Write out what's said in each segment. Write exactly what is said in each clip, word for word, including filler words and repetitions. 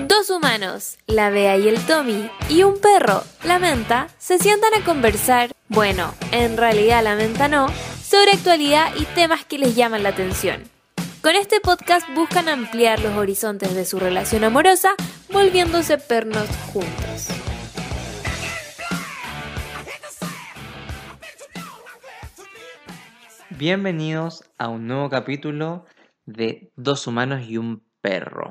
Dos humanos, la Bea y el Tommy, y un perro, la Menta, se sientan a conversar, bueno, en realidad la Menta no, sobre actualidad y temas que les llaman la atención. Con este podcast buscan ampliar los horizontes de su relación amorosa, volviéndose pernos juntos. Bienvenidos a un nuevo capítulo de Dos humanos y un perro.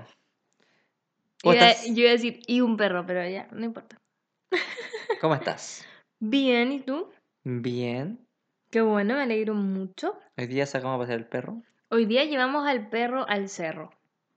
¿Cómo Iba- estás? Yo iba a decir, y un perro, pero ya, no importa. ¿Cómo estás? Bien, ¿y tú? Bien. Qué bueno, me alegro mucho. Hoy día sacamos a pasear el perro. Hoy día llevamos al perro al cerro.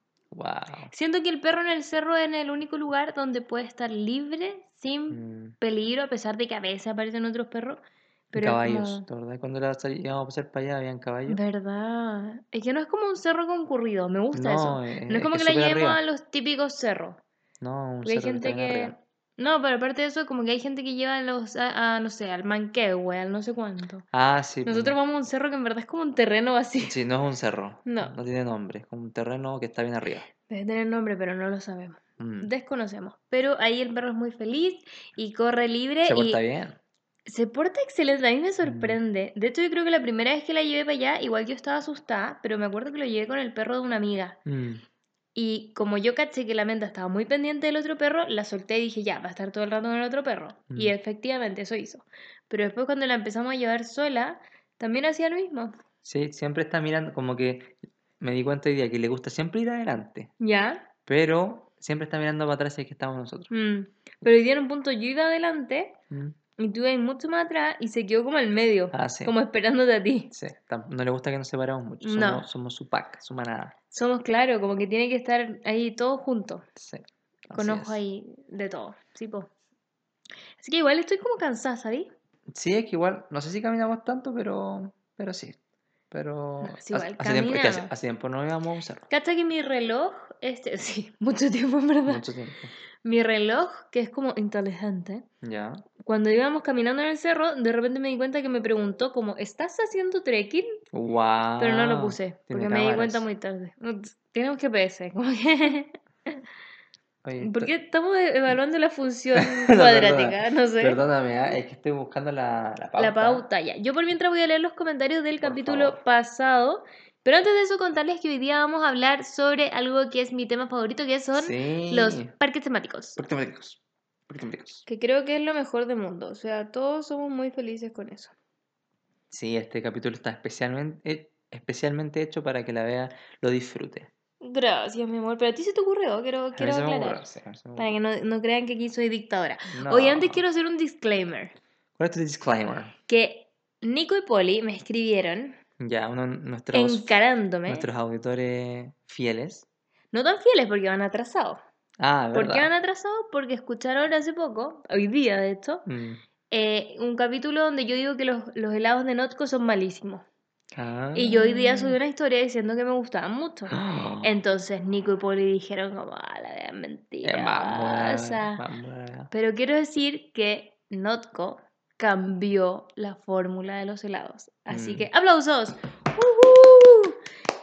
Wow. Siento que el perro en el cerro es el único lugar donde puede estar libre, sin Mm. peligro, a pesar de que a veces aparecen otros perros. Pero es Caballos, como, ¿de verdad? Cuando la sal- íbamos a pasear para allá habían caballos. ¿verdad? Es que no es como un cerro concurrido, me gusta eso. No, No es eh, es como que que la súper llevemos a arriba. los típicos cerros. No, un Porque hay cerro que está gente bien que... arriba. No, pero aparte de eso, como que hay gente que lleva a los, a, a, no sé, al Manquehue, al no sé cuánto. Ah, sí. Nosotros vamos a un cerro que en verdad es como un terreno vacío. Sí, no es un cerro. No, No tiene nombre. Es como un terreno que está bien arriba. debe tener nombre, pero no lo sabemos. Mm. Desconocemos. Pero ahí el perro es muy feliz y corre libre Se porta y bien. se porta excelente. A mí me Mm. sorprende. De hecho, yo creo que la primera vez que la llevé para allá, igual yo estaba asustada, pero me acuerdo que lo llevé con el perro de una amiga. Mm. Y como yo caché que la Menta estaba muy pendiente del otro perro, la solté y dije, ya, va a estar todo el rato con el otro perro. Y Mm. efectivamente eso hizo. Pero después cuando la empezamos a llevar sola, también hacía lo mismo. Sí, siempre está mirando, como que me di cuenta hoy día que le gusta siempre ir adelante. ¿Ya? Pero siempre está mirando para atrás si es que estamos nosotros. Mm. Pero hoy día en un punto yo iba adelante Mm. y tú ibas mucho más atrás y se quedó como al medio, Ah, sí, como esperándote a ti. sí. Tam- No le gusta que nos separemos mucho. No, Somos, somos su pack, su manada. somos claro, como que tiene que estar ahí todos juntos, Sí, con así ojo es. ahí de todo. Sí, po. Así que igual estoy como cansada, ¿sabí? Sí, es que igual, no sé si caminamos tanto, pero, pero sí. No, Pero es hace, igual, hace tiempo, es que hace, caminamos. hace tiempo no íbamos a un cerro. Cacha que mi reloj, este, sí, mucho tiempo en verdad. Mucho tiempo. Mi reloj, que es como inteligente, Ya. cuando íbamos caminando en el cerro, de repente me di cuenta que me preguntó como, ¿estás haciendo trekking? Pero no lo Wow. puse, Tiene porque me di cuenta cámaras. muy tarde. Tenemos G P S, como que... Oye, ¿Por esto- qué estamos e- evaluando la función no, perdona. cuadrática? No sé. Perdóname, ah, es que estoy buscando la, la La pauta. pauta ya. Yo por mientras voy a leer los comentarios del Por favor. capítulo pasado. Pero antes de eso contarles que hoy día vamos a hablar sobre algo que es mi tema favorito, que son los Sí. parques temáticos. Porque temáticos. Porque temáticos. Que creo que es lo mejor del mundo. O sea, todos somos muy felices con eso. Sí, este capítulo está especialmente, he- especialmente hecho para que la vea lo disfrute. Gracias, mi amor. Pero a ti se te ocurrió, quiero, A mí quiero se me aclarar. ocurrió, sí, a mí se me Para que ocurrió. no, no crean que aquí soy dictadora. Hoy antes No. quiero hacer un disclaimer. ¿Cuál es tu disclaimer? Que Nico y Poli me escribieron Ya, uno de nuestros, encarándome. nuestros auditores fieles. No tan fieles porque van atrasados. Ah, es ¿Por qué van verdad. atrasados? Porque escucharon hace poco, hoy día de hecho, Mm. eh, un capítulo donde yo digo que los, los helados de Notco son malísimos. Ah. Y yo hoy día subí una historia diciendo que me gustaban mucho. Oh, Entonces Nico y Poli dijeron como, ah, la vean es más buena, mentirosa. más buena. Pero quiero decir que Notco cambió la fórmula de los helados. Así Mm. que, ¡aplausos! ¡Uhú!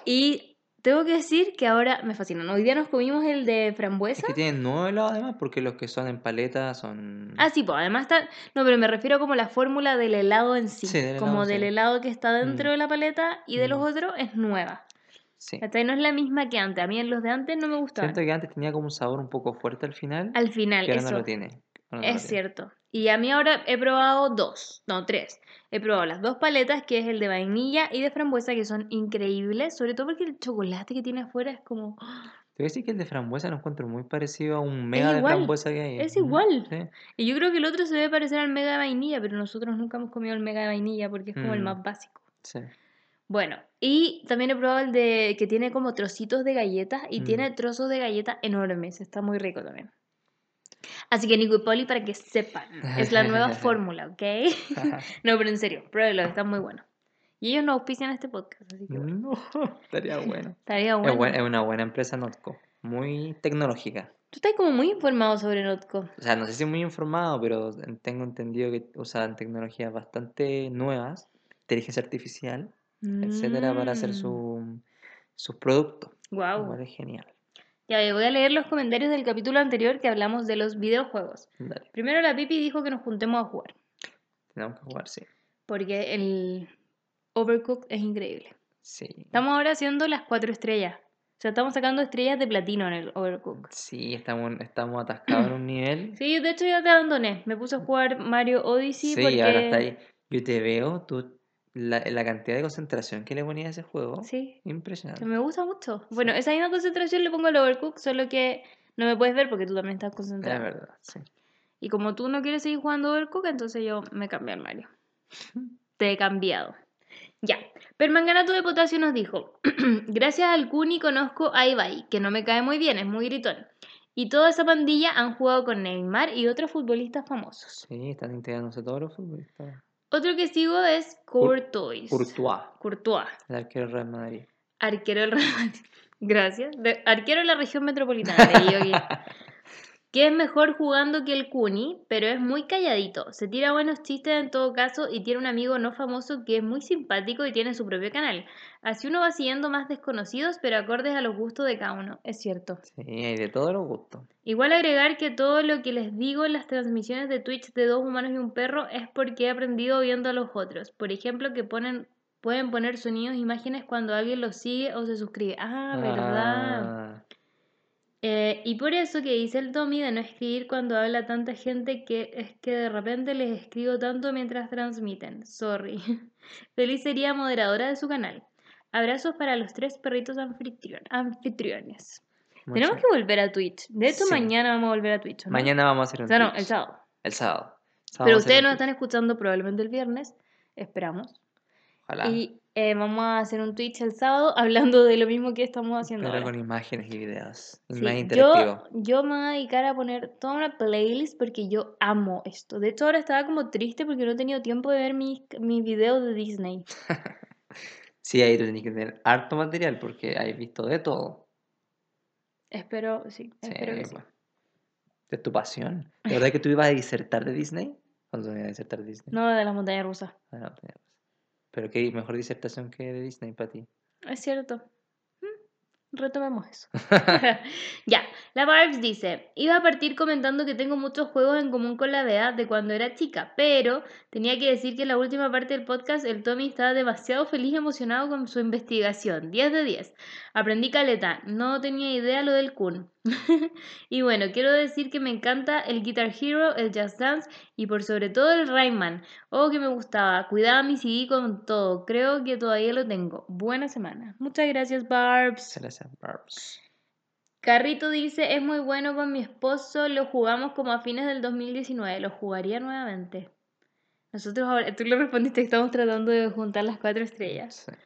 Y tengo que decir que ahora me fascinan. Hoy día nos comimos el de Es frambuesa. que tienen nuevo helado además, porque los que son en paleta Ah, son... sí, pues además está... No, pero me refiero como la fórmula del helado en Sí, sí. del helado Como sí. del helado que está Mm, dentro de la paleta y de los mm, otros es nueva. sí. ¿Cachai? No es la misma que antes. A mí en los de antes no me Siento gustaban. que antes tenía como un sabor un poco fuerte al final, Al final, que ahora no lo eso. tiene. Ahora no lo Es tiene. cierto. Y a mí ahora he probado dos, no, tres. He probado las dos paletas, que es el de vainilla y de frambuesa, que son increíbles. Sobre todo porque el chocolate que tiene afuera es como... ¡ah! Te voy a decir que el de frambuesa lo encuentro muy parecido a un Es mega de igual. frambuesa que hay. Es Ujú, igual. sí. Y yo creo que el otro se debe parecer al mega de vainilla, pero nosotros nunca hemos comido el mega de vainilla porque es como el Mm, más básico. sí. Bueno, y también he probado el de que tiene como trocitos de galletas y Mm. tiene trozos de galleta enormes. Está muy rico también. Así que Nico y Poli, para que sepan, es la nueva fórmula, ¿ok? No, pero en serio, pruébelo, está muy bueno. Y ellos no auspician este podcast, así que bueno. No, estaría bueno. Estaría Es, bueno. buen- es una buena empresa Notco, muy tecnológica. Tú estás como muy informado sobre Notco. O sea, no sé si muy informado, pero tengo entendido que usan tecnologías bastante nuevas, inteligencia artificial, etcétera, para hacer Mmm. su, sus productos. Wow. Igual es genial. Ya voy a leer los comentarios del capítulo anterior que hablamos de los videojuegos. Dale, Primero la Pipi dijo que nos juntemos a jugar, tenemos que jugar, sí. porque el Overcooked es increíble. Sí. Estamos ahora haciendo las cuatro estrellas. O sea, estamos sacando estrellas de platino en el Overcooked. Sí, estamos, estamos atascados en un nivel. Sí, de hecho ya te abandoné. Me puse a jugar Mario Odyssey Sí, porque... ahora está ahí. Yo te veo, tú, la, la cantidad de concentración que le ponías a ese juego. Sí, que Impresionante. me gusta mucho. Sí. Bueno, esa misma concentración le pongo al Overcooked, solo que no me puedes ver porque tú también estás Es concentrado. verdad, sí. Y como tú no quieres seguir jugando Overcooked, entonces yo me cambié al Mario. Te he cambiado. Ya. Permanganato de Potasio nos dijo: gracias al Kuni conozco a Ibai, que no me cae muy bien, es muy gritón. Y toda esa pandilla han jugado con Neymar y otros futbolistas famosos. Sí, están integrándose todos los futbolistas. Otro que sigo es Courtois. Courtois, Courtois. el arquero del Real Madrid. Arquero del Real Madrid. Gracias. De- arquero de la región metropolitana, leí yo aquí. Que es mejor jugando que el Kuni, pero es muy calladito. Se tira buenos chistes en todo caso y tiene un amigo no famoso que es muy simpático y tiene su propio canal. Así uno va siguiendo más desconocidos, pero acordes a los gustos de cada uno. Es cierto. Sí, hay de todos los gustos. Igual agregar que todo lo que les digo en las transmisiones de Twitch de dos humanos y un perro es porque he aprendido viendo a los otros. Por ejemplo, que ponen, pueden poner sonidos e imágenes cuando alguien los sigue o se suscribe. Ah, verdad. Ah, Eh, y por eso que dice el Tommy de no escribir cuando habla tanta gente que es que de repente les escribo tanto mientras transmiten. Sorry. Feliz sería moderadora de su canal. Abrazos para los tres perritos anfitrión- anfitriones. Tenemos mucho. que volver a Twitch. De hecho, Sí. mañana vamos a volver a Twitch, ¿no? Mañana vamos a hacer un O sea, no, Twitch. el sábado. El sábado. Sábado Pero vamos a hacer ustedes un nos Twitch. están escuchando probablemente el viernes. Esperamos. Ojalá. Y eh, vamos a hacer un Twitch el sábado hablando de lo mismo que estamos haciendo Pero ahora. con imágenes y videos. Y Sí, más yo, interactivo. yo me voy a dedicar a poner toda una playlist porque yo amo esto. De hecho, ahora estaba como triste porque no he tenido tiempo de ver mis, mis videos de Disney. Sí, ahí tú tenés que tener harto material porque hay visto de todo. Espero, sí, Sí, espero que sí. bueno. Es tu pasión. ¿De verdad que tú ibas a disertar de Disney? ¿Cuándo ibas a disertar de Disney? No, de las montañas rusas. Ah, no, tenía razón. Pero qué mejor disertación que de Disney para ti. Es cierto. Mm, Retomemos eso. Ya, la Barbs dice, iba a partir comentando que tengo muchos juegos en común con la Bea de cuando era chica, pero tenía que decir que en la última parte del podcast el Tommy estaba demasiado feliz y emocionado con su investigación. diez de diez. Aprendí caleta, no tenía idea lo del Kun. Y bueno, quiero decir que me encanta el Guitar Hero, el Just Dance y por sobre todo el Rayman. Oh, que me gustaba. Cuidaba mi C D con todo. Creo que todavía lo tengo. Buena semana. Muchas gracias, Barbs. Gracias, Barbs. Carrito dice, es muy bueno con mi esposo, lo jugamos como a fines del dos mil diecinueve, lo jugaría nuevamente. Nosotros ahora, tú le respondiste que estamos tratando de juntar las cuatro estrellas. Sí.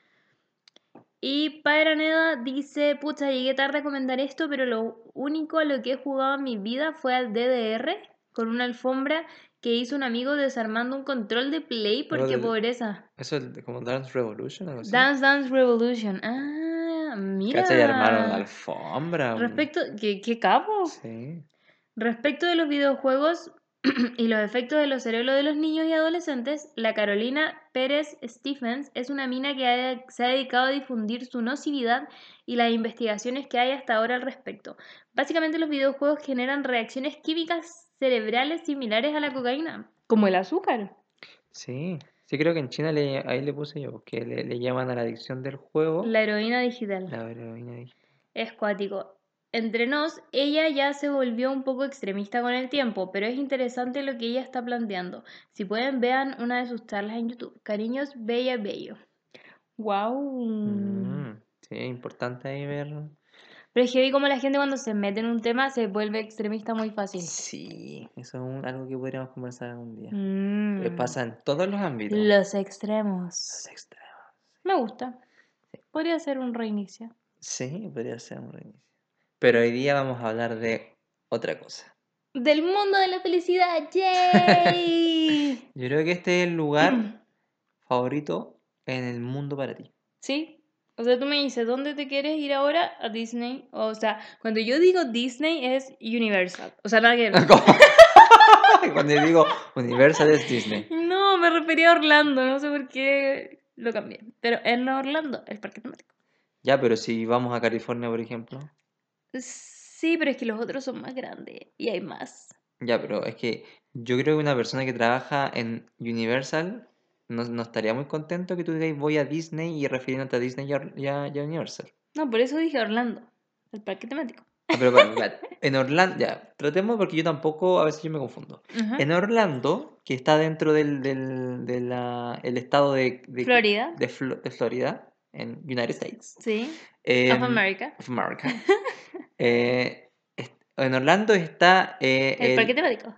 Y Padraneda dice, pucha, llegué tarde a comentar esto, pero lo único a lo que he jugado en mi vida fue al D D R, con una alfombra que hizo un amigo desarmando un control de Play Algo porque de- pobreza. Eso es de- como Dance Revolution, algo así. Dance Dance Revolution. Ah, mira. Cacha, y armaron una alfombra. un- Respecto, ¿qué, qué capo? Sí. Respecto de los videojuegos y los efectos de los cerebros de los niños y adolescentes, la Carolina Pérez Stephens es una mina que ha- se ha dedicado a difundir su nocividad y las investigaciones que hay hasta ahora al respecto. Básicamente los videojuegos generan reacciones químicas cerebrales similares a la cocaína, como el azúcar. Sí. Sí, creo que en China le, ahí le puse yo, que le, le llaman a la adicción del juego La heroína digital. la heroína digital. Es cuático. Entre nos, ella ya se volvió un poco extremista con el tiempo, pero es interesante lo que ella está planteando. Si pueden, vean una de sus charlas en YouTube. Cariños, Bella Bello. ¡Wow! Mm, sí, es importante ahí ver. Pero es que vi como la gente cuando se mete en un tema se vuelve extremista muy fácil. Sí, eso es un- algo que podríamos conversar algún día. Mm. Eh, Pasa en todos los ámbitos. Los extremos. Los extremos. Me gusta. Podría ser un reinicio. Sí, podría ser un reinicio. Pero hoy día vamos a hablar de otra cosa. Del mundo de la felicidad. ¡Yay! Yo creo que este es el lugar favorito en el mundo para ti. ¿Sí? O sea, tú me dices, ¿dónde te quieres ir ahora? A Disney. O sea, cuando yo digo Disney es Universal. O sea, nada que ver. ¿Cómo? Cuando yo digo Universal es Disney. No, me refería a Orlando. No sé por qué lo cambié. Pero en Orlando, el parque temático. Ya, pero si vamos a California, por ejemplo. Sí, pero es que los otros son más grandes y hay más. Ya, pero es que yo creo que una persona que trabaja en Universal no, no estaría muy contento que tú digas voy a Disney y refiriéndote a Disney y a, y a- y a Universal. No, por eso dije Orlando, el parque temático. Ah, pero vale, vale. En Orlando, ya, tratemos porque yo tampoco, a veces yo me confundo. Ajá. En Orlando, que está dentro del, del de la- el estado de, de, Florida. de Flo- de Florida, en United States, Sí. em, Of America. of America, eh, est- en Orlando está eh, El parque el, temático.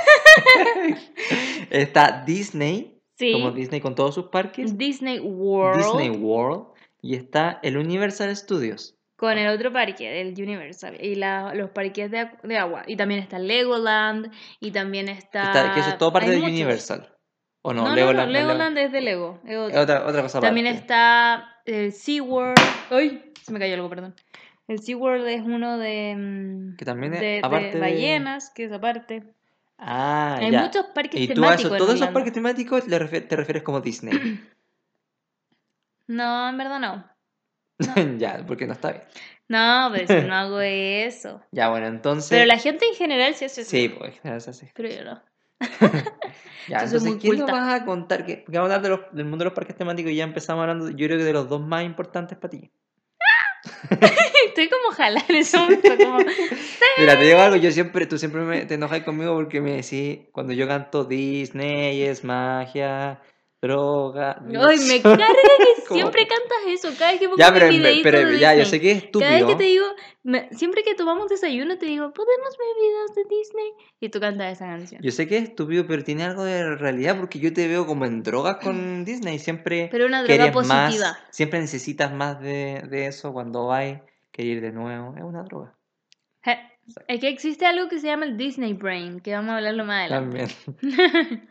está Disney, como Sí. Disney con todos sus parques, Disney World. Disney World, y está el Universal Studios. Con el otro parque, el Universal. Y la, los parques de, acu- de agua. Y también está Legoland. Y también está. Está, que eso es todo parte Hay de muchos. Universal. ¿O no? No, no, no. Legoland, no es Lego- Legoland es de Lego. Es es otro. otra, otra cosa También aparte. está el SeaWorld. ¡Ay! Se me cayó algo, perdón. El SeaWorld es uno de, mm, Que también es de, de aparte de- ballenas, que es aparte. Ah, Hay ya. muchos parques Y tú a eso, temáticos en todos esos Orlando. parques temáticos le refi- te refieres como Disney. No, en verdad no. Ya, porque no está bien. No, pues yo no hago eso. Ya, bueno, entonces. Pero la gente en general sí hace eso. Sí, pues, es así. Pero yo no. Ya, Yo soy entonces, muy ¿qué nos culta. vas a contar? Que, porque vamos a hablar de los- del mundo de los parques temáticos y ya empezamos hablando, yo creo que de los dos más importantes para ti. Estoy como jalada en ese momento. Como... Mira, te digo algo, yo siempre, tú siempre me, te enojas conmigo porque me decís, cuando yo canto Disney es magia, droga, Ay, me diversión". carga que Como- siempre cantas eso. Cada vez que pongo Ya, mi pero, videíto pero de ya, yo Disney. sé que es estúpido. Cada vez que te digo, me- siempre que tomamos desayuno te digo, ¿podemos ver videos de Disney? Y tú cantas esa canción. Yo sé que es estúpido, pero tiene algo de realidad porque yo te veo como en drogas con Disney. Siempre Pero una droga quieres positiva. más, siempre necesitas más de, de eso cuando vas, querer ir de nuevo. Es una droga. Je, Es que existe algo que se llama el Disney Brain, que vamos a hablarlo más adelante. También.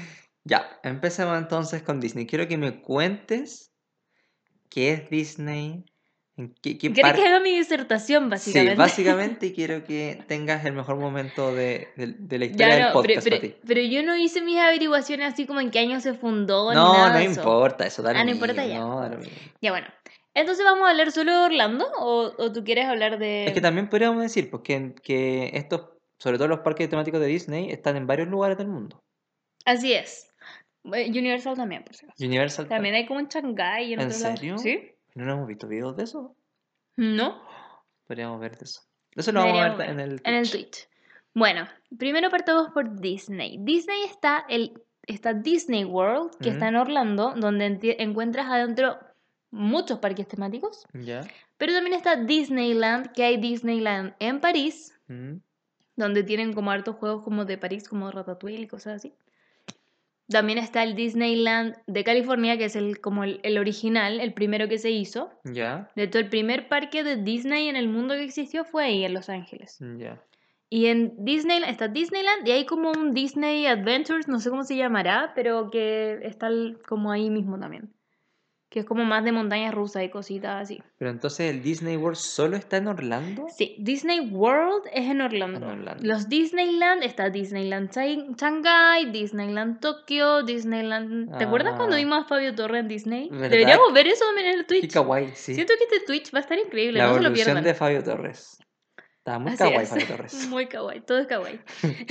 Ya, empecemos entonces con Disney. Quiero que me cuentes qué es Disney, en qué, qué ¿Quieres par- que haga mi disertación, básicamente? Sí, básicamente y quiero que tengas el mejor momento de, de- de la historia Ya del no, pero, podcast pero, para ti. pero yo no hice mis averiguaciones así como en qué año se fundó ni No, nada no de eso. importa, eso da lo Ah, no mismo, importa ya. no, da lo mismo. Ya bueno. Entonces vamos a hablar solo de Orlando o, o tú quieres hablar de... Es que también podríamos decir pues, que, que estos, sobre todo los parques temáticos de Disney, están en varios lugares del mundo. Así es. Eh, Universal también, por si acaso. Universal También hay como en Shanghái y en, ¿En otros lados. serio? ¿Sí? ¿No nos hemos visto videos de eso? ¿No? Podríamos ver de eso. Eso lo vamos a Deberíamos ver ver en el en el Twitch. Twitch. Bueno, primero partamos por Disney. Disney está el está Disney World, que está Ujú. en Orlando, donde enti- encuentras adentro muchos parques temáticos. Ya. Pero también está Disneyland, que hay Disneyland en París, Ujú. donde tienen como hartos juegos como de París, como Ratatouille y cosas así. También está el Disneyland de California, que es el, como el, el original, el primero que se hizo. Ya. De hecho, el primer parque de Disney en el mundo que existió fue ahí, en Los Ángeles. Ya. Y en Disneyland está Disneyland y hay como un Disney Adventures, no sé cómo se llamará, pero que está el- como ahí mismo también. Que es como más de montañas rusas y cositas así. Pero entonces el Disney World solo está en Orlando. Sí, Disney World es en Orlando. En Orlando. Los Disneyland está Disneyland Shang- Shanghai, Disneyland Tokio, Disneyland... ¿Te acuerdas cuando Ah. vimos a Fabio Torre en Disney? ¿Verdad? Deberíamos ver eso en el Qué Twitch. kawaii, sí. Siento que este Twitch va a estar increíble, La no se lo evolución pierdan. de Fabio Torres. Estaba muy Así kawaii es. Fabio Torres. Muy kawaii, todo es kawaii.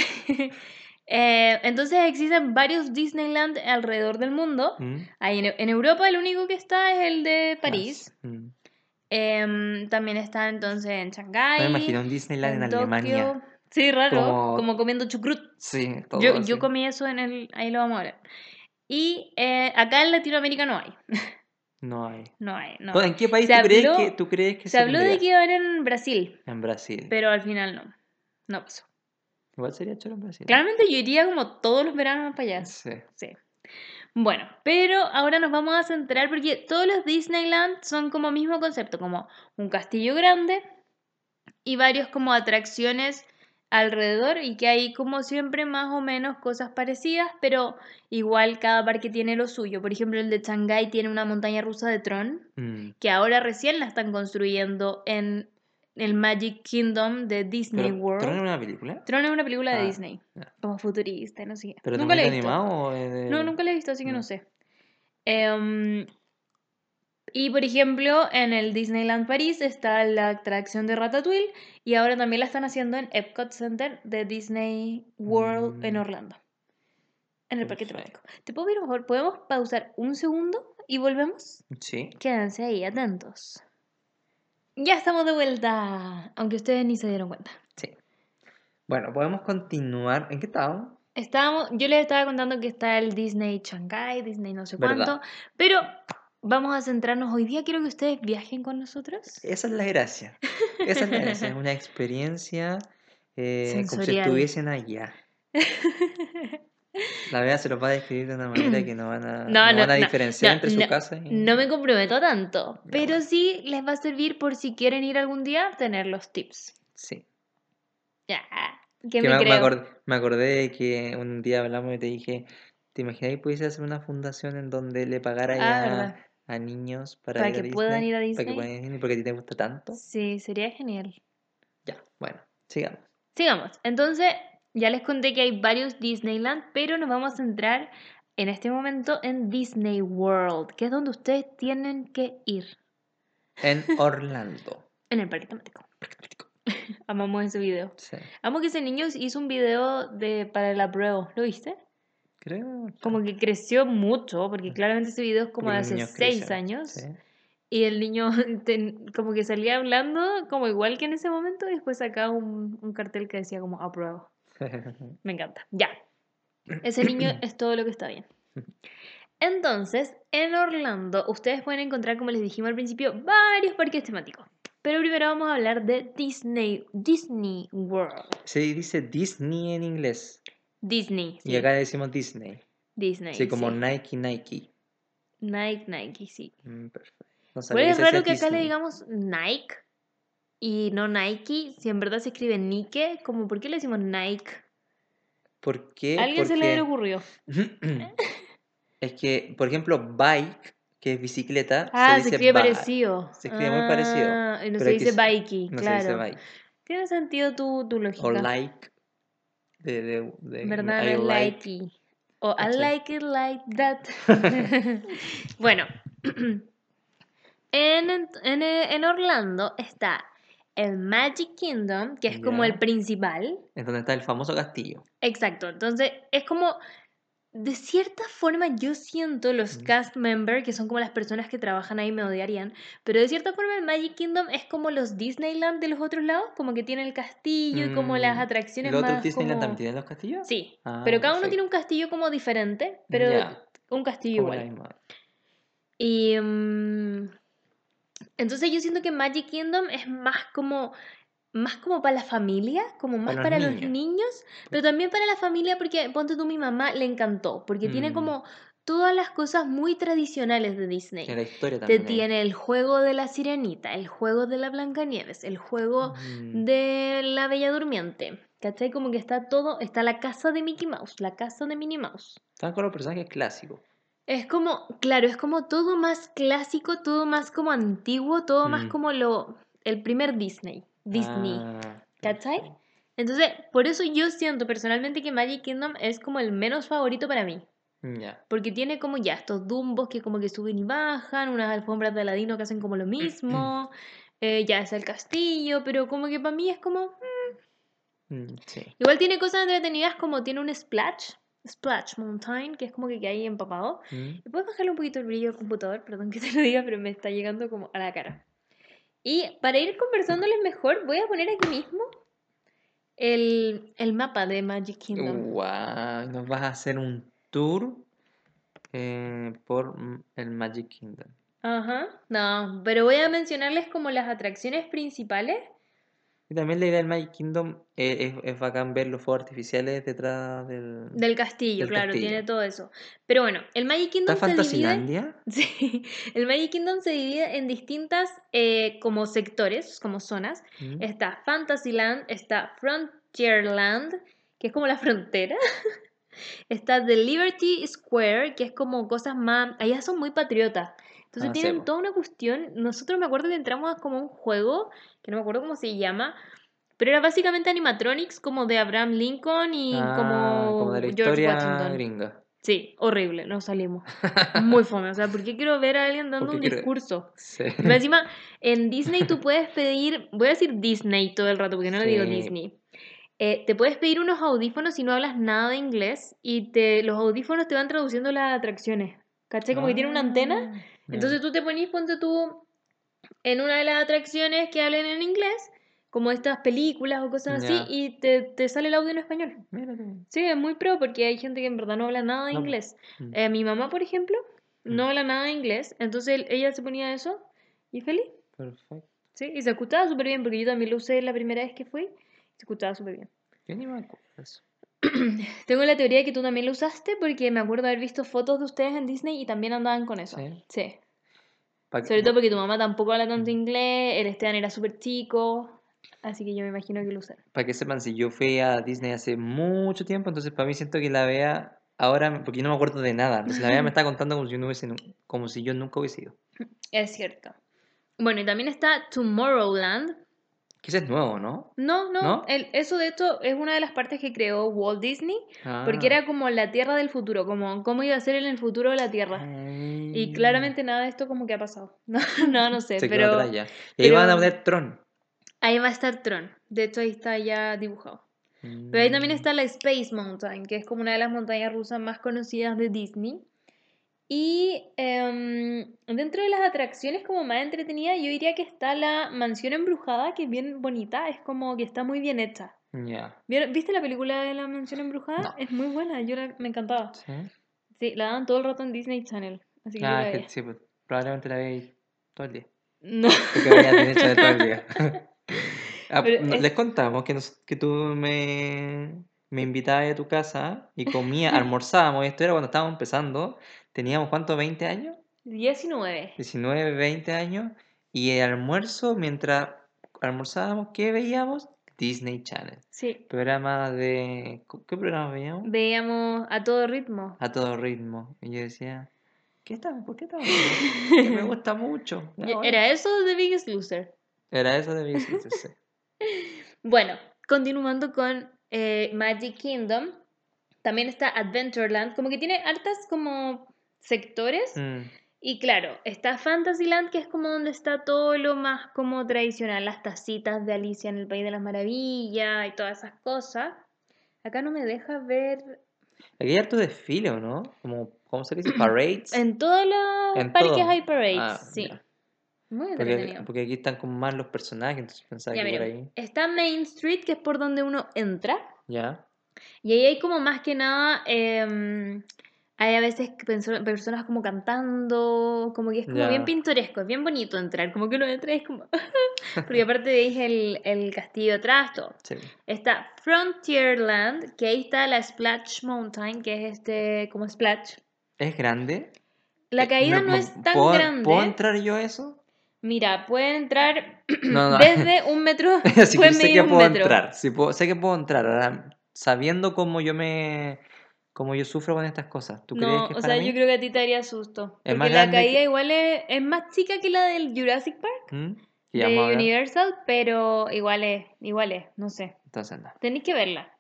Eh, entonces existen varios Disneyland alrededor del mundo. Mm, Ahí en, en Europa el único que está es el de París. más. Mm. Em, también está entonces en No Shanghái. me imagino un Disneyland en, en Alemania. Tokio. Sí, raro. Como- Como, comiendo chucrut. Sí, todo Yo, así. yo comí eso en el... Ahí lo vamos a ver. Y eh, acá en Latinoamérica no hay. No hay. No hay, no. ¿En qué país Se tú, crees habló- que, tú crees que Se se habló de tendría? que iba a haber en Brasil, En Brasil. pero al final no. No pasó. Igual sería chulo en Brasil. Claramente yo iría como todos los veranos para allá. Sí. Sí. Bueno, pero ahora nos vamos a centrar porque todos los Disneyland son como mismo concepto, como un castillo grande y varios como atracciones alrededor y que hay como siempre más o menos cosas parecidas, pero igual cada parque tiene lo suyo. Por ejemplo, el de Shanghái tiene una montaña rusa de Tron, Mm. que ahora recién la están construyendo en el Magic Kingdom de Disney Pero, World. ¿Tron es una película? Tron es una película de Ah, Disney, ya. como futurista, no sé qué. ¿Pero Nunca la también he es visto. animado o es de...? No, nunca la he visto, así que no, No. sé. Em, Y por ejemplo, en el Disneyland París está la atracción de Ratatouille y ahora también la están haciendo en Epcot Center de Disney World en Mm, Orlando, en el parque perfecto. temático. ¿Te puedo pedir, por favor? ¿Podemos pausar un segundo y volvemos? Sí, Quédense ahí, atentos. Ya estamos de vuelta, aunque ustedes ni se dieron cuenta. sí. Bueno, podemos continuar. ¿En qué estábamos? Estábamos, yo les estaba contando que está el Disney Shanghai, Disney no sé cuánto, ¿Verdad? pero vamos a centrarnos hoy día. Quiero que ustedes viajen con nosotros. Esa es la gracia. Esa es la gracia. Es una experiencia eh, como si Sensorial. estuviesen allá. La verdad se los va a describir de una manera que no van a, No, no no, van a no, diferenciar no, entre no, su casa y... no me comprometo tanto, Ya, pero bueno. sí les va a servir por si quieren ir algún día, tener los tips. Sí. Ya, que Que me me, me creo. acordé, me acordé de que un día hablamos y te dije, ¿te imaginas que pudiese hacer una fundación en donde le pagara Ah, ya ¿verdad? a niños para Para ir a que puedan Disney? ir a Para que puedan Disney. ir a Disney porque a ti te gusta tanto. Sí, sería genial. Ya, bueno, sigamos. Sigamos. Entonces, ya les conté que hay varios Disneyland, pero nos vamos a centrar en este momento en Disney World, que es donde ustedes tienen que ir, En Orlando. en el parque temático. Amamos ese video. Sí, Amo que ese niño hizo un video de para el apruebo. ¿Lo viste? creo. Como que creció mucho, porque claramente ese video es como Porque de los hace niños seis crecen. Sí. años. Y el niño ten- como que salía hablando como igual que en ese momento y después sacaba un, un cartel que decía como apruebo. Me encanta. Ya. Ese niño es todo lo que está bien. Entonces, en Orlando, ustedes pueden encontrar, como les dijimos al principio, varios parques temáticos. Pero primero vamos a hablar de Disney, Disney World. Se dice Disney en inglés. Disney, Y sí. acá decimos Disney. Disney, Sí, como sí. Nike, Nike. Nike, Nike, sí. Mm, perfecto. No Igual sabía que es se decía raro que acá le Disney. digamos Nike y no Nike, si en verdad se escribe Nike, como ¿por qué le decimos Nike? ¿Por ¿A qué? alguien se le Porque ocurrió? es que, por ejemplo, bike, que es bicicleta, se Ah, se dice escribe bike. parecido. Se escribe muy parecido. Ah, y no se Pero aquí dice s- bikey, no se dice claro. bike. Tiene sentido tu, tu O lógica. like, de, de, de ¿Verdad? No I es like. likey. O I ¿Cachai? like it like that. Bueno, en, en, en Orlando está el Magic Kingdom, que es como el Ya. principal. Es donde está el famoso castillo. Exacto, entonces es como, de cierta forma yo siento los Mm. cast members, que son como las personas que trabajan ahí, me odiarían, pero de cierta forma el Magic Kingdom es como los Disneyland de los otros lados, como que tiene el castillo y como las Mm, atracciones ¿los otros más Disneyland también como... tienen los castillos? Sí, pero Ah, cada uno tiene un perfecto. castillo como diferente, pero Ya, un castillo como la igual. misma. Y mm, entonces yo siento que Magic Kingdom es más como más como para la familia, como más Para los para los niños. niños, pero también para la familia porque ponte tú, mi mamá le encantó, porque tiene Mm, como todas las cosas muy tradicionales de tiene Disney. la historia Te también ahí. tiene el juego de la Sirenita, el juego de la Blancanieves, el juego Mm, de la Bella Durmiente. ¿Cachai? Como que está todo, está la casa de Mickey Mouse, la casa de Minnie Mouse. están con los personajes clásicos. Es como, claro, es como todo más clásico, todo más como antiguo, todo más Mm, como lo, el primer Disney, Disney, ah, ¿cachai? perfecto. Entonces, por eso yo siento personalmente que Magic Kingdom es como el menos favorito para mí, Ya. porque tiene como ya estos Dumbos que como que suben y bajan, unas alfombras de Aladino que hacen como lo mismo, eh, ya es el castillo, pero como que para mí es como, Mm, sí. igual tiene cosas entretenidas como tiene un Splash, Splash Mountain, que es como que hay empapado. Mm. ¿Y puedes bajarle un poquito el brillo al computador? Perdón que te lo diga, pero me está llegando como a la cara. Y para ir conversándoles mejor, voy a poner aquí mismo el, el mapa de Magic Kingdom. Guau, nos vas a hacer un tour eh, por mm, el Magic Kingdom. Ajá, no, pero voy a mencionarles como las atracciones principales. Y también la idea del Magic Kingdom eh, es, es bacán ver los fuegos artificiales detrás del, Del castillo, del claro, tiene castillo. todo eso. Pero bueno, el Magic ¿Está Kingdom se divide. Fantasilandia? Sí, el Magic Kingdom se divide en distintas eh, como sectores, como zonas. Mm. Está Fantasyland, está Frontierland, que es como la frontera. Está The Liberty Square, que es como cosas más... Allá son muy patriotas. Entonces Ah, tienen sebo. toda una cuestión. Nosotros me acuerdo que entramos a como un juego, que no me acuerdo cómo se llama, pero era básicamente animatronics como de Abraham Lincoln y Ah, como como de la George historia Washington. gringa. Sí, horrible, no salimos. Muy fome. O sea, ¿por qué quiero ver a alguien dando Porque un quiero... discurso? Sí. Y más encima, en Disney tú puedes pedir, voy a decir Disney todo el rato porque no le digo Sí. Disney. Eh, te puedes pedir unos audífonos si no hablas nada de inglés y te, los audífonos te van traduciendo las atracciones. ¿Cachai? Como que tiene una antena. Ah, ya. Entonces tú te ponís, ponte tú en una de las atracciones que hablen en inglés, como estas películas o cosas así, Ya. y te, te sale el audio en español. Mira tú. Sí, es muy pro porque hay gente que en verdad no habla nada de No, po. inglés. Mm. Eh, mi mamá, por ejemplo, no Mm. habla nada de inglés, entonces él- ella se ponía eso y feliz. Perfecto. Sí, y se escuchaba súper bien porque yo también lo usé la primera vez que fui, se escuchaba súper bien. Yo ni me acuerdo de eso. Tengo la teoría de que tú también lo usaste porque me acuerdo haber visto fotos de ustedes en Disney y también andaban con eso. Sí. Sí. Pa' que- Sobre todo porque tu mamá tampoco habla tanto Mm. inglés, el Esteban era súper chico, así que yo me imagino que lo usaron. Para que sepan, si yo fui a Disney hace mucho tiempo, entonces para mí siento que la Bea ahora, porque yo no me acuerdo de nada, entonces la Bea me está contando como si yo, no hubiese, nu- como si yo nunca hubiese ido. Es cierto. Bueno, y también está Tomorrowland. Que ese es nuevo, ¿no? No, no, ¿No? el- eso de hecho es una de las partes que creó Walt Disney, porque Ah. era como la Tierra del futuro, como cómo iba a ser en el futuro la Tierra. Y Ay. claramente nada de esto como que ha pasado. No, no, no sé, Se quedó atrás pero, ya. Y ahí van a pero poner Tron. ahí va a estar Tron. De hecho, ahí está ya dibujado. Pero ahí también Mm. está la Space Mountain, que es como una de las montañas rusas más conocidas de Disney. Y em, dentro de las atracciones como más entretenida, yo diría que está la Mansión Embrujada, que es bien bonita, es como que está muy bien hecha. Ya. ¿Vieron- ¿Viste la película de la Mansión Embrujada? No. Es muy buena, yo la- me encantaba. ¿Sí? Sí, la daban todo el rato en Disney Channel, así que yo Ah, la es que veía. sí, pues, probablemente la veis todo el día. No. Porque veía Disney Channel todo el día. Ah, Pero no- es- les contamos que, nos- que tú me, me invitabas a tu casa y comía, almorzábamos, esto era cuando estábamos empezando, teníamos ¿cuánto? ¿veinte años? diecinueve. diecinueve, veinte años, y el almuerzo, mientras almorzábamos, ¿qué veíamos? Disney Channel. Sí, Programa de... ¿Qué programa veíamos? veíamos a todo ritmo. A todo ritmo. Y yo decía, ¿qué estamos? ¿Por qué estamos viendo? Que me gusta mucho. Ya, Y- bueno. ¿Era eso The Biggest Loser? Era eso de Biggest Loser, sí. Bueno, continuando con eh, Magic Kingdom, también está Adventureland, como que tiene hartas como sectores. Mm, Y claro, está Fantasyland, que es como donde está todo lo más como tradicional, las tacitas de Alicia en el País de las Maravillas y todas esas cosas. Acá no me deja ver Aquí hay harto desfile, ¿o no? Como, ¿cómo se dice? Parades. en todos los En parques todo. hay parades, Ah, sí. ya. Muy Porque, entretenido. porque aquí están como más los personajes, entonces pensaba Ya que por miren, ahí. está Main Street, que es por donde uno entra. Ya. Y ahí hay como más que nada, em, hay a veces perso- personas como cantando, como que es como bien Ya. pintoresco, es bien bonito entrar, como que uno entra y es como... Porque aparte veis el, el castillo atrás, todo. Sí. Está Frontierland, que ahí está la Splash Mountain, que es este, como Splash. ¿Es grande? La Eh, caída no- no no- es tan ¿puedo, grande. ¿puedo entrar yo a eso? Mira, pueden entrar No, no. desde un metro, Así que pueden sé medir que un puedo metro. entrar. Sí, puedo, sé que puedo entrar. Ahora, sabiendo cómo yo me. Cómo yo sufro con estas cosas. ¿Tú crees No, que es o para sea, yo mí? creo que a ti te daría susto. ¿Es Porque más la grande caída que.? igual es, es más chica que la del Jurassic Park, ¿Mm? Que ya vamos a de hablar. Universal, pero igual es, igual es, no sé. Entonces no. Tenéis que verla.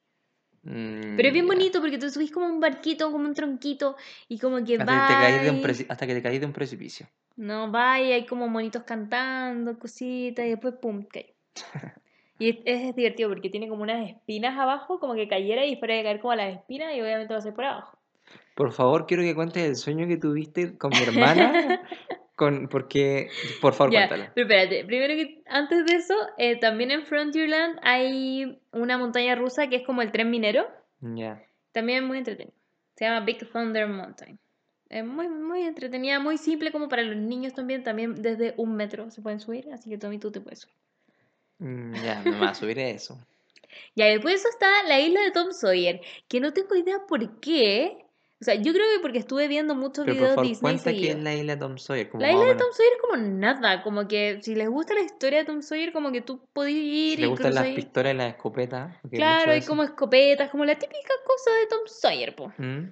Mm, Pero es bien ya. bonito porque tú subís como un barquito, como un tronquito, y como que Hasta que te caís de un va. preci- hasta que te caís de un precipicio. No, va y hay como monitos cantando, cositas, y después pum, cae. Y es, es divertido porque tiene como unas espinas abajo, como que cayera y fuera de caer como a las espinas, y obviamente va a ser por abajo. Por favor, quiero que cuentes el sueño que tuviste con mi hermana. Con, porque. Por favor, Ya, cuéntalo. pero espérate, primero que antes de eso, eh, también en Frontierland hay una montaña rusa que es como el tren minero, Ya. también es muy entretenido. Se llama Big Thunder Mountain. Es muy, muy entretenida, muy simple como para los niños también, también desde un metro se pueden subir, así que Tommy tú te puedes subir. Mm, ya, no me va a subir eso. Ya, después de eso está la isla de Tom Sawyer, que no tengo idea por qué. O sea, yo creo que porque estuve viendo muchos Pero por videos favor, Disney cuenta qué es seguidos. la isla Tom Sawyer, como La más isla o de menos. Tom Sawyer es como nada, como que si les gusta la historia de Tom Sawyer, como que tú podés Si ir le y gustan las cruzáis. pistolas y las escopetas, porque hay mucho Claro, de hay eso. como escopetas, como la típica cosa de Tom Sawyer, po. ¿Mm?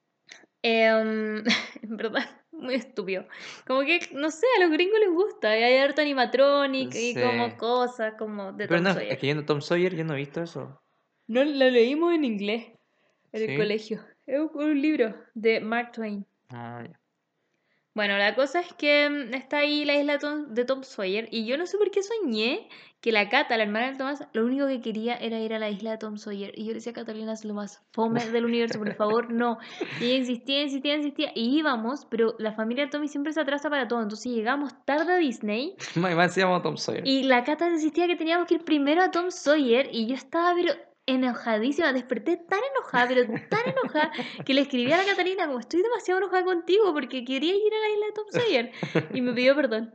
Em, en verdad, muy estúpido. Como que, no sé, a los gringos les gusta. Y hay harto animatronic y Sí. como cosas como de Pero Tom no, es Sawyer. que yo no, Tom Sawyer, yo no he visto eso. No, la leímos en inglés en el ¿Sí? colegio. Es un, un libro de Mark Twain. Ah, ya. Bueno, la cosa es que mm, está ahí la isla Tom- de Tom Sawyer y yo no sé por qué soñé que la Cata, la hermana de Tomás, lo único que quería era ir a la isla de Tom Sawyer. Y yo le decía, Catalina, es lo más fome del universo, por favor, no. Y ella insistía, insistía, insistía. Y íbamos, pero la familia de Tommy siempre se atrasa para todo. Entonces llegamos tarde a Disney Más más se llama Tom Sawyer. y la Cata insistía que teníamos que ir primero a Tom Sawyer y yo estaba, pero enojadísima, desperté tan enojada, pero tan enojada, que le escribí a la Catalina como estoy demasiado enojada contigo porque quería ir a la isla de Tom Sawyer y me pidió perdón.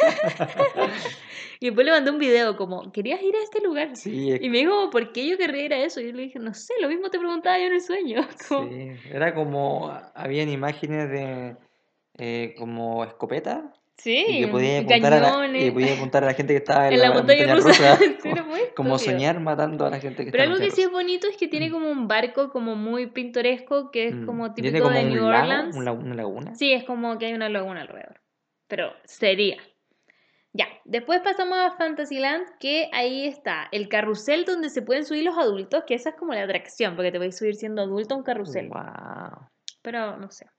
Y después le mandé un video como, ¿querías ir a este lugar? Sí, es- Y me dijo, ¿por qué yo querría ir a eso? Y yo le dije, no sé, lo mismo te preguntaba yo en el sueño. Como, sí. Era como, habían imágenes de eh, como escopeta y que sí, podía y apuntar a la, y cañones. podía apuntar a la gente que estaba en En la la montaña montaña rusa. rusa. Sí, Como, era muy como estúpido. soñar matando a la gente que está Pero en la algo montaña que sí es rusa. bonito es que tiene como un barco como muy pintoresco, que es Mm. como Tiene típico como de New un lago, Orleans. un la- una laguna. Sí, es como que hay una laguna alrededor. Pero sería. Ya, después pasamos a Fantasyland, que ahí está el carrusel donde se pueden subir los adultos, que esa es como la atracción, porque te puedes subir siendo adulto a un carrusel. Wow. Pero no sé.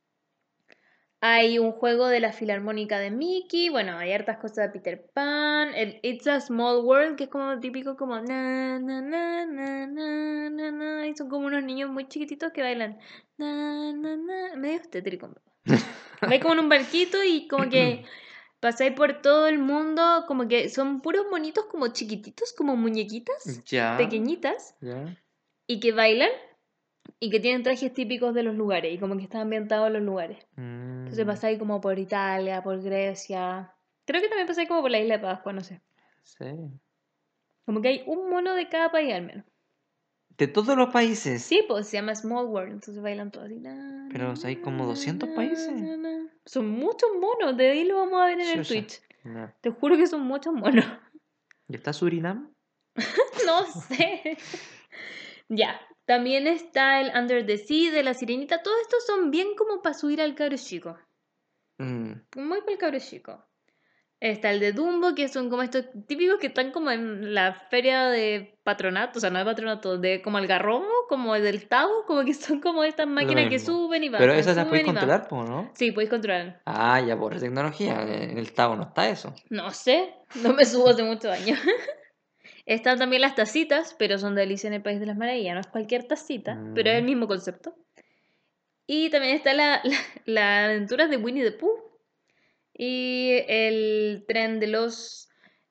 Hay un juego de la Filarmónica de Mickey, bueno, hay hartas cosas de Peter Pan, el It's a Small World, que es como típico como na na na na na na na, y son como unos niños muy chiquititos que bailan na na na, medio tétrico. Vais como en un barquito y como que pasáis por todo el mundo, como que son puros monitos como chiquititos, como muñequitas Ya, pequeñitas, ya. y que bailan y que tienen trajes típicos de los lugares y como que están ambientados en los lugares. Entonces Mm, pasáis como por Italia, por Grecia. Creo que también pasáis como por la isla de Pascua, no sé. sí. Como que hay un mono de cada país al menos. De todos los países. Sí, pues se llama Small World, entonces bailan todos así. na, Pero na, hay como na, doscientos na, países. na, na. Son muchos monos, de ahí lo vamos a ver en el Chucha. Twitch. No. Te juro que son muchos monos. ¿Y está Surinam? No sé. Ya, también está el Under the Sea de la Sirenita. Todos estos son bien como para subir al cabro chico. Mm, Muy para el cabro chico. Está el de Dumbo, que son como estos típicos que están como en la feria de patronato, o sea, no de patronato, de como Algarrobo, como el del Tao, como que son como estas lo máquinas que mismo. suben y Pero bajan, esas las podéis suben y bajan. controlar, po, ¿no? Sí, podéis controlar. Ah, ya por tecnología. En el Tao no está eso. No sé, no me subo hace muchos años. Están también las tacitas, pero son de Alicia en el País de las Maravillas. No es cualquier tacita, pero es el Mm, mismo concepto. Y también está la, la, la aventura de Winnie the Pooh y el tren de los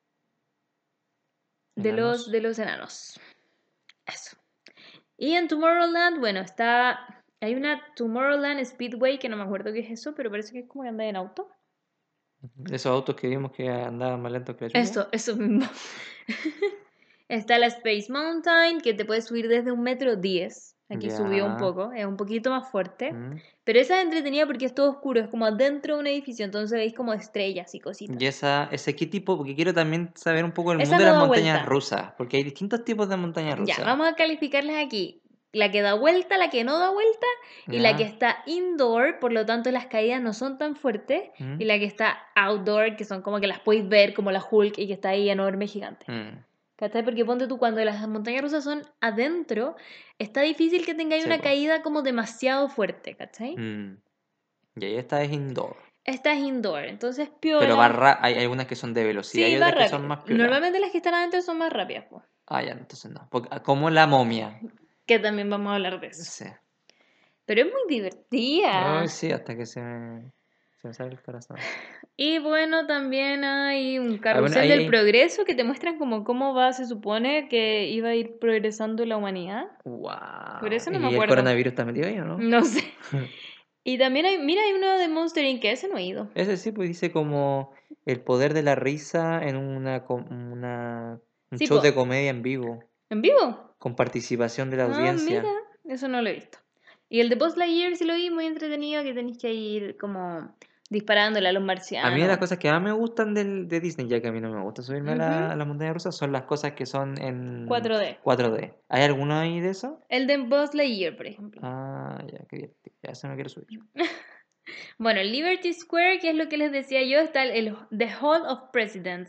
de los enanos. de los enanos. Eso. Y en Tomorrowland, bueno, está hay una Tomorrowland Speedway que no me acuerdo qué es eso, pero parece que es como que anda en auto. Esos autos que vimos que andaban más lentos que la chucha. Eso, eso mismo. Está la Space Mountain, que te puedes subir desde un metro diez. Aquí subió un Ya. poco, es un poquito más fuerte. Mm. Pero esa es entretenida porque es todo oscuro, es como adentro de un edificio, entonces veis como estrellas y cositas. Y esa, ese qué tipo, porque quiero también saber un poco del Esa mundo de no las da montañas vuelta. rusas, porque hay distintos tipos de montañas Ya, rusas. vamos a calificarlas aquí. La que da vuelta, la que no da vuelta y la que Ya. está indoor, por lo tanto las caídas no son tan fuertes. Mm, Y la que está outdoor, que son como que las podéis ver como la Hulk y que está ahí enorme, gigante. mm. ¿Cachai? Porque ponte tú, cuando las montañas rusas son adentro, está difícil que tengáis Sí, una po. caída como demasiado fuerte, ¿cachai? Mm. Y ahí esta es indoor. Esta es indoor, entonces Pero va piola. ra- hay hay algunas que son de velocidad y Sí, va otras que son rápido. más piola. Normalmente las que están adentro son más rápidas, pues. Ah, ya, entonces no. Porque- ah, como la momia. Que también vamos a hablar de eso. Sí. Pero es muy divertida. Ay, sí, hasta que se me, se me sale el corazón. Y bueno, también hay un Ah, bueno, carrusel ahí del hay. progreso que te muestran como cómo va, se supone que iba a ir progresando la humanidad. Por Wow. eso no me ¿Y el acuerdo. coronavirus está metido ahí o no? No sé. Y también hay, mira, hay uno de Monster inc que ese no he ido. Ese sí, pues dice como el poder de la risa en una, co- una un Sí, show po. de comedia en vivo, ¿En vivo? con participación de la Ah, mira, audiencia. eso no lo he visto. Y el de Buzz Lightyear sí lo vi, muy entretenido, que tenéis que ir como disparándole a los A mí de las marcianos. cosas que más me gustan del, de Disney, ya que a mí no me gusta subirme a la, Ujú. a la montaña rusa, son las cosas que son en cuatro D. cuatro D. ¿Hay alguno ahí de eso? El de Buzz Lightyear, por ejemplo. Ah, ya, qué divertido. Ya, eso no quiero subir. Bueno, en Liberty Square, que es lo que les decía yo, está el, el- The Hall of Presidents,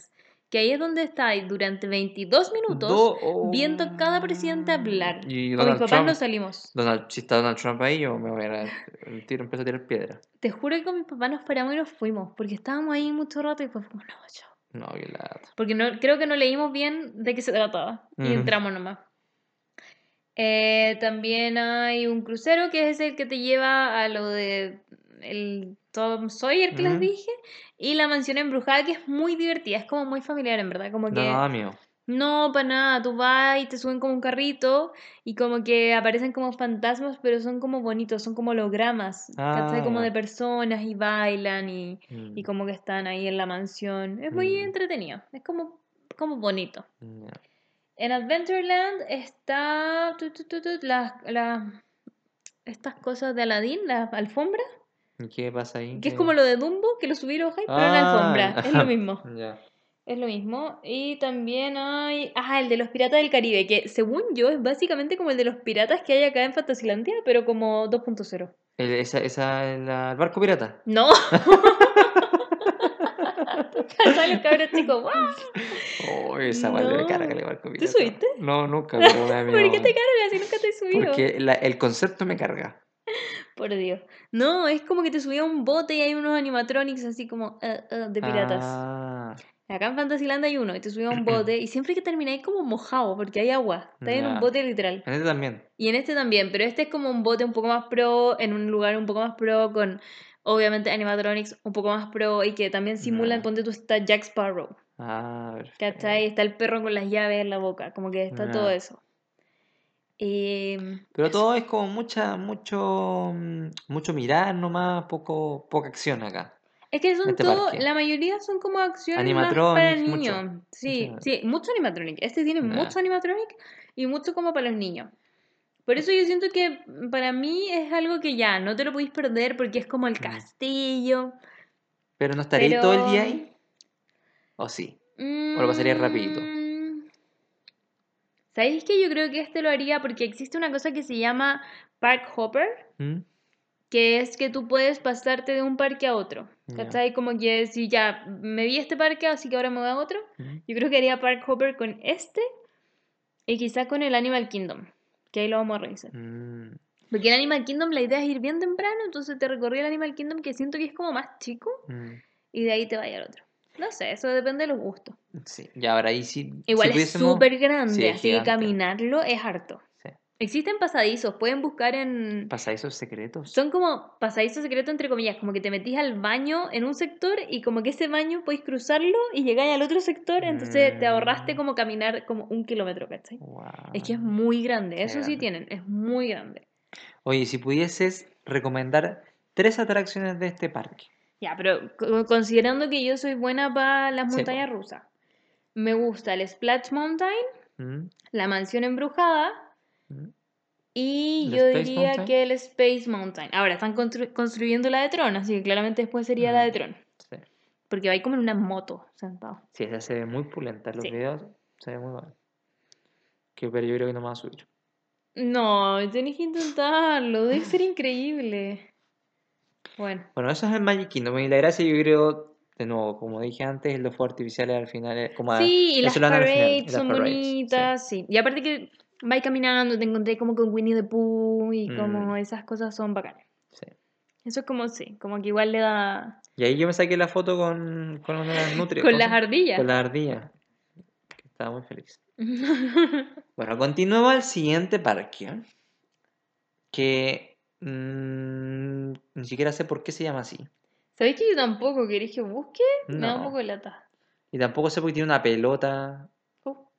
que ahí es donde está y durante veintidós minutos Do- viendo cada presidente hablar. Y Con mis Donald papás no Trump. salimos. Donald, si está Donald Trump ahí, yo me voy a ir el tiro, empiezo a tirar piedra. Te juro que con mis papás nos paramos y nos fuimos, porque estábamos ahí mucho rato y después fuimos, no, chao. No, qué lata. Porque no, creo que no leímos bien de qué se trataba y Ujú. entramos nomás. Eh, también hay un crucero que es el que te lleva a lo de el Tom Sawyer que les Ujú. dije y la mansión embrujada que es muy divertida, es como muy familiar en verdad, como No, que no da miedo. no, para nada, tú vas y te suben como un carrito y como que aparecen como fantasmas, pero son como bonitos, son como hologramas, ¿cachai? Ah, Como de ya. personas y bailan y, y Mm, como que están ahí en la mansión. Es muy mm, entretenido, es como, como bonito. ya. En Adventureland está tu, tu, tu, tu, las, las- estas cosas de Aladdin, las alfombras, ¿Y qué pasa ahí? que es ¿Qué? como lo de Dumbo, que lo subieron high, pero en Ah, alfombra, es lo mismo. ya. Es lo mismo. Y también hay. Ah, el de los Piratas del Caribe, que según yo es básicamente como el de los piratas que hay acá en Fantasylandia, pero como dos punto cero. El, esa, esa, la- el barco pirata. No, ¿cachai? Los cabros chicos, ¡guau! Oh, esa weá me carga el No. barco ¿Tú pirata. subiste? No, nunca, pero me da ¿Por qué te miedo. cargas si nunca te he subido? Porque la- el concepto me carga. Por Dios. No, es como que te subía a un bote y hay unos animatronics así como eh, eh, de piratas. Ah, Acá en Fantasyland hay uno y te subía a un bote y siempre que termináis como mojado porque hay agua. Estás en un ya. bote literal. En este también. Y en este también, pero este es como un bote un poco más pro, en un lugar un poco más pro, con obviamente animatronics un poco más pro y que también simulan, Ya. ponte tú, está Jack Sparrow, Ah, perfecto. ¿cachai? Está el perro con las llaves en la boca, como que está todo Ya. eso. Eh, Pero eso. todo es como mucha, mucho, mm, mucho mirar nomás, poco, poca acción acá, Es que en son este todo, parque. la mayoría son como acción más para Animatronics, mucho. niños. Sí, Mucho. sí, mucho animatronic. Este tiene mucho Ya. animatronic y mucho como para los niños. Por eso yo siento que para mí es algo que ya no te lo podéis perder porque es como el Mm. castillo. Pero no estaría ahí todo el día Pero. ahí, ¿o sí? ¿O lo pasaría rapidito? mm, ¿Sabéis que yo creo que este lo haría porque existe una cosa que se llama Park Hopper? ¿Mm? Que es que tú puedes pasarte de un parque a otro. Ya. ¿Cachai? Como que si ya me vi este parque, así que ahora me voy a otro. ¿Mm? Yo creo que haría Park Hopper con este y quizá con el Animal Kingdom. Que ahí lo vamos a revisar. Mm, Porque el Animal Kingdom la idea es ir bien temprano, entonces te recorrí el Animal Kingdom que siento que es como más chico mm. y de ahí te vaya al otro. No sé, eso depende de los gustos. Sí, y ahora ahí sí, Igual si es pudiésemos... súper Sí, grande, es así que gigante. caminarlo es harto. Sí. Existen pasadizos, pueden buscar en... ¿Pasadizos secretos? Son como pasadizos secretos entre comillas, como que te metís al baño en un sector y como que ese baño podéis cruzarlo y llegáis al otro sector, entonces te ahorraste Mm, como caminar como un kilómetro, ¿cachai? Es que es guau, muy grande, qué eso sí grande. tienen, es muy grande. Oye, si pudieses recomendar tres atracciones de este parque. Ya, pero co- considerando que yo soy buena para las Sí, po. montañas rusas, me gusta el Splash Mountain, ¿Mm? la mansión embrujada ¿Mm? y ¿El yo Space diría Mountain? que el Space Mountain. Ahora están constru- construyendo la de Tron, así que claramente después sería la de Mm, Tron, sí. porque va ahí como en una moto sentado. Sí, esa se ve muy pulenta. En los Sí. videos se ve muy bueno. Que, pero yo creo que no me va a subir. No, tenés que intentarlo, debe ser increíble. Bueno, Bueno, eso es el Magic Kingdom. Y la gracia, yo creo, de nuevo, como dije antes, los fuegos artificiales al final, eh, como a- sí, y las eso lo dan al final. parades Y las son parades, sí. bonitas, sí. Y aparte que vais caminando, te encontré como con Winnie the Pooh y como Mm, esas cosas son bacanas. sí. Eso es como, sí, como que igual le da Y ahí yo me saqué la foto con, con una de las nutrias. con ¿Cómo se las llama? ardillas. Con la ardilla. Que estaba muy feliz. Bueno, continuamos al siguiente parque. Que mm, ni siquiera sé por qué se llama así. ¿Sabéis que yo tampoco queréis que busque? Me da un No. poco de lata. Y tampoco sé por qué tiene una pelota Oh.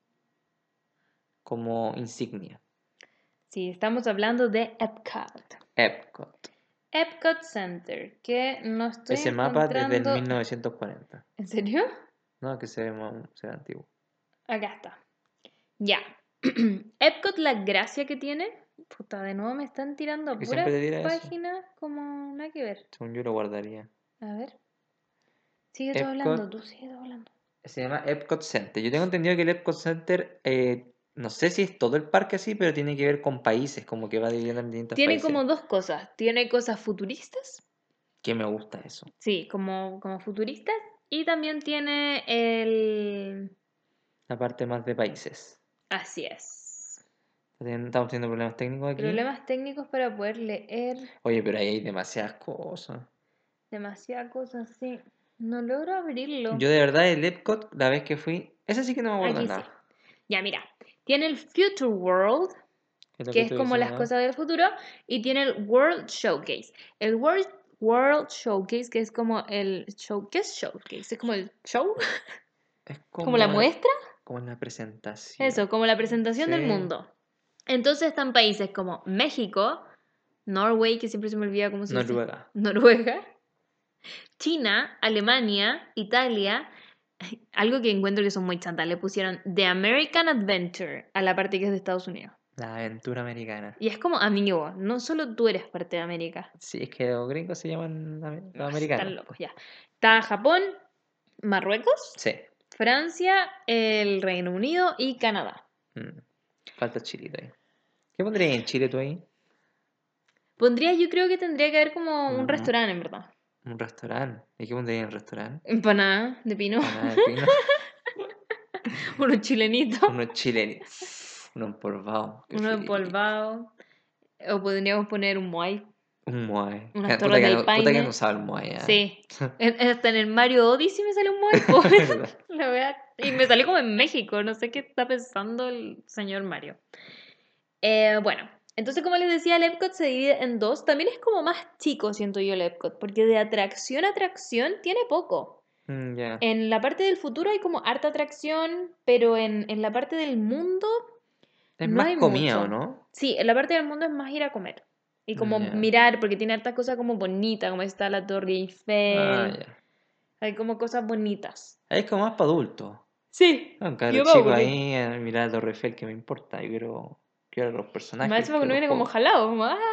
como insignia. Sí, estamos hablando de Epcot. Epcot. Epcot Center, que no estoy Ese mapa desde el encontrando... mil novecientos cuarenta. ¿En serio? No, que se ve, mo- se ve antiguo. Acá está. Ya. Epcot, la gracia que tiene. Puta, de nuevo me están tirando a Que puras siempre te dirá eso. páginas como nada que ver. Según yo lo guardaría. A ver. Sigue tú Epcot hablando, tú sigue tú hablando. se llama Epcot Center. Yo tengo entendido que el Epcot Center, eh, no sé si es todo el parque así, pero tiene que ver con países, como que va dividiendo en distintos Tiene países. como dos cosas. Tiene cosas futuristas. Que me gusta eso. Sí, como, como futuristas. Y también tiene el... La parte más de países. Así es. Estamos teniendo problemas técnicos aquí. Problemas técnicos para poder leer Oye, pero ahí hay demasiadas cosas. demasiadas cosas, sí. No logro abrirlo. Yo de verdad el Epcot, la vez que fui, ese sí que no me acuerdo Aquí nada. sí. Ya, mira. Tiene el Future World, Es lo que es tú como dices, las ¿no? cosas del futuro, y tiene el World Showcase. El World, World Showcase, que es como el show, ¿qué es Showcase? Es como el show, Es como la como, muestra, como la presentación. eso, como la presentación del Sí. mundo. Entonces están países como México, Norway, que siempre se me olvida cómo se dice. Noruega. Noruega, China, Alemania, Italia. Algo que encuentro que son muy chantas, le pusieron The American Adventure a la parte que es de Estados Unidos. La aventura americana. Y es como, amigo, no solo tú eres parte de América. Sí, es que los gringos se llaman ame- los No, americanos. están locos, ya. Está Japón, Marruecos, Sí. Francia, el Reino Unido y Canadá. Mm. Falta chilito ahí. ¿Qué pondrías en Chile tú ahí? Pondría, yo creo que tendría que haber como un Mm. restaurante, en verdad. Un restaurante. ¿Y qué pondrías en el restaurante? Empanada de pino. Empanada de pino. Unos chilenitos. Unos chilenos. Unos empolvados. Qué Uno rico. empolvado. O podríamos poner un moai. Un moai. Unas Puta torres que, del no, puta que paine. no sabe el moai. ¿eh? Sí. En- Hasta en el Mario Odyssey me sale un moai. po. ¿Verdad? La verdad. Y me salió como en México. No sé qué está pensando el señor Mario. Eh, bueno, entonces como les decía, el Epcot se divide en dos. También es como más chico, siento yo, el Epcot. Porque de atracción a atracción tiene poco. Mm, ya. En la parte del futuro hay como harta atracción. Pero en, en la parte del mundo Es no más hay comida, mucho. ¿o no? Sí, en la parte del mundo es más ir a comer. Y como Ya. mirar, porque tiene hartas cosas como bonitas, como está la Torre Ah, Eiffel. ya. Hay como cosas bonitas. Ahí es como más para adultos. Sí, Un cabro yo me chico aburrí. ahí, a mirar a Torre Eiffel, que me importa. Yo quiero, quiero los personajes. Más encima que quiero uno los viene como juegos. jalado, como, ¡ah,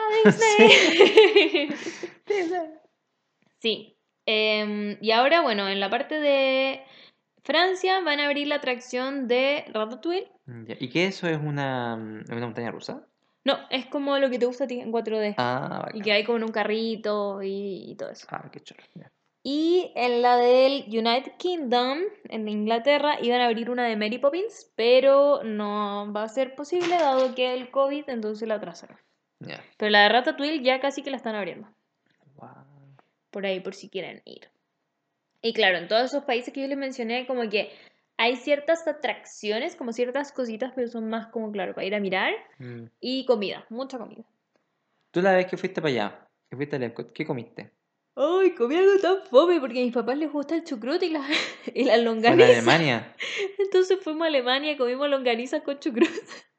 Sí. Disney! Sí. Em, y ahora, bueno, en la parte de Francia van a abrir la atracción de Ratatouille. Ya. ¿Y qué eso es una, mm, una montaña rusa? No, es como lo que te gusta a ti en cuatro D. Ah, Y bacán. que hay como en un carrito y, y todo eso. Ah, qué chulo. Ya. Y en la del United Kingdom, en Inglaterra, iban a abrir una de Mary Poppins, pero no va a ser posible dado que el COVID, entonces la atrasaron. Ya. Pero la de Ratatouille ya casi que la están abriendo. Guau. Por ahí, por si quieren ir. Y claro, en todos esos países que yo les mencioné, como que hay ciertas atracciones, como ciertas cositas, pero son más como, claro, para ir a mirar. Mm. Y comida, mucha comida. Tú la vez que fuiste para allá, que fuiste al Epcot, ¿qué comiste? Ay, comí algo tan fome porque a mis papás les gusta el chucrut y, la, y las ¿Fue en longanizas. Alemania? Entonces fuimos a Alemania y comimos longanizas con chucrut.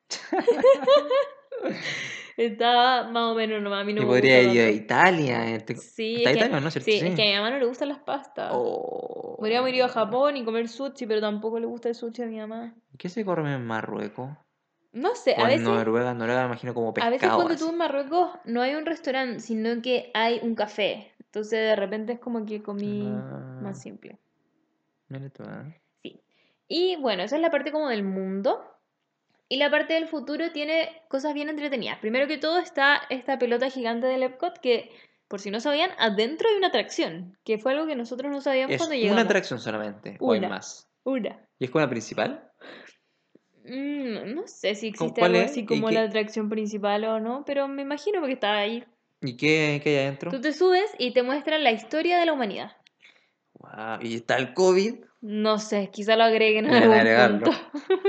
Estaba más o menos nomás, a mí no Y me podría gusta ir a tanto. Italia. este- Sí, Está es que, Italia, ¿no? ¿Cierto? sí, es que a mi mamá no le gustan las pastas. Oh. Podríamos ir a Japón y comer sushi, pero tampoco le gusta el sushi a mi mamá. ¿Qué se come en Marruecos? No sé, O a en veces, Noruega, Noruega me imagino como a veces pescado cuando tú así. en Marruecos no hay un restaurante, sino que hay un café. Entonces de repente es como que comí Ah, más simple. mira tú, ¿eh? Sí. Y bueno, esa es la parte como del mundo. Y la parte del futuro tiene cosas bien entretenidas. Primero que todo está esta pelota gigante del Epcot que, por si no sabían, adentro hay una atracción, que fue algo que nosotros no sabíamos ¿Es cuando una llegamos. atracción solamente? ¿O hay Una, más? una. ¿Y es con la principal? Mm, no sé si ¿Con existe cuál algo es? así ¿Y como la qué, atracción principal o no, pero me imagino porque está ahí. y qué, qué hay adentro? Tú te subes y te muestran la historia de la humanidad. Wow. ¿Y está el COVID? No sé, quizá lo agreguen en Deben algún agregarlo. punto.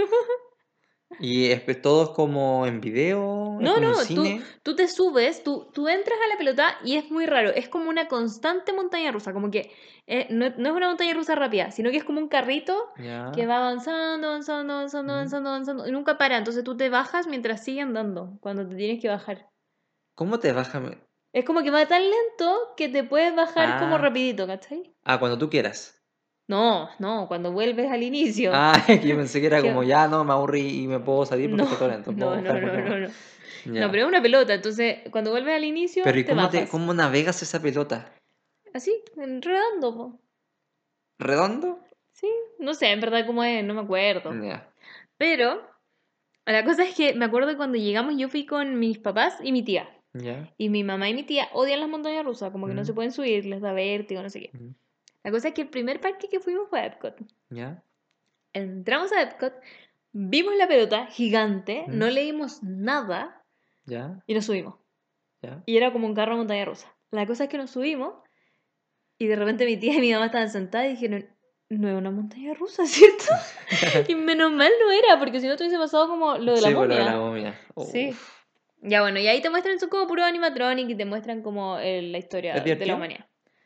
¿Y es, pues, todo es como en video? ¿Es No, como un no, tú, cine? tú te subes, tú, tú entras a la pelota y es muy raro. Es como una constante montaña rusa. Como que eh, no, no es una montaña rusa rápida, sino que es como un carrito Ya. que va avanzando, avanzando, avanzando, Mm. avanzando, avanzando. Y nunca para. Entonces tú te bajas mientras sigue andando, cuando te tienes que bajar. ¿Cómo te bajas? Es como que va tan lento que te puedes bajar como Ah. rapidito, ¿cachai? Ah, cuando tú quieras. No, no, cuando vuelves al inicio. Ah, es que yo pensé que era Que- como ya no me aburrí y me puedo salir porque No, está todo lento. Puedo no, no, bajar no, porque no, no. no. Ya. No, pero es una pelota, entonces cuando vuelves al inicio Pero ¿y te cómo, te, bajas. cómo navegas esa pelota? Así, enredando, po. ¿Redondo? Sí, no sé, en verdad cómo es, no me acuerdo. Ya. Pero la cosa es que me acuerdo que cuando llegamos yo fui con mis papás y mi tía. Ya. Y mi mamá y mi tía odian las montañas rusas, como que no se Mm. pueden subir, les da vértigo, no sé qué. Mm. La cosa es que el primer parque que fuimos fue a Epcot. ¿Ya? Entramos a Epcot, vimos la pelota gigante, ¿Mm? no leímos nada ¿Ya? y nos subimos. ¿Ya? Y era como un carro de montaña rusa. La cosa es que nos subimos y de repente mi tía y mi mamá estaban sentadas y dijeron, no es una montaña rusa, ¿cierto? Y menos mal no era, porque si no te hubiese pasado como lo de la Sí, por lo de momia. la momia. Sí. Uf. Ya bueno, y ahí te muestran, son como puro animatronic y te muestran como eh, la ¿Es historia de la divertido? humanidad.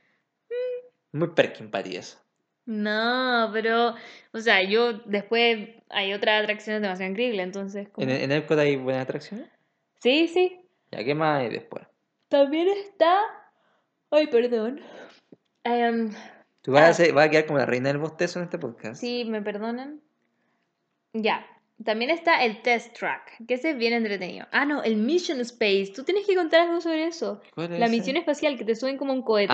Muy Perkin para ti eso. No, pero, o sea, yo después hay otras atracciones demasiado increíbles, entonces ¿En, como... en Epcot hay buenas atracciones? Sí, sí. ¿Ya qué más hay después? También está... Ay, perdón. Em, Tú vas a, ah, ser- vas a quedar como la reina del bostezo en este podcast. sí, me perdonan. Ya. También está el Test Track, que ese es bien entretenido. Ah, no, el Mission Space. Tú tienes que contar algo sobre eso. ¿Cuál es La ese? misión espacial, que te suben como un cohete.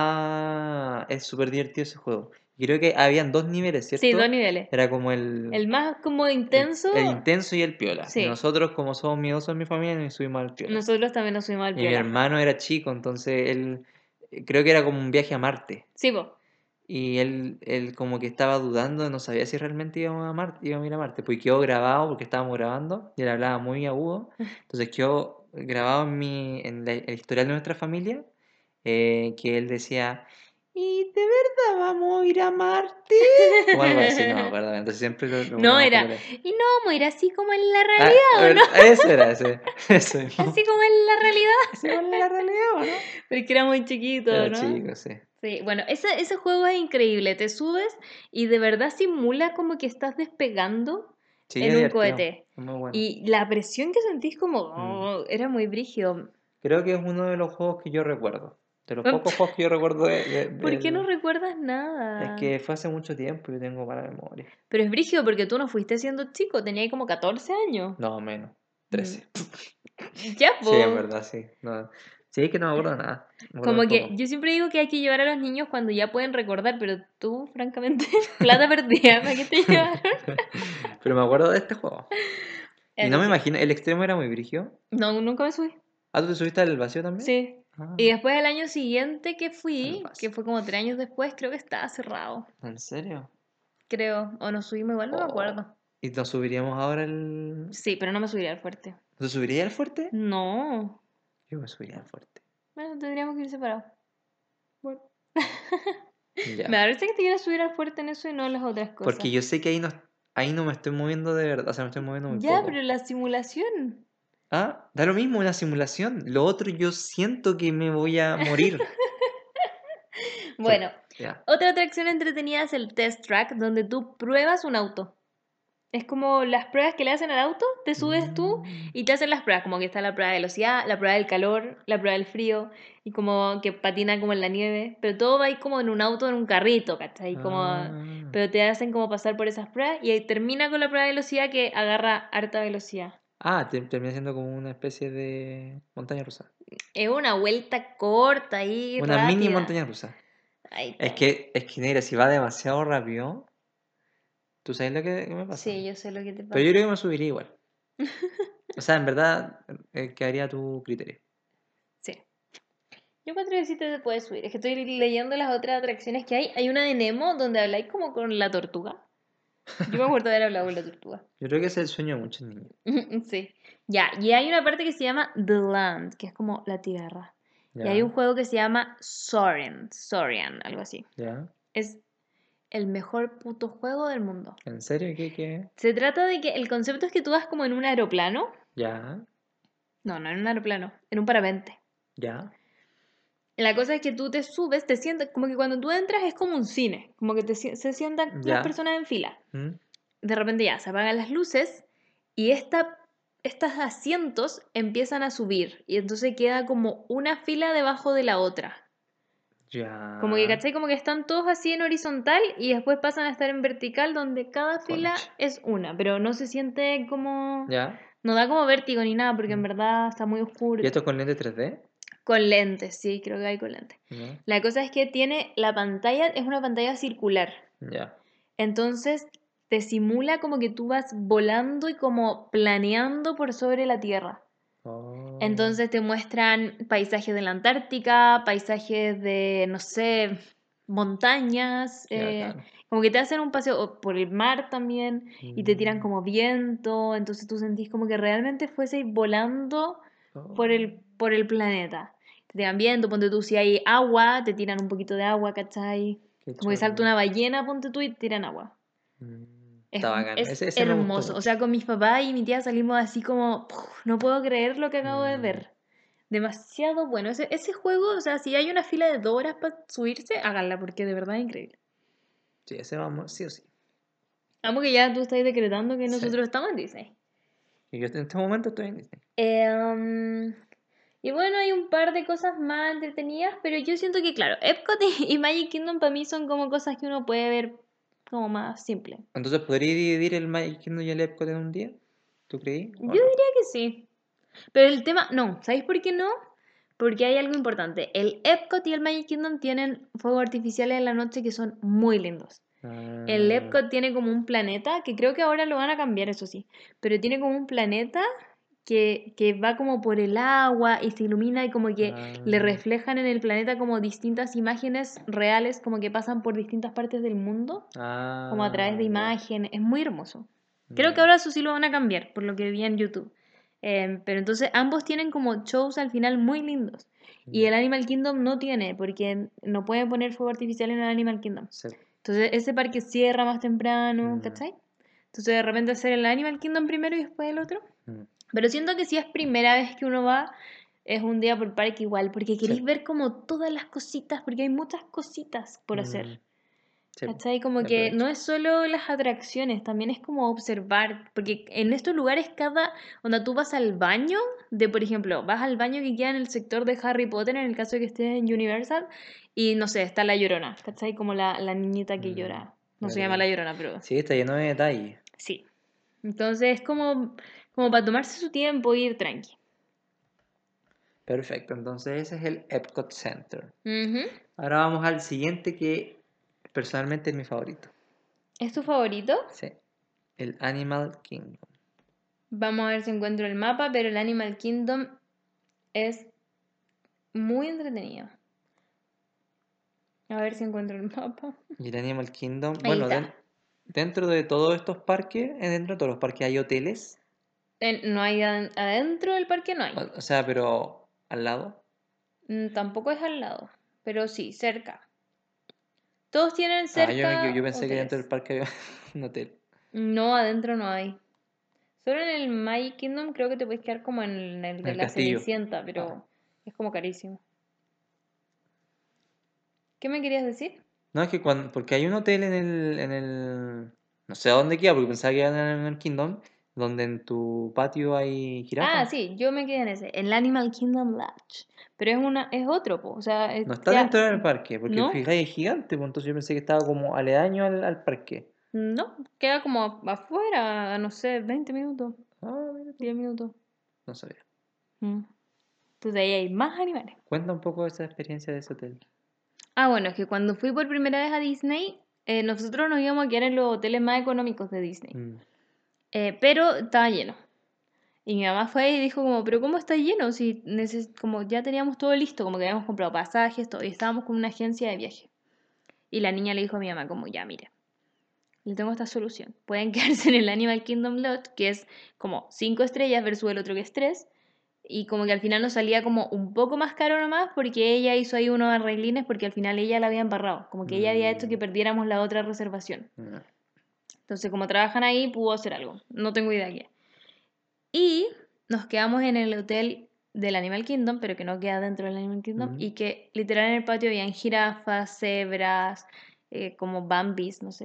Ah, es súper divertido ese juego. Creo que habían dos niveles, Sí, ¿cierto? dos niveles. Era como el, El más como el, intenso, el intenso y el piola. Y sí. nosotros, como somos miedosos en mi familia, nos subimos al piola. Nosotros también nos subimos al Y mi piola. hermano era chico, entonces él, eh, creo que era como un viaje a Marte. Sí, po. Y él, él como que estaba dudando, no sabía si realmente íbamos a Marte, íbamos a ir a Marte. Pues quedó grabado porque estábamos grabando y él hablaba muy agudo. Entonces quedó grabado en, mi, en la- el historial de nuestra familia, eh, que él decía, ¿y de verdad vamos a ir a Marte? O algo así, no me acuerdo. Entonces siempre lo, lo No, poníamos era. por él. Y no vamos a ir así como en la Ah, realidad, a ¿o ver, no? eso era ese. Eso mismo. Así como en la realidad. Así igual la realidad, ¿o no? Porque era muy chiquito, Era ¿no? chico, sí. Sí, bueno, ese, ese juego es increíble. Te subes y de verdad simula como que estás despegando Sí, en es un divertido. cohete. Es muy bueno. Y la presión que sentís como Mm. oh, era muy brígido. Creo que es uno de los juegos que yo recuerdo. De los pocos juegos que yo recuerdo de, de- ¿Por qué no del- recuerdas Es nada? que fue hace mucho tiempo y yo tengo mala memoria. Pero es brígido porque tú no fuiste siendo chico, tenías como catorce años. No, menos. Mm. trece. Ya, Sí, es po. verdad, sí. No. Sí, es que no me acuerdo de nada. Me acuerdo Como de que poco. yo siempre digo que hay que llevar a los niños cuando ya pueden recordar, pero tú, francamente, plata perdida, ¿para qué te llevaron? Pero me acuerdo de este juego. Y no Eso me sí. imagino, el extremo era muy brígido. No, nunca me subí. Ah, ¿tú te subiste al vacío también? Sí. Ah, Y después el año siguiente que al fui, que vacío. fue como tres años después, creo que estaba cerrado. ¿En serio? Creo. O nos subimos igual, no me Oh. acuerdo. ¿Y nos subiríamos ahora el... Sí, pero no me subiría al fuerte. ¿Te subiría al fuerte? No. Yo me subiría al fuerte. Bueno, tendríamos que ir separados. Bueno. Me Ya. da risa que te quieras subir al fuerte en eso y no en las otras cosas. Porque yo sé que ahí no, ahí no me estoy moviendo de verdad. O sea, me estoy moviendo muy Ya, poco. pero la simulación. Ah, da lo mismo una simulación. Lo otro yo siento que me voy a morir. Bueno, Ya. otra atracción entretenida es el test track, donde tú pruebas un auto. Es como las pruebas que le hacen al auto, te subes tú Mm. y te hacen las pruebas, como que está la prueba de velocidad, la prueba del calor, la prueba del frío, y como que patina como en la nieve, pero todo va ahí como en un auto, en un carrito, ¿cachai? Como, Ah. pero te hacen como pasar por esas pruebas y ahí termina con la prueba de velocidad que agarra harta velocidad. Ah, te- termina siendo como una especie de montaña rusa. Es una vuelta corta ahí, Una mini rápida. montaña rusa. Ahí Es está. que, es que negra, si va demasiado rápido, ¿tú sabes lo que, que me pasa? Sí, yo sé lo que te pasa. Pero yo creo que me subiría igual. O sea, en verdad, eh, quedaría a tu criterio. Sí. Yo encuentro que sí te puedes subir. Es que estoy leyendo las otras atracciones que hay. Hay una de Nemo donde habláis como con la tortuga. Yo me acuerdo de haber hablado con la tortuga. Yo creo que ese es el sueño de muchos niños. Sí. Ya, y hay una parte que se llama The Land, que es como la tierra. Y Ya, hay un juego que se llama Soarin, Sorian, algo así. ya. Es el mejor puto juego del mundo. ¿En serio? ¿Qué, qué? Se trata de que el concepto es que tú vas como en un aeroplano. Ya, No, no en un aeroplano, en un parapente. ya. La cosa es que tú te subes, te sientas, como que cuando tú entras es como un cine, como que te, si- se sientan Ya. las personas en fila. ¿Mm? De repente ya se apagan las luces y esta, estos asientos empiezan a subir y entonces queda como una fila debajo de la otra. Ya. Como que, ¿cachai? Como que están todos así en horizontal y después pasan a estar en vertical donde cada fila Concha. es una, pero no se siente como... Ya. No da como vértigo ni nada porque en Mm. verdad está muy oscuro. ¿Y esto es con lente tres D? Con lentes, sí, creo que hay con lentes. Ya. La cosa es que tiene la pantalla, es una pantalla circular. Ya. Entonces te simula como que tú vas volando y como planeando por sobre la Tierra. Oh. Entonces te muestran paisajes de la Antártica, paisajes de, no sé, montañas, Qué eh, bacán. como que te hacen un paseo o por el mar también y te tiran Mm. como viento, entonces tú sentís como que realmente fueseis volando por Oh, el, por el planeta. Te tiran viento, ponte tú, si hay agua, te tiran un poquito de agua, ¿cachai? qué Como que salta choro. una ballena, ponte tú y te tiran agua. Mm, Es, Está bacán. es Ese, ese me gustó hermoso. O mucho. sea, con mis papás y mi tía salimos así como, "Puf, no puedo creer lo que acabo de Mm, ver. Demasiado bueno. Ese, ese juego, o sea, si hay una fila de dos horas para subirse, háganla porque de verdad es increíble. Sí, ese vamos, sí o sí. Amo que ya tú estás decretando que Sí. nosotros estamos en Disney. Y yo en este momento estoy en Disney. Eh, um, y bueno, hay un par de cosas más entretenidas, pero yo siento que, claro, Epcot y, y Magic Kingdom para mí son como cosas que uno puede ver como más simple. Entonces, ¿podría dividir el Magic Kingdom y el Epcot en un día? ¿Tú creí? Yo ¿O no? diría que sí. Pero el tema, no, ¿sabéis por qué no? Porque hay algo importante. El Epcot y el Magic Kingdom tienen fuegos artificiales en la noche que son muy lindos. El Ah, Epcot tiene como un planeta, que creo que ahora lo van a cambiar, eso sí, pero tiene como un planeta que, que va como por el agua y se ilumina y como que le ah, reflejan en el planeta como distintas imágenes reales, como que pasan por distintas partes del mundo, como a través de ah, ya, imágenes. Es muy hermoso. Creo que ya. ahora eso sí lo van a cambiar, por lo que vi en YouTube. Em, pero entonces ambos tienen como shows al final muy lindos. Y el Animal Kingdom no tiene, porque no pueden poner fuego artificial en el Animal Kingdom. Sí. Entonces ese parque cierra más temprano, Mm, ¿cachai? Entonces de repente hacer el Animal Kingdom primero y después el otro. mm, Pero siento que si es primera vez que uno va, es un día por parque igual, porque sí. queréis ver como todas las cositas, porque hay muchas cositas por Mm, hacer. sí. ¿Cachai? Como Me que aprovecho. no es solo las atracciones, también es como observar, porque en estos lugares cada, cuando tú vas al baño, de por ejemplo, vas al baño que queda en el sector de Harry Potter, en el caso de que estés en Universal, y no sé, está la Llorona, ¿cachai? Como la, la niñita que Mm, llora. No se llama verdad. la Llorona, pero Sí, está lleno de detalles. sí. Entonces es como, como para tomarse su tiempo e ir tranqui. Perfecto, entonces ese es el Epcot Center. Ujú. Ahora vamos al siguiente que personalmente es mi favorito. ¿Es tu favorito? Sí, el Animal Kingdom. Vamos a ver si encuentro el mapa, pero el Animal Kingdom es muy entretenido. A ver si encuentro el mapa. Y el Animal Kingdom, Ahí bueno, está. den- dentro de todos estos parques, eh, dentro de todos los parques hay hoteles, En- no hay aden- adentro del parque, no hay. o, o sea, pero al lado. Mm, tampoco es al lado, pero sí, cerca. Todos tienen Ah, yo, me, equivo- yo cerca pensé que dentro del hoteles. parque había un hotel. No, adentro no hay. Solo en el Magic Kingdom creo que te puedes quedar como en el En de el la castillo. Cenicienta, Ah. pero es como carísimo. ¿Qué me querías decir? No, es que cuando, porque hay un hotel en el, en el, no sé a dónde queda, porque pensaba que era en el Kingdom, donde en tu patio hay Ah, jirafas. sí, yo me quedé en ese, el Animal Kingdom Lodge. Pero es una, es otro, po, o sea, es- No está ya, dentro del parque, porque ¿no? fijáis es gigante, pues entonces yo pensé que estaba como aledaño al, al parque. No, queda como afuera, no sé, veinte minutos, Ah, mira tú. diez minutos. No sabía. Mm. Entonces ahí hay más animales. Cuenta un poco de esa experiencia de ese hotel. Ah, bueno, es que cuando fui por primera vez a Disney, eh, nosotros nos íbamos a quedar en los hoteles más económicos de Disney. Mm. Eh, pero estaba lleno. Y mi mamá fue y dijo como, pero ¿cómo está lleno? Si neces- como ya teníamos todo listo, como que habíamos comprado pasajes, todo, y estábamos con una agencia de viaje. Y la niña le dijo a mi mamá como, ya, mire, le tengo esta solución. Pueden quedarse en el Animal Kingdom Lodge, que es como cinco estrellas versus el otro que es tres. Y como que al final nos salía como un poco más caro nomás porque ella hizo ahí unos arreglines porque al final ella la había embarrado. Como que ella había hecho que Mm. perdiéramos la otra reservación. Mm. Entonces como trabajan ahí pudo hacer algo. No tengo idea qué. Y nos quedamos en el hotel del Animal Kingdom, pero que no queda dentro del Animal Kingdom. Mm. Y que literal en el patio habían jirafas, cebras, eh, como bambis, no sé.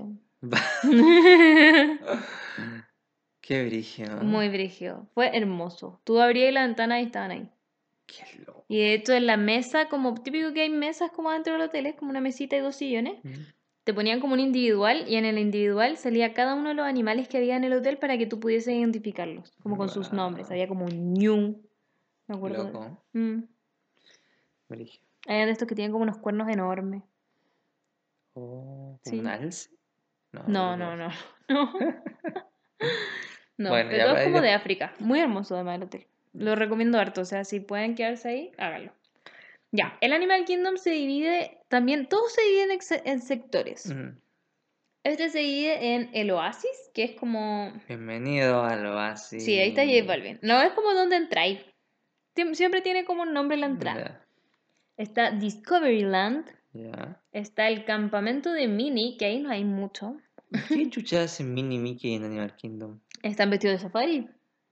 Qué brígido, ¿no? Muy brígido. Fue hermoso. Tú abrías la ventana y estaban ahí. Qué loco. Y de hecho en la mesa, como típico que hay mesas como dentro del hotel, es como una mesita y dos sillones, Mm. te ponían como un individual y en el individual salía cada uno de los animales que había en el hotel para que tú pudieses identificarlos, como con sus nombres. Wow. Había como un ñu, me acuerdo de... Loco. Mm. Brígido. Había de estos que tienen como unos cuernos enormes. Oh, ¿como un Sí. alce? No, No, pero... no, no. No, no. Bueno, Pero ya todo es para como de ir. África. Muy hermoso además el hotel. Lo recomiendo harto. O sea, si pueden quedarse ahí, háganlo. Ya, el Animal Kingdom se divide también, todo se divide en, ex- en sectores. Mm. Este se divide en el Oasis, que es como... Bienvenido al oasis. Sí, ahí está J Balvin. No, es como donde entráis. Tiem- Siempre tiene como un nombre en la entrada. Ya, Está Discoveryland, ya. está el campamento de Minnie, que ahí no hay mucho. ¿Qué chucha hace Minnie Mickey en Animal Kingdom? Están vestidos de safari.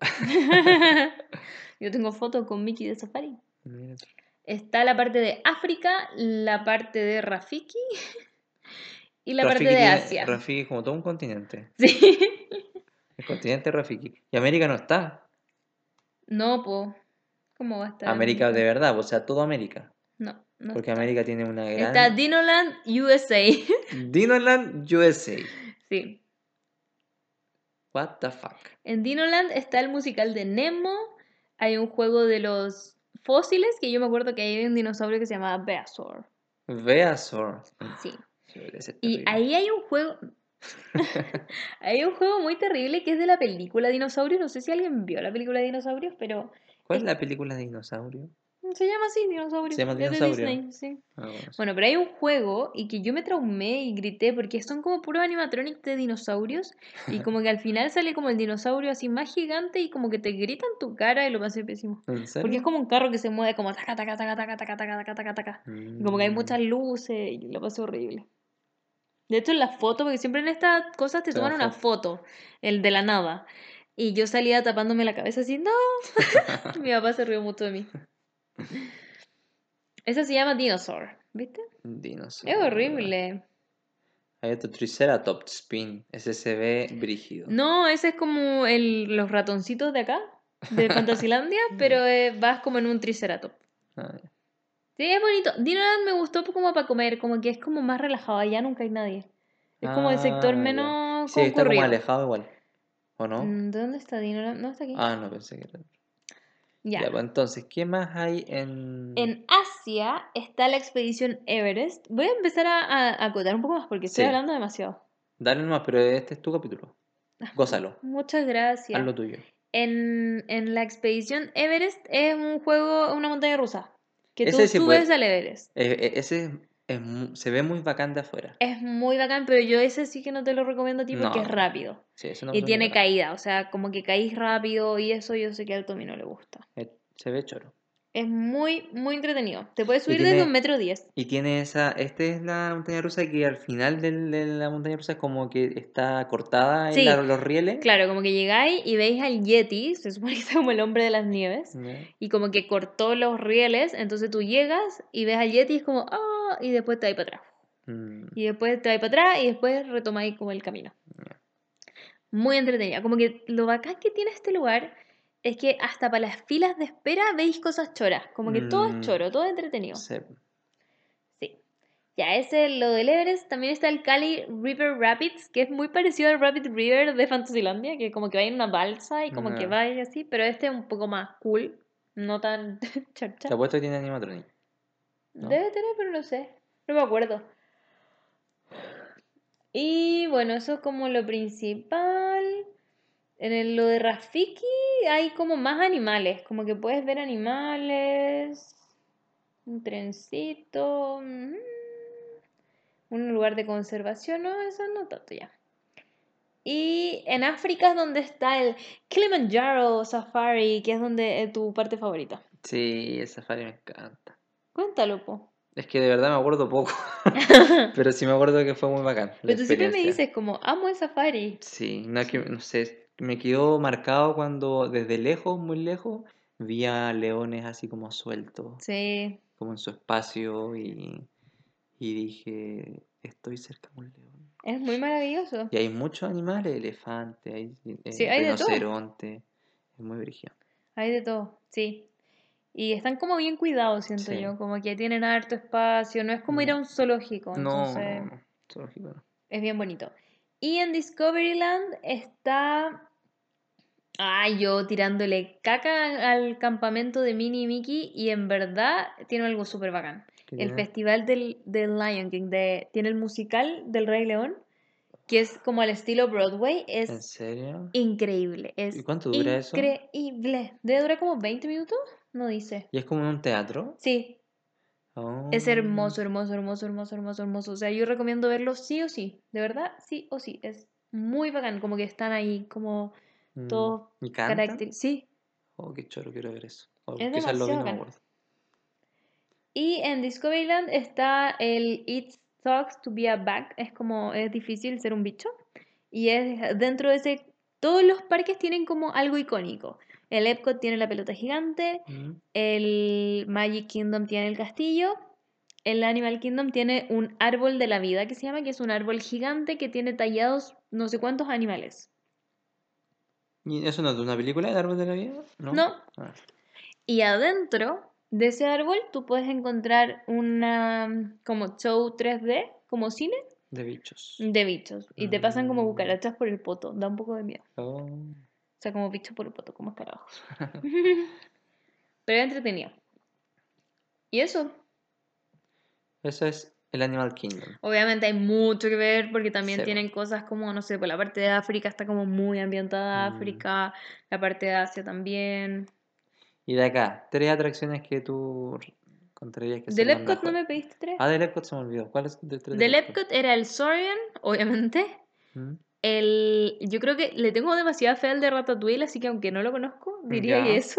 Yo tengo fotos con Mickey de safari. Mira tú. Está la parte de África, la parte de Rafiki y la parte Rafiki de tiene- Asia. Rafiki es como todo un continente. Sí. El continente Rafiki. Y América no está. No, po. ¿Cómo va a estar América América? de verdad, o sea, todo América. No, no Porque está. América tiene una gran... Está Dinoland U S A. Dinoland U S A. Sí. What the fuck. En Dinoland está el musical de Nemo. Hay un juego de los fósiles, que yo me acuerdo que hay un dinosaurio que se llamaba Beasaur. Veasaur. Sí. Debe ser Y terrible. ahí hay un juego. Hay un juego muy terrible que es de la película Dinosaurios. No sé si alguien vio la película de Dinosaurios, pero ¿Cuál es- es la película de dinosaurio? se llama así, Dinosaurio. ¿Se llama Es de Dinosaurio? Disney, sí. Ah, bueno, sí. Bueno, pero hay un juego y que yo me traumé y grité porque son como puros animatronics de dinosaurios y como que al final sale como el dinosaurio así más gigante y como que te grita en tu cara y lo pasé pésimo. ¿En Porque serio? es como un carro que se mueve como taca, taca, taca, taca, taca, taca, taca, taca, taca. Y como que hay Mm, muchas luces y lo pasé horrible. De hecho, en la foto, porque siempre en estas cosas te Te da toman una foto. foto, el de la nada. Y yo salía tapándome la cabeza así, no. Mi papá se rió mucho de mí. Esa se llama Dinosaur, ¿viste? Es Dinosaurio. horrible. Hay otro Triceratops Spin. Ese se ve brígido. No, ese es como el, los ratoncitos de acá, de Fantasilandia, pero eh, vas como en un triceratops. Ah, ya. Sí, es bonito. Dinoland me gustó como para comer, como que es como más relajado, allá nunca hay nadie. Es como el sector Ah, ya. menos Sí, está como concurrido. alejado igual. ¿O no? Mm, ¿De dónde está Dinoland? No está aquí. Ah, no, pensé que era. Ya. Ya, pues entonces, ¿qué más hay en...? En Asia está la expedición Everest. Voy a empezar a, a, a acotar un poco más porque estoy Sí. hablando demasiado. Dale nomás, pero este es tu capítulo. Gózalo. Muchas Haz gracias. lo tuyo. En, en la expedición Everest es un juego, una montaña rusa. Que tú Ese sí, subes pues, al Everest. eh, eh, ese es mu- se ve muy bacán de afuera. Es muy bacán, pero yo ese sí que no te lo recomiendo a ti porque No, es rápido. sí, ese no Y es muy tiene bacán. caída, o sea, como que caís rápido y eso yo sé que al Tommy no le gusta. Eh, Se ve choro. Es muy, muy entretenido. Te puedes Y subir desde un tiene, metro diez. y tiene esa, esta es la montaña rusa que al final del- de la montaña rusa es como que está cortada en la- Sí, los rieles. claro, como que llegáis y veis al Yeti, se supone que es como el hombre de las nieves, Ya. y como que cortó los rieles, entonces tú llegas y ves al Yeti y es como, ah, y después te vas para atrás. Mm, Y después te vas para atrás y después retomáis como el camino. ya. Muy entretenida. Como que lo bacán que tiene este lugar es que hasta para las filas de espera veis cosas choras. Como que todo es Mm, choro, todo entretenido. sí. Sí. Ya, ese lo del Everest. También está el Cali River Rapids, que es muy parecido al Rapid River de Fantasylandia, que como que va en una balsa y como que Ya. va así, pero este es un poco más cool, no tan Te charcha. apuesto que tiene animatronic. ¿no? Debe tener, pero no sé. No me acuerdo. Y bueno, eso es como lo principal. En el- lo de Rafiki hay como más animales, como que puedes ver animales, un trencito, mm, un lugar de conservación, no, eso no tanto ya. Y en África es donde está el Kilimanjaro Safari, que es donde es tu parte favorita. Sí, el safari me encanta. Cuéntalo, po. Es que de verdad me acuerdo poco. Pero sí me acuerdo que fue muy bacán la Pero tú siempre me experiencia. dices como, amo el safari. Sí, no, es que, Sí. no sé, me quedó marcado cuando desde lejos, muy lejos, vi a leones así como sueltos, Sí, como en su espacio y, y dije, estoy cerca de un león. es muy maravilloso. Y hay muchos animales, elefantes, hay Sí, eh, hay de todo. rinoceronte, es muy brígido. Hay de todo, sí. Y están como bien cuidados, siento Sí. yo, como que tienen harto espacio, no es como ir a Mm, un zoológico, No, entonces no, no, zoológico no. es bien bonito. Y en Discoveryland está, ay, yo tirándole caca al campamento de Minnie y Mickey y en verdad tiene algo súper bacán. ¿Qué El tiene? festival del, del Lion King, de, tiene el musical del Rey León, que es como al estilo Broadway, ¿En es serio? increíble, ¿Y es cuánto dura eso? increíble. ¿Debe durar como veinte minutos? No dice. ¿Y es como en un teatro? Sí, Es Oh. hermoso, hermoso, hermoso, hermoso, hermoso, hermoso. O sea, yo recomiendo verlo sí o sí. De verdad, sí o sí. Es muy bacán. Como que están ahí, como Mm. todos ¿Y cantan? característicos. Sí, Oh, qué choro, quiero ver eso. O es quizás lo vi, demasiado no me bacán. acuerdo. Y en Discoveryland está el It Sucks to be a Bug. Es como, es difícil ser un bicho. Y es dentro de ese, todos los parques tienen como algo icónico. El Epcot tiene la pelota gigante, Mm. el Magic Kingdom tiene el castillo, el Animal Kingdom tiene un árbol de la vida que se llama, que es un árbol gigante que tiene tallados no sé cuántos animales. ¿Y eso no es de una película, El árbol de la vida? No. No. Ah. Y adentro de ese árbol tú puedes encontrar una como show tres D, como cine, De bichos. de bichos. Y te pasan como Mm. cucarachas por el poto. Da un poco de miedo. Oh. O sea, como bicho por el poto, como escarabajos. Pero es entretenido. Y eso. Eso es el Animal Kingdom. Obviamente hay mucho que ver porque también Sí, tienen cosas como, no sé, por la parte de África está como muy ambientada Mm. África, la parte de Asia también. Y de acá, tres atracciones que tú encontrarías que son Del las Epcot no mejores. me pediste tres. Ah, del Epcot se me olvidó. ¿Cuál es de tres Del del Epcot? Epcot era el Saurian, obviamente. ¿Mm? El, yo creo que le tengo demasiada fe al de Ratatouille, así que aunque no lo conozco, diría Ya. que eso.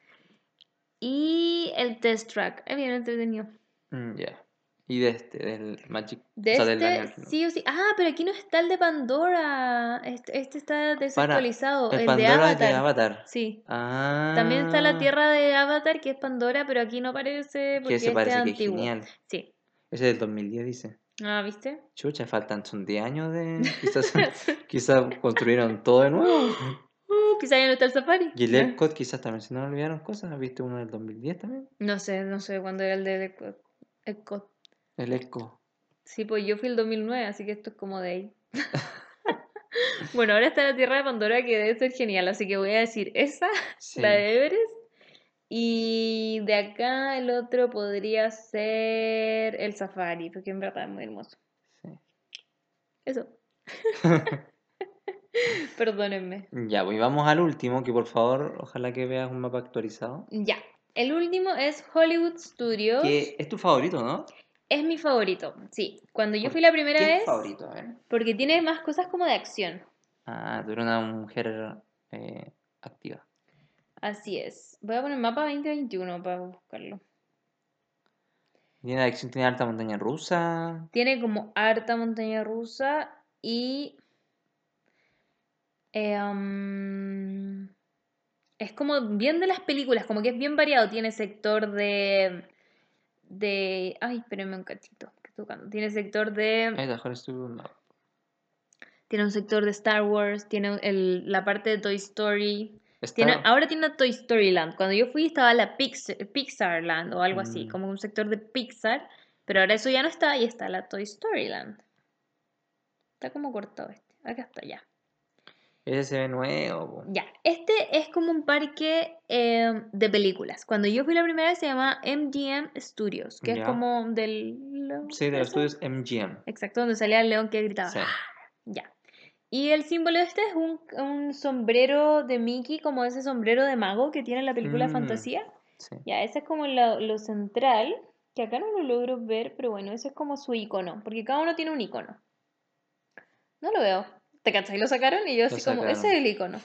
Y el Test Track, es bien entretenido. Mm, ya. Y de este, del Magic. De O sea, del este, Animal Kingdom. sí o sí. Ah, pero aquí no está el de Pandora. Este, este está Para, desactualizado. el El de Pandora es de Avatar. Avatar. Sí. Ah. También está la tierra de Avatar, que es Pandora, pero aquí no aparece Que porque ese este es parece que es antiguo. genial. Sí. Ese es del dos mil diez, dice. Ah, ¿viste? Chucha, faltan, son diez años de... Quizás, quizás construyeron todo de nuevo. Uh, quizá ya no está el safari. Y el Ah. Epcot quizás también se nos olvidaron cosas. ¿Viste uno del dos mil diez también? No sé, no sé cuándo era el de Epcot. Epcot. El Eco. Sí, pues yo fui el dos mil nueve, así que esto es como de ahí. Bueno, ahora está la tierra de Pandora, que debe ser genial, así que voy a decir esa, Sí. la de Everest. Y de acá el otro podría ser el safari, porque en verdad es muy hermoso. Sí. Eso. Perdónenme. Ya, pues vamos al último, que por favor, ojalá que veas un mapa actualizado. Ya. El último es Hollywood Studios. Que es tu favorito, ¿no? Es mi favorito, sí. Cuando yo ¿Por fui la primera ¿Qué es vez, tu favorito? A ver. porque tiene más cosas como de acción. Ah, tú eres una mujer eh, activa. Así es. Voy a poner mapa veinte veintiuno para buscarlo. Tiene acción, tiene alta montaña rusa. Tiene como harta montaña rusa y eh, um, es como bien de las películas, como que es bien variado. Tiene sector de de ay, espérenme un cachito, que estoy tocando. Tiene sector de Ahí está, Hollywood Studios, no. tiene un sector de Star Wars, tiene el, la parte de Toy Story. Está... Tiene, ahora tiene una Toy Story Land. Cuando yo fui estaba la Pixar, Pixar Land o algo así, Mm. como un sector de Pixar, pero ahora eso ya no está y está la Toy Story Land. Está como cortado este. Acá está, ya. Ese se ve nuevo. Po. Ya, este es como un parque eh, de películas. Cuando yo fui la primera vez se llama M G M Studios, que Ya. es como del... Sí, de los eso. estudios M G M. Exacto, donde salía el león que gritaba. Sí. Ya. Y el símbolo este es un, un sombrero de Mickey, como ese sombrero de mago que tiene en la película Mm, Fantasía. sí. Ya, ese es como lo, lo central, que acá no lo logro ver, pero bueno, ese es como su icono, porque cada uno tiene un icono. No lo veo. ¿Te cachai? Lo sacaron y yo Lo así como, ese sacaron. es el icono.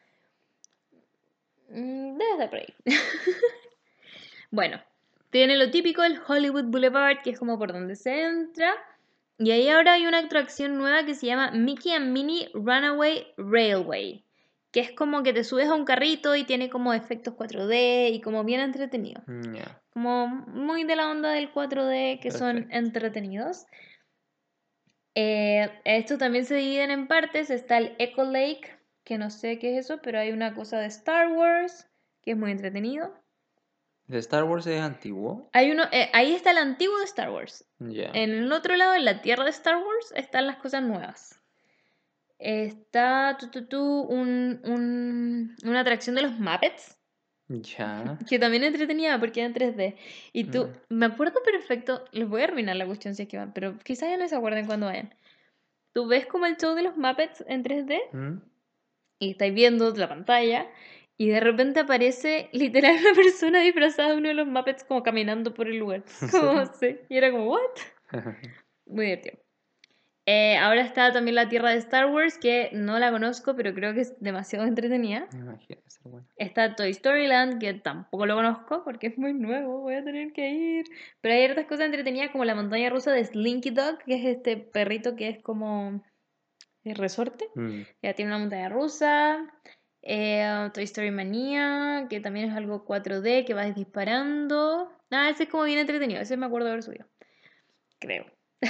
Mm, debe estar por ahí. Bueno, tiene lo típico, el Hollywood Boulevard, que es como por donde se entra. Y ahí ahora hay una atracción nueva que se llama Mickey and Minnie Runaway Railway, que es como que te subes a un carrito y tiene como efectos cuatro D y como bien entretenido. Mm, ya. Como muy de la onda del cuatro D, que son Perfecto. entretenidos. Eh, estos también se dividen en partes. Está el Echo Lake, que no sé qué es eso, pero hay una cosa de Star Wars, que es muy entretenido. ¿De Star Wars es antiguo? Hay uno, eh, ahí está el antiguo de Star Wars. Ya. En el otro lado, en la tierra de Star Wars, están las cosas nuevas. Está tu, tu, tu, un, un- una atracción de los Muppets, Ya. que también es entretenida porque es en tres D. Y tú, Mm. me acuerdo perfecto, les voy a arruinar la cuestión si es que van, pero quizás ya no se acuerden cuando vayan. Tú ves como el show de los Muppets en tres D Mm. y estáis viendo la pantalla Y de repente aparece literal una persona disfrazada de uno de los Muppets como caminando por el lugar. Como sé. Y era como, ¿what? Muy divertido. Eh, ahora está también la Tierra de Star Wars, que no la conozco, pero creo que es demasiado entretenida. Me imagino, ser bueno. Está Toy Story Land, que tampoco lo conozco porque es muy nuevo, voy a tener que ir. Pero hay otras cosas entretenidas como la montaña rusa de Slinky Dog, que es este perrito que es como el resorte. Mm. Ya tiene una montaña rusa. Eh, Toy Story Mania, que también es algo cuatro D, que vas disparando. Ah, ese es como bien entretenido, ese me acuerdo de haber subido. Creo.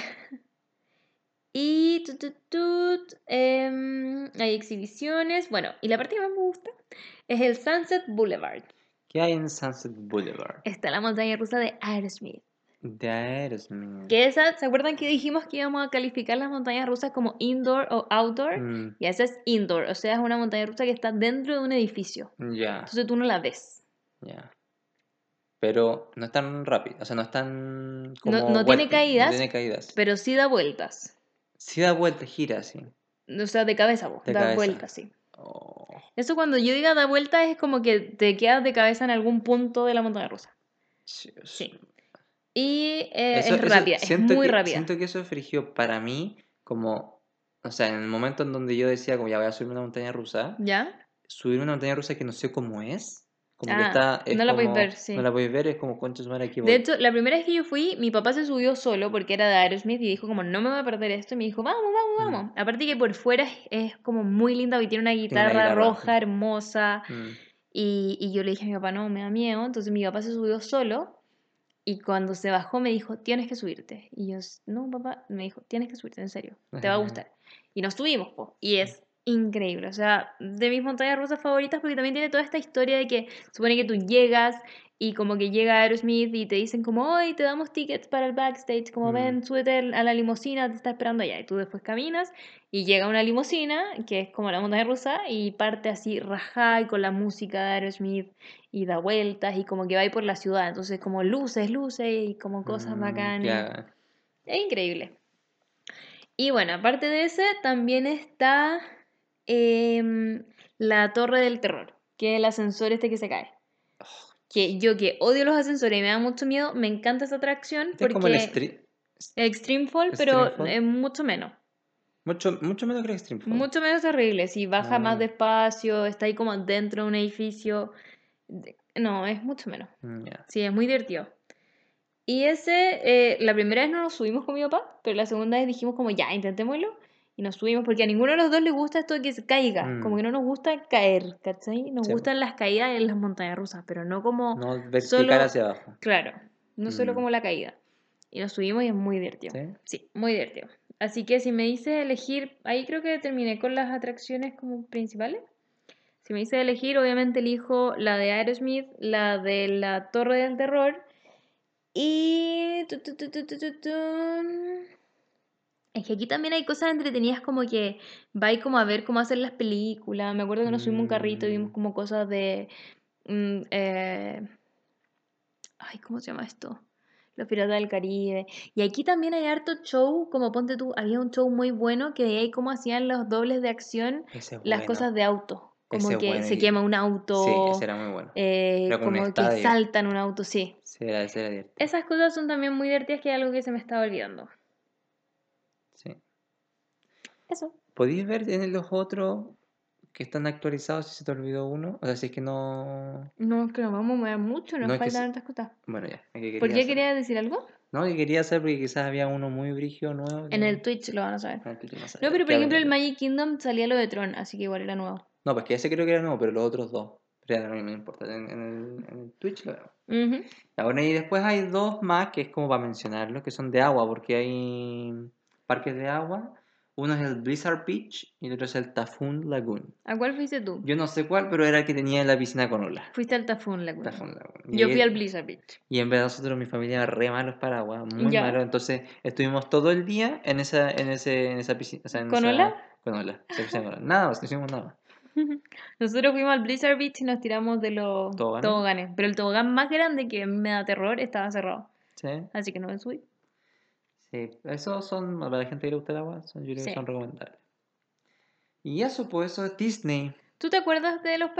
Y tut, tut, tut, em, hay exhibiciones. Bueno, y la parte que más me gusta es el Sunset Boulevard. ¿Qué hay en Sunset Boulevard? Está la montaña rusa de Aerosmith. De Aerosmith. Que esa, ¿se acuerdan que dijimos que íbamos a calificar las montañas rusas como indoor o outdoor? Mm, Y esa es indoor, o sea, es una montaña rusa que está dentro de un edificio. ya, Entonces tú no la ves. ya. Pero no es tan rápido, o sea, no es tan No, como no tiene vuel- caídas, no tiene caídas. pero sí da vueltas. Sí da vuelta, gira así, O sea, de cabeza, vos, de da cabeza. vueltas, sí. Oh, Eso cuando yo diga da vueltas es como que te quedas de cabeza en algún punto de la montaña rusa. sí, Sí. Y eh, Eso, es eso rápida, es siento muy que, rápida. siento que eso frigió para mí como, o sea, en el momento en donde yo decía como ya voy a subir una montaña rusa, ¿Ya? subir una montaña rusa que no sé cómo es, como que Ah, está, es no la podéis como, ver, sí. no la podéis ver, es como concha de su madre, aquí De voy. hecho, la primera vez que yo fui, mi papá se subió solo porque era de Aerosmith y dijo como no me voy a perder esto y me dijo vamos, vamos, Mm, vamos. Aparte que por fuera es, es como muy linda y tiene una Tiene una guitarra guitarra. roja hermosa Mm, y, y yo le dije a mi papá no, me da miedo, entonces mi papá se subió solo y cuando se bajó me dijo tienes que subirte y yo no papá, me dijo tienes que subirte, en serio, te va a gustar. Y nos subimos, po, y es increíble, o sea, de mis montañas rusas favoritas porque también tiene toda esta historia de que supone que tú llegas y como que llega Aerosmith y te dicen como, hoy te damos tickets para el backstage, como Mm. ven, súbete a la limusina, te está esperando allá. Y tú después caminas y llega una limusina, que es como la montaña rusa, y parte así rajada y con la música de Aerosmith y da vueltas y como que va ahí por la ciudad. Entonces como luces, luces y como cosas mm, bacanes. ya. Es increíble. Y bueno, aparte de ese, también está em, la Torre del Terror, que es el ascensor este que se cae. Que yo que odio los ascensores y me da mucho miedo, me encanta esa atracción Este es como el porque street, Extreme Fall, pero Extreme Fall. es mucho menos. Mucho, mucho menos que el Extreme Fall. Mucho menos terrible. Si baja más Ah, despacio, está ahí como dentro de un edificio. de- No, es mucho menos. mm, ya. Sí, es muy divertido. Y ese, eh, la primera vez no nos subimos con mi papá, pero la segunda vez dijimos como ya, intentémoslo. Y nos subimos porque a ninguno de los dos le gusta esto de que se caiga. Como Mm, que no nos gusta caer, ¿cachai? Nos sí, gustan las caídas en las montañas rusas, pero no como no vertical solo, hacia abajo. claro, no solo Mm, como la caída. Y nos subimos y es muy divertido. ¿sí? Sí, muy divertido. Así que si me dices elegir, ahí creo que terminé con las atracciones como principales. Si me dices elegir, obviamente elijo la de Aerosmith, la de la Torre del Terror y... tu, tu, tu, tu, tu, tu, tu. Es que aquí también hay cosas entretenidas como que vais como a ver cómo hacen las películas. Me acuerdo que nos subimos un carrito y vimos Mm, como cosas de... mm, eh, Ay, ¿cómo se llama esto? Los Piratas del Caribe. Y aquí también hay harto show, como ponte tú, había un show muy bueno que veía ahí cómo hacían los dobles de acción, ese es las bueno. cosas de auto. Ese Como es que bueno. se y- quema un Sí, ese auto, era muy bueno. eh, Era como un como que estadio. saltan un auto, sí. Sí, era, ese era divertido. Esas cosas son también muy divertidas, que es algo que se me estaba olvidando. Sí. Eso. ¿Podéis ver en los otros que están actualizados si se te olvidó uno? O sea, si es que no... No, es que nos vamos a mover mucho, No nos es que... faltan se- otras cosas. Bueno, ya. Es que ¿Por quería qué hacer... querías decir algo? No, que quería hacer porque quizás había uno muy brígido nuevo. En el Que... Twitch lo van a saber. Ah, que yo no No, sabía pero por que ejemplo el había. Magic Kingdom salía lo de Tron, así que igual era nuevo. No, pues que ese creo que era nuevo, pero los otros dos. Pero ya no me importa. En, en el, en el Twitch lo veo. Ujú. Ya, bueno, y después hay dos más que es como para mencionarlos, que son de agua, porque hay parques de agua. Uno es el Blizzard Beach y el otro es el Typhoon Lagoon. ¿A cuál fuiste tú? Yo no sé cuál, pero era el que tenía en la piscina con olas. Fuiste al Typhoon Lagoon. Typhoon Lagoon. Yo fui Llegué- al Blizzard Beach. Y en vez de nosotros, mi familia, re malos para agua, muy ¿Ya? malos. Entonces estuvimos todo el día en esa, en ese, en esa piscina, o sea, en ¿Con esa, ola? con olas, esa piscina con olas. Nada más, no hicimos nada más. Nosotros fuimos al Blizzard Beach y nos tiramos de los ¿Toboganes? toboganes. Pero el tobogán más grande, que a mí me da terror, estaba cerrado. Sí, Así que no me subí. sí. Esos son, para la gente que le gusta el agua, son, yo creo que Sí. son recomendables. Y eso, pues eso es Disney. ¿Tú te acuerdas de los parques?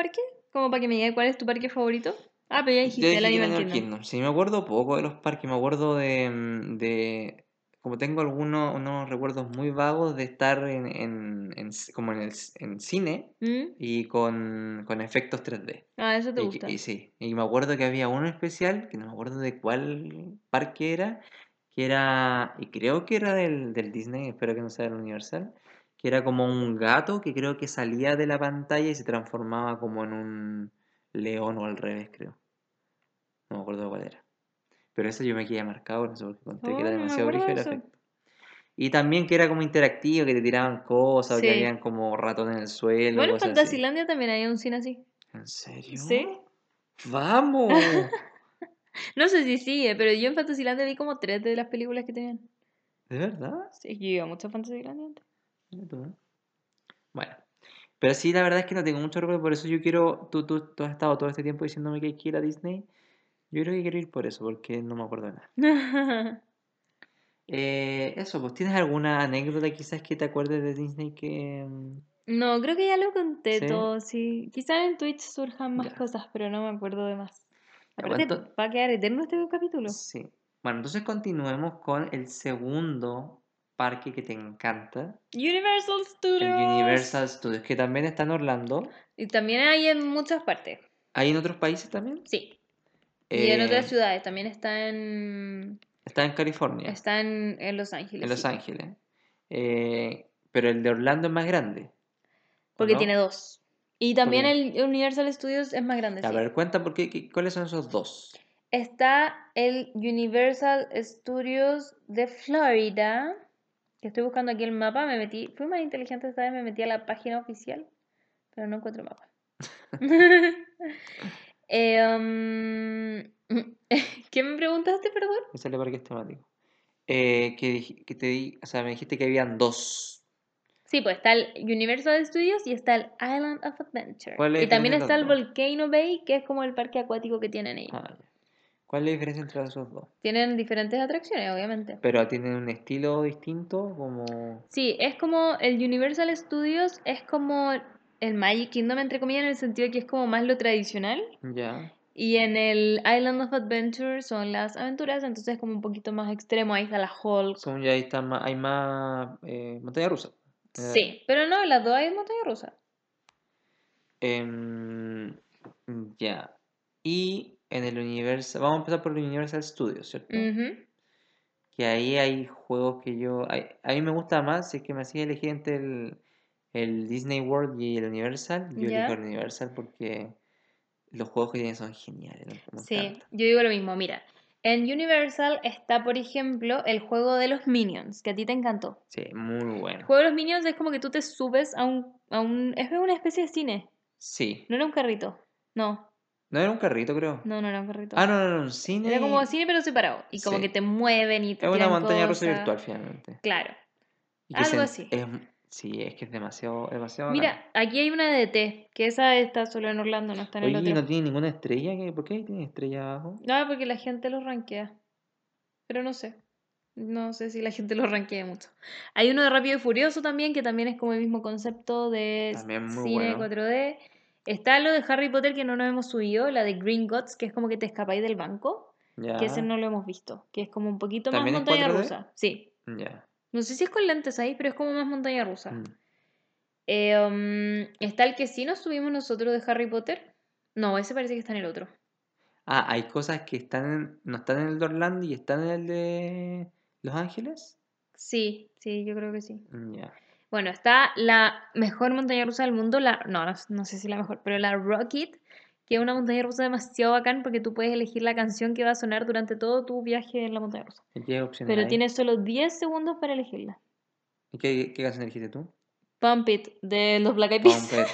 Como para que me digas cuál es tu parque favorito. Ah, pero ya Yo dijiste dije el que era Animal Animal Kingdom. Kingdom. Sí, me acuerdo poco de los parques. Me acuerdo de, mm, de como tengo algunos unos recuerdos muy vagos de estar en, en, en c- como en el c- en cine ¿Mm? y con, con efectos tres D. Ah, eso te Y, que- gusta. y sí, y me acuerdo que había uno especial, que no me acuerdo de cuál parque era, que era, y creo que era del, del Disney, espero que no sea del Universal, que era como un gato que creo que salía de la pantalla y se transformaba como en un león o al revés, creo. No me acuerdo cuál era. Pero eso yo me quedé marcado con eso porque encontré que Oh, era no me demasiado acuerdo de brígido el eso. efecto. Y también que era como interactivo, que te tiraban cosas, o que Sí. habían como ratones en el suelo, Bueno, en cosas así. Fantasilandia también hay un cine así. ¿En serio? Sí. ¡Vamos! No sé si sigue, pero yo en Fantasilandia vi como tres de las películas que tenían. ¿De verdad? Sí, yo iba mucho a Fantasilandia antes. Mira tú. Bueno, pero sí, la verdad es que no tengo mucho recuerdo, por eso yo quiero, tú, tú, tú has estado todo este tiempo diciéndome que hay que ir a Disney, yo creo que quiero ir por eso, porque no me acuerdo de nada. Eh, eso, pues, ¿tienes alguna anécdota quizás que te acuerdes de Disney que... mm, No, creo que ya lo conté ¿Sí? todo, sí. Quizás en Twitch surjan más Ya. cosas, pero no me acuerdo de más. Ya, Aparte, bueno, ento- va a quedar eterno este capítulo. sí. Bueno, entonces continuemos con el segundo parque que te encanta, Universal el Studios. Universal Studios, que también está en Orlando. Y también hay en muchas partes. ¿Hay en otros países también? Sí. Y en otras Eh, ciudades. También está en. está en California, Está en, en Los en Ángeles, Los sí. Ángeles. Eh, pero el de Orlando es más grande, ¿o Porque tiene no? dos. Y ¿Por también qué? el Universal Studios es más grande, Ya, a sí. ver, cuenta por qué, qué- cuáles son esos dos. Está el Universal Studios de Florida. Que estoy buscando aquí el mapa. Me metí. Fui más inteligente esta vez, me metí a la página oficial. Pero no encuentro mapa. Eh, um, ¿Qué me preguntaste, perdón? Me sale parque es temático. Eh, que, dij- que te di, o sea, me dijiste que habían dos. Sí, pues está el Universal Studios y está el Island of Adventure. ¿Cuál es la Y también diferencia entre está los el dos? Volcano Bay, que es como el parque acuático que tienen ellos. Ah, ya. ¿Cuál es la diferencia entre esos dos? Tienen diferentes atracciones, obviamente. Pero tienen un estilo distinto, como... Sí, es como el Universal Studios, es como el Magic Kingdom, entre comillas, en el sentido de que es como más lo tradicional. Ya. Y en el Island of Adventure son las aventuras, entonces es como un poquito más extremo. Ahí está la Hulk. Según ya ahí está más, hay más eh, montaña rusa. Eh, Sí, pero no, en las dos hay montaña rusa. em, ya. Y en el Universal, vamos a empezar por el Universal Studios, ¿cierto? Ujú. Que ahí hay juegos que yo... hay- a mí me gusta más, si es que me hacía elegir entre el, el Disney World y el Universal, yo elijo el ¿Ya? Universal porque los juegos que tienen son geniales, me me Sí, encantan. yo digo lo mismo. Mira, en Universal está, por ejemplo, el juego de los Minions, que a ti te encantó. Sí, muy El bueno. juego de los Minions es como que tú te subes a un, a un... Es una especie de cine. Sí. No era un carrito. No, No era un carrito, creo. no, no era un Ah, carrito. no, no, no, un Era como cine. cine pero separado. Y como que Sí. te mueven y te Es una tiran montaña rusa cosas. virtual finalmente. Claro, Y que algo se, así. es, sí, es que es demasiado, demasiado bacán. Mira, aquí hay una de té, que esa está solo en Orlando, no está en el Oye, ¿y otro. no tiene ninguna estrella? ¿Qué- ¿Por qué ahí tiene estrella abajo? No, porque la gente los rankea. Pero no sé. No sé si la gente los rankea mucho. Hay uno de Rápido y Furioso también, que también es como el mismo concepto de También muy cine bueno. cuatro D. Está lo de Harry Potter que no nos hemos subido, la de Green Gots, que es como que te escapáis del banco, que ese Ya. no lo hemos visto, que es como un poquito más ¿También es montaña cuatro D? rusa. Sí. Ya. No sé si es con lentes ahí, pero es como más montaña rusa. Mm. Eh, um, está el que sí nos subimos nosotros de Harry Potter. No, ese parece que está en el otro. Ah, hay cosas que están en- no están en el de Orlando y están en el de Los Ángeles. Sí, sí, yo creo que sí. Mm, ya. Bueno, está la mejor montaña rusa del mundo, la, no, no, no sé si la mejor, pero la Rocket, que es una montaña rusa demasiado bacán porque tú puedes elegir la canción que va a sonar durante todo tu viaje en la montaña rusa. ¿Y qué opciones Pero hay? tienes solo diez segundos para elegirla. ¿Y qué, qué canción elegiste tú? Pump It, de los Black Eyed Peas. Pump It.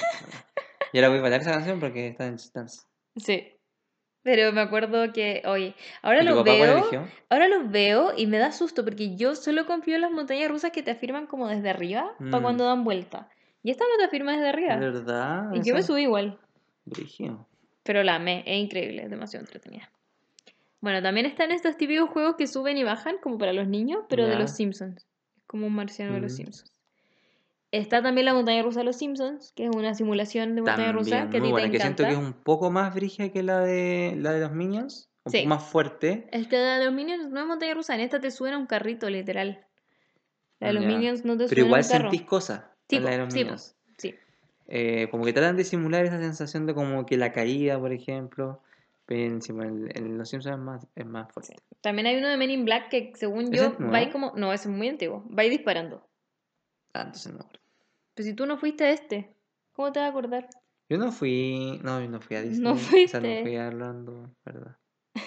Y ahora voy a bailar esa canción porque está en Just Dance. Sí, pero me acuerdo que, oye, ahora ¿Y tu los papá cuál veo, eligió? ahora los veo y me da susto porque yo solo confío en las montañas rusas que te afirman como desde arriba para Mm, cuando dan vuelta. Y esta no te afirma desde ¿de arriba. verdad? Y yo me Esa. subí igual. Brigio. Pero la amé, es increíble, es demasiado entretenida. Bueno, también están estos típicos juegos que suben y bajan, como para los niños, pero de los Ya. Simpsons. Es como un marciano de los Mm. Simpsons. Está también la montaña rusa de los Simpsons, que es una simulación de montaña rusa También, que a muy ti te buena, que siento que es encanta. un poco más brígida que la de la de los Minions, un poco Sí. más fuerte. Este de los Minions no es montaña rusa, en esta te suben a un carrito, literal. La de los Ya. Minions no te Pero suben a igual un carro. sentís cosas Sí, en la de po, los sí, po, Minions. sí. Eh, como que tratan de simular esa sensación de como que la caída, por ejemplo. Pero encima en, en los Simpsons es más, es más Sí. fuerte. También hay uno de Men in Black que, según ¿Ese yo, es va ahí nuevo? como. No, ese es muy antiguo. Va ahí disparando. Ah, entonces no. Pero si tú no fuiste a este, ¿cómo te vas a acordar? Yo no fui, no, yo no fui a No Disney, o sea, no fui fuiste. a Orlando, ¿verdad?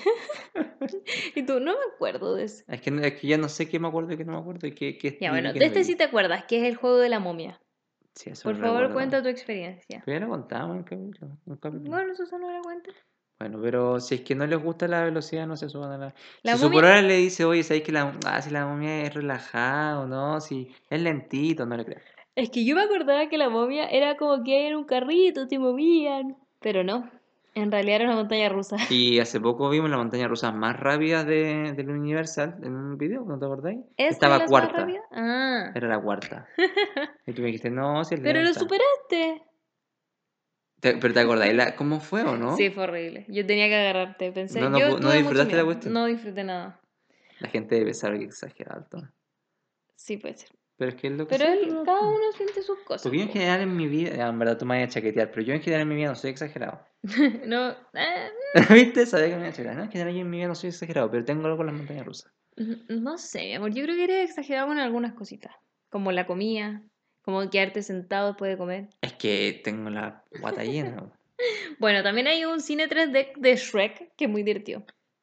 Y tú, no me acuerdo de ese. Es que, no- es que ya no sé qué me acuerdo y qué no me acuerdo y qué, qué Ya, viví y bueno, qué de no este sí viví. te acuerdas, que es el juego de la momia. Sí, eso Por lo favor, recuerdo. cuenta tu experiencia. Pero ya lo contamos en un capítulo, un capítulo. Bueno, eso no la cuenta. Bueno, pero si es que no les gusta la velocidad, no se suban a la... La Si su momia. polola le dice, oye, ¿sabes que la, ah, si la momia es relajada o no? Si es lentito, no le creo. Es que yo me acordaba que la momia era como que era un carrito, te movían. Pero no, en realidad era una montaña rusa. Y hace poco vimos la montaña rusa más rápida de, del Universal en un video, ¿no te acordáis? ¿Es de Estaba las más cuarta, rápidas? Ah. era la cuarta. Y tú me dijiste, no, si es Pero lo lenta. superaste. Te- ¿Pero te acordáis la- cómo fue o Sí, no? fue horrible. Yo tenía que agarrarte. No, Pensé, no, yo pu- no tuve mucho disfrutaste la miedo. cuestión. No disfruté nada. La gente debe pensar que exagerado todo. Sí, puede ser. Pero es que es lo que Pero siento, él, ¿no? cada uno siente sus cosas. Porque yo en po. general en mi vida, ya, en verdad tú me vas a chaquetear, pero yo en general en mi vida no soy exagerado. No, eh, ¿Viste? Sabía que me iba a chaquetear. No, en general yo en mi vida no soy exagerado, pero tengo algo con las montañas rusas. no sé, mi amor. Yo creo que eres exagerado con algunas cositas. Como la comida, como quedarte sentado después de comer. Es que tengo la guata llena. Bueno, también hay un cine tres D de Shrek que es muy divertido.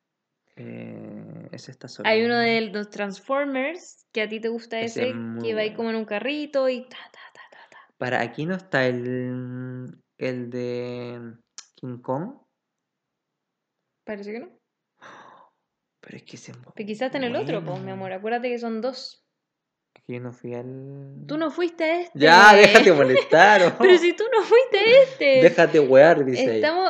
Eh, ese está solo. Hay uno de los Transformers, que a ti te gusta Ese es ese, muy que va ahí bueno. como en un carrito y ta, ta, ta, ta, ta. Para aquí no está el, el de King Kong, Parece que no. pero es que ese es muy Pero quizás está en el otro, pues, mi bueno. amor. Acuérdate que son dos. Es que yo no fui al... Tú no fuiste a este. Ya, déjate molestar, Pero oh. si tú no fuiste a este. Déjate wear, dice ahí. Estamos,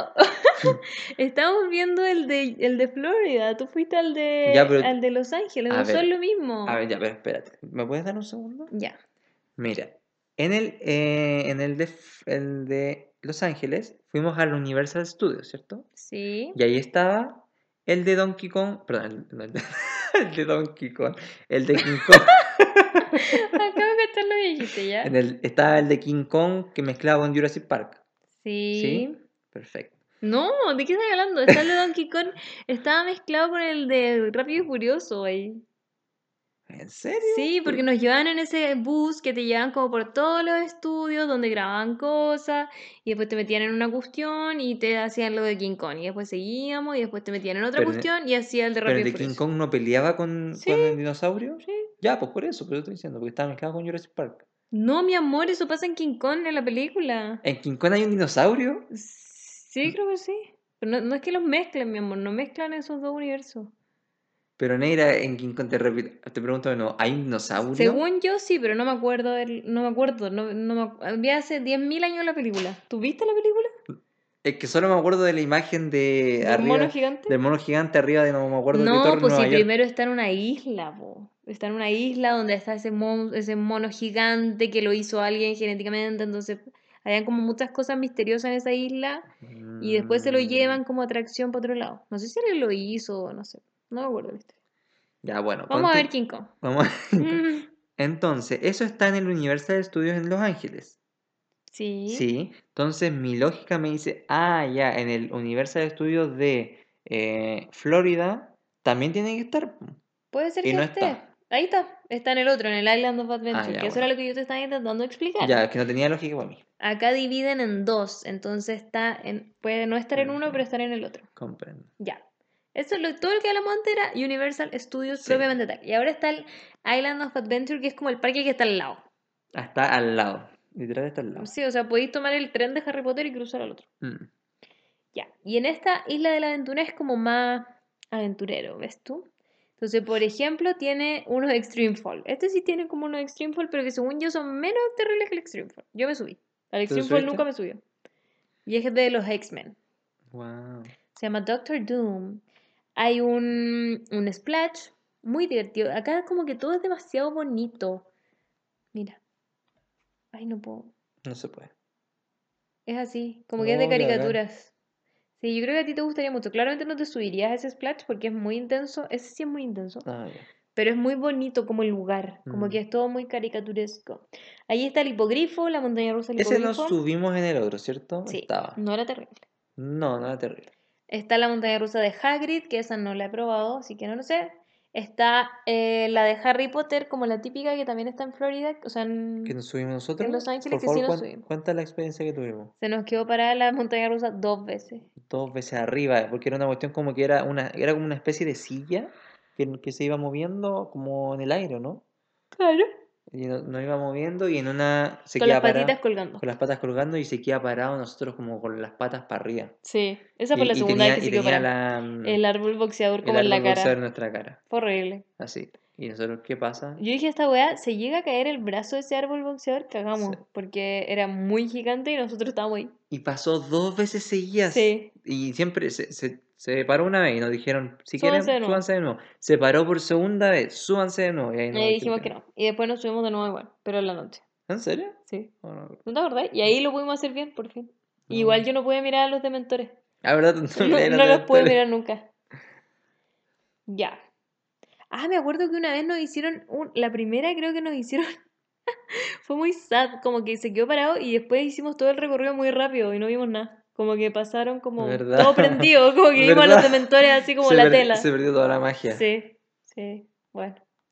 estamos viendo el de, el de Florida. Tú fuiste al de, Ya, pero- al de Los Ángeles. A No son ver, lo mismo. A ver, ya, pero espérate. ¿Me puedes dar un segundo? Ya. Mira, en el, eh, en el de, F- el de Los Ángeles fuimos al Universal Studios, ¿cierto? Sí. Y ahí estaba el de Donkey Kong, perdón, el, no, el de, el de Donkey Kong, el de King Kong. Acabo de gastar lo que dijiste, ¿ya? En el, estaba el de King Kong que mezclaba con Jurassic Park. Sí. ¿Sí? Perfecto. No, ¿de qué estás hablando? Está el de Donkey Kong. Estaba mezclado con el de Rápido y Furioso ahí. ¿En serio? Sí, porque Por- nos llevaban en ese bus que te llevaban como por todos los estudios donde grababan cosas y después te metían en una cuestión y te hacían lo de King Kong y después seguíamos y después te metían en otra Pero en- cuestión y hacía el de Pero Rápido el y de King Furioso. Kong no peleaba con, Sí, con el dinosaurio. sí. Ya, pues por eso, pero estoy diciendo, porque estaba mezclado con Jurassic Park. No, mi amor, eso pasa en King Kong en la película. ¿En King Kong hay un dinosaurio? Sí, creo que sí. Pero no, no es que los mezclen, mi amor, no mezclan esos dos universos. Pero Neira, en King Kong te, repito- te pregunto de nuevo, ¿hay un dinosaurio? Según yo sí, pero no me acuerdo, del- no me acuerdo, no, no me acu- vi hace diez mil años la película. ¿Tú viste la película? Es que solo me acuerdo de la imagen de ¿Del arriba, mono gigante? del mono gigante arriba de no me acuerdo qué No, torre en pues si Nueva York. primero está en una isla, po. Está en una isla donde está ese, mon- ese mono gigante que lo hizo alguien genéticamente, entonces habían como muchas cosas misteriosas en esa isla y después se lo Mm, llevan como atracción para otro lado. No sé si alguien lo hizo, no sé, no me acuerdo, ¿viste? Ya, bueno, Vamos a conti- ver King Kong. Vamos a- Entonces, eso está en el Universal Studios en Los Ángeles. Sí, Sí, entonces mi lógica me dice, ah, ya, en el Universal Studios de eh, Florida también tiene que estar. po. puede ser Y que no esté. está. Ahí está, está en el otro, en el Island of Ah, Adventure, ya, que eso era bueno. lo que yo te estaba intentando explicar. Ya, es que no tenía lógica para mí. Acá dividen en dos, entonces está en, puede no estar en uno, pero estar en el otro. Comprendo. Ya. Eso es lo, todo lo que hablamos antes era Universal Studios Sí. propiamente tal. Y ahora está el Island of Adventure, que es como el parque que está al lado. Está al lado. Literal está al lado. Sí, o sea, podéis tomar el tren de Harry Potter y cruzar al otro. Mm. Ya. Y en esta Isla de la Aventura es como más aventurero, ¿ves tú? Entonces, por ejemplo, tiene unos Extreme Fall. Este sí tiene como unos Extreme Fall, pero que según yo son menos terribles que el Extreme Fall. Yo me subí. Al ¿Tú Extreme Fall subiste? nunca me subió. Y es de los X-Men. Wow. Se llama Doctor Doom. Hay un, un splash muy divertido. Acá como que todo es demasiado bonito. Mira. Ay, no puedo. No se puede. Es así, como que es de Oh, qué bacán. caricaturas. Sí, yo creo que a ti te gustaría mucho. Claramente no te subirías a ese splash porque es muy intenso. Ese sí es muy intenso. Ah, ya. Pero es muy bonito como el lugar. Como Mm. que es todo muy caricaturesco. Ahí está el hipogrifo, la montaña rusa del Ese nos hipogrifo. subimos en el otro, ¿cierto? Sí, Estaba. no era terrible. No, no era terrible. Está la montaña rusa de Hagrid, que esa no la he probado, así que no lo sé. Está eh, la de Harry Potter, como la típica que también está en Florida, o sea, en, ¿Que nos subimos en nosotros? Los Ángeles, Por que sí favor, nos cuen- subimos. cuenta la experiencia que tuvimos. Se nos quedó parada la montaña rusa dos veces. Dos veces arriba, porque era una cuestión como que era una, era como una especie de silla que, que se iba moviendo como en el aire, ¿no? Claro. Y no- nos iba moviendo y en una se Con las queda parado, patitas colgando. con las patas colgando y se queda parado nosotros como con las patas para arriba. Sí, esa fue la Y, y segunda vez tenía, que y se quedó tenía parada. la, mm, El árbol boxeador el como en la árbol boxeador en cara. nuestra cara. Fue horrible. Así. ¿Y nosotros qué pasa? Yo dije, esta weá, se llega a caer el brazo de ese árbol boxeador, cagamos. Se- Porque era muy gigante y nosotros estábamos ahí. Y pasó dos veces seguidas. Sí. Y siempre se, se, se paró una vez y nos dijeron, si Súbanse de quieren, nuevo. súbanse de nuevo. Se paró por segunda vez, súbanse de nuevo. Y ahí Y nos ahí dijimos dijimos que no. Y después nos subimos de nuevo igual, pero en la noche. ¿En serio? Sí. Oh, no. ¿No te acordás? Y ahí lo pudimos hacer bien, por fin. No. Igual yo no pude mirar a los dementores. Ah, ¿verdad? Tú no No, veías no los los pude dementores. mirar nunca. Ya. Ah, me acuerdo que una vez nos hicieron, un- la primera creo que nos hicieron, fue muy sad, como que se quedó parado y después hicimos todo el recorrido muy rápido y no vimos nada. Como que pasaron como ¿Verdad? todo prendido, como que vimos a los ¿Verdad? dementores así como Se, la per- tela. se perdió toda la magia. Sí, sí, bueno.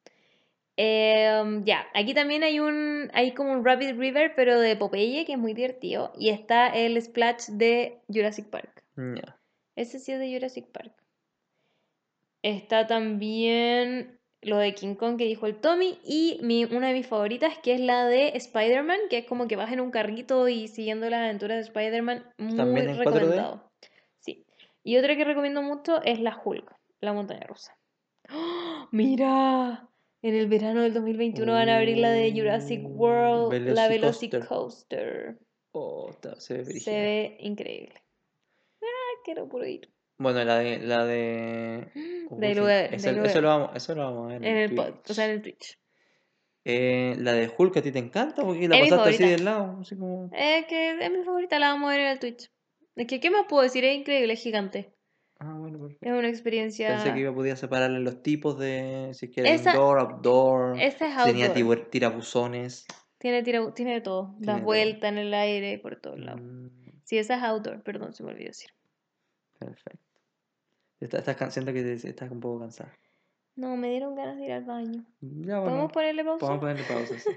Em, ya, aquí también hay un, hay como un Rapid River, pero de Popeye, que es muy divertido. Y está el Splash de Jurassic Park. Ya. Ese sí es de Jurassic Park. Está también lo de King Kong que dijo el Tommy. Y mi, una de mis favoritas, que es la de Spider-Man, que es como que vas en un carrito y siguiendo las aventuras de Spider-Man. Muy ¿También en cuatro D? recomendado. Sí. Y otra que recomiendo mucho es la Hulk, la montaña rusa. ¡Oh! ¡Mira! En el verano del dos mil veintiuno van a abrir la de Jurassic Uh, World, la Velocicoaster. Velocicoaster. Oh, está- se ve Se brígida. ve increíble. Ah, quiero puro ir. Bueno, la de... La de... De Uy, ahí lo voy a ver, de eso, ahí lo voy a eso lo ver. vamos, eso lo vamos a ver en, En el el pod, o sea, en Twitch. el Twitch. Eh, la de Hulk a ti te encanta porque la Es mi pasaste así favorita. del lado, así como... Es que es mi favorita, la vamos a ver en el Twitch. Es que, ¿qué más puedo decir? Es increíble, es gigante. Ah, bueno, perfecto. Es una Pensé que experiencia. iba podía separarle los tipos de si es que era Esa, indoor, outdoor, esa es si tenía outdoor. tibu- tirabuzones, Tiene, tira- tiene de todo. tiene Das de todo. vuelta en el aire por todos lados. Mm, Sí, esa es outdoor, perdón, se me olvidó decir. perfecto. Estás, estás can- siento que te- estás un poco cansada. No, me dieron ganas de ir al baño. Ya, ¿Podemos bueno, ponerle pausa? podemos ponerle pausa, sí.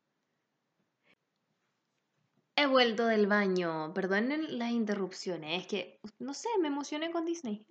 He vuelto del baño. Perdonen las interrupciones. Es que, no sé, me emocioné con Disney.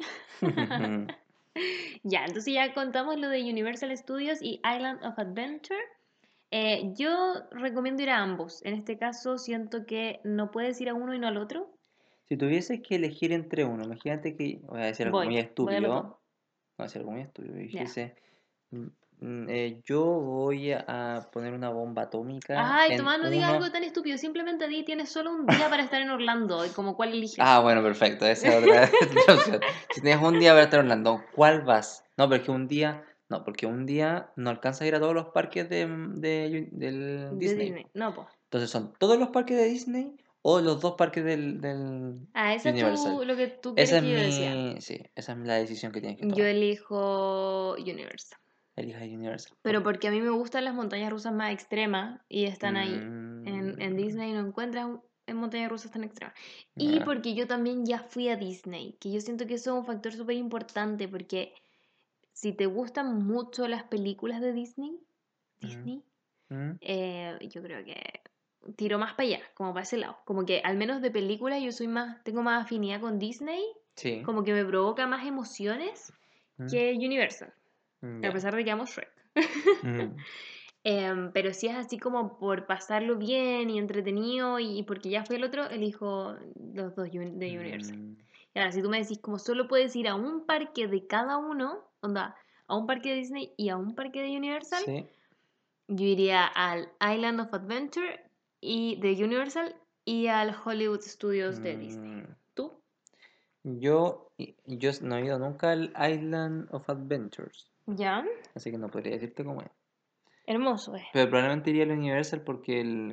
Ya, entonces ya contamos lo de Universal Studios y Island of Adventure. Eh, yo recomiendo ir a ambos. En este caso, siento que no puedes ir a uno y no al otro. Si tuvieses que elegir entre uno, imagínate que, voy a decir algo Voy, muy voy a los estúpido, dos. voy a decir algo muy estúpido, y Ya. dijese, mm, mm, eh, yo voy a poner una bomba atómica Ay, en Tomás, no digas uno... algo tan estúpido. Simplemente di, tienes solo un día para estar en Orlando. ¿Y como cuál eliges? Ah, bueno, perfecto, esa es otra otra opción. Si tienes un día para estar en Orlando, ¿cuál vas? No, porque un día, no, porque un día no alcanza a ir a todos los parques de, de- del De Disney. Disney. No, pues. Entonces son todos los parques de Disney o los dos parques del, del Ah, esa es Universal. tu, lo que tú Esa quieres es que yo decía. mi, sí, esa es la decisión que tienes que Yo tomar. elijo Universal. Elija Universal. Pero porque a mí me gustan las montañas rusas más extremas y están ahí. En, en Mm, Disney no encuentras un- en montañas rusas tan extremas. Y ya. porque yo también ya fui a Disney, que yo siento que eso es un factor súper importante porque si te gustan mucho las películas de Disney, Mm, Disney, mm, eh, yo creo que tiro más para allá, como para ese lado. Como que al menos de películas yo soy más, tengo más afinidad con Disney, sí. como que me provoca más emociones Mm, que Universal, a ya. pesar de que amo Shrek. Mm, Em, pero si es así como por pasarlo bien y entretenido y, y porque ya fue el otro, elijo los dos uni- de Universal. mm, Y ahora, si tú me decís como solo puedes ir a un parque de cada uno, onda, a un parque de Disney y a un parque de Universal, sí. yo iría al Island of Adventure y de Universal y al Hollywood Studios de Disney. Mm, ¿Tú? Yo, y- yo no he ido nunca al Island of Adventures, ¿Ya? así que no podría decirte cómo es. Hermoso es. Pero probablemente iría al Universal porque el,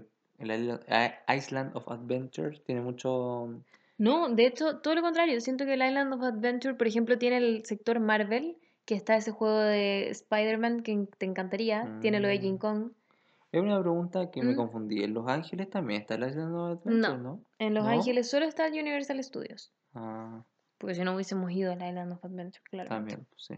el Isla- I- Island of Adventure tiene mucho... No, de hecho, todo lo contrario. Siento que el Island of Adventure, por ejemplo, tiene el sector Marvel, que está ese juego de Spider-Man que te encantaría. Tiene lo de King Mm. Kong. Es una pregunta que me ¿Mm? confundí. ¿En Los Ángeles también está el Island of Adventure, No, no? en Los ¿No? Ángeles solo está el Universal Studios. Ah, Porque si no hubiésemos ido al Island of Adventure, claramente. también, pues sí.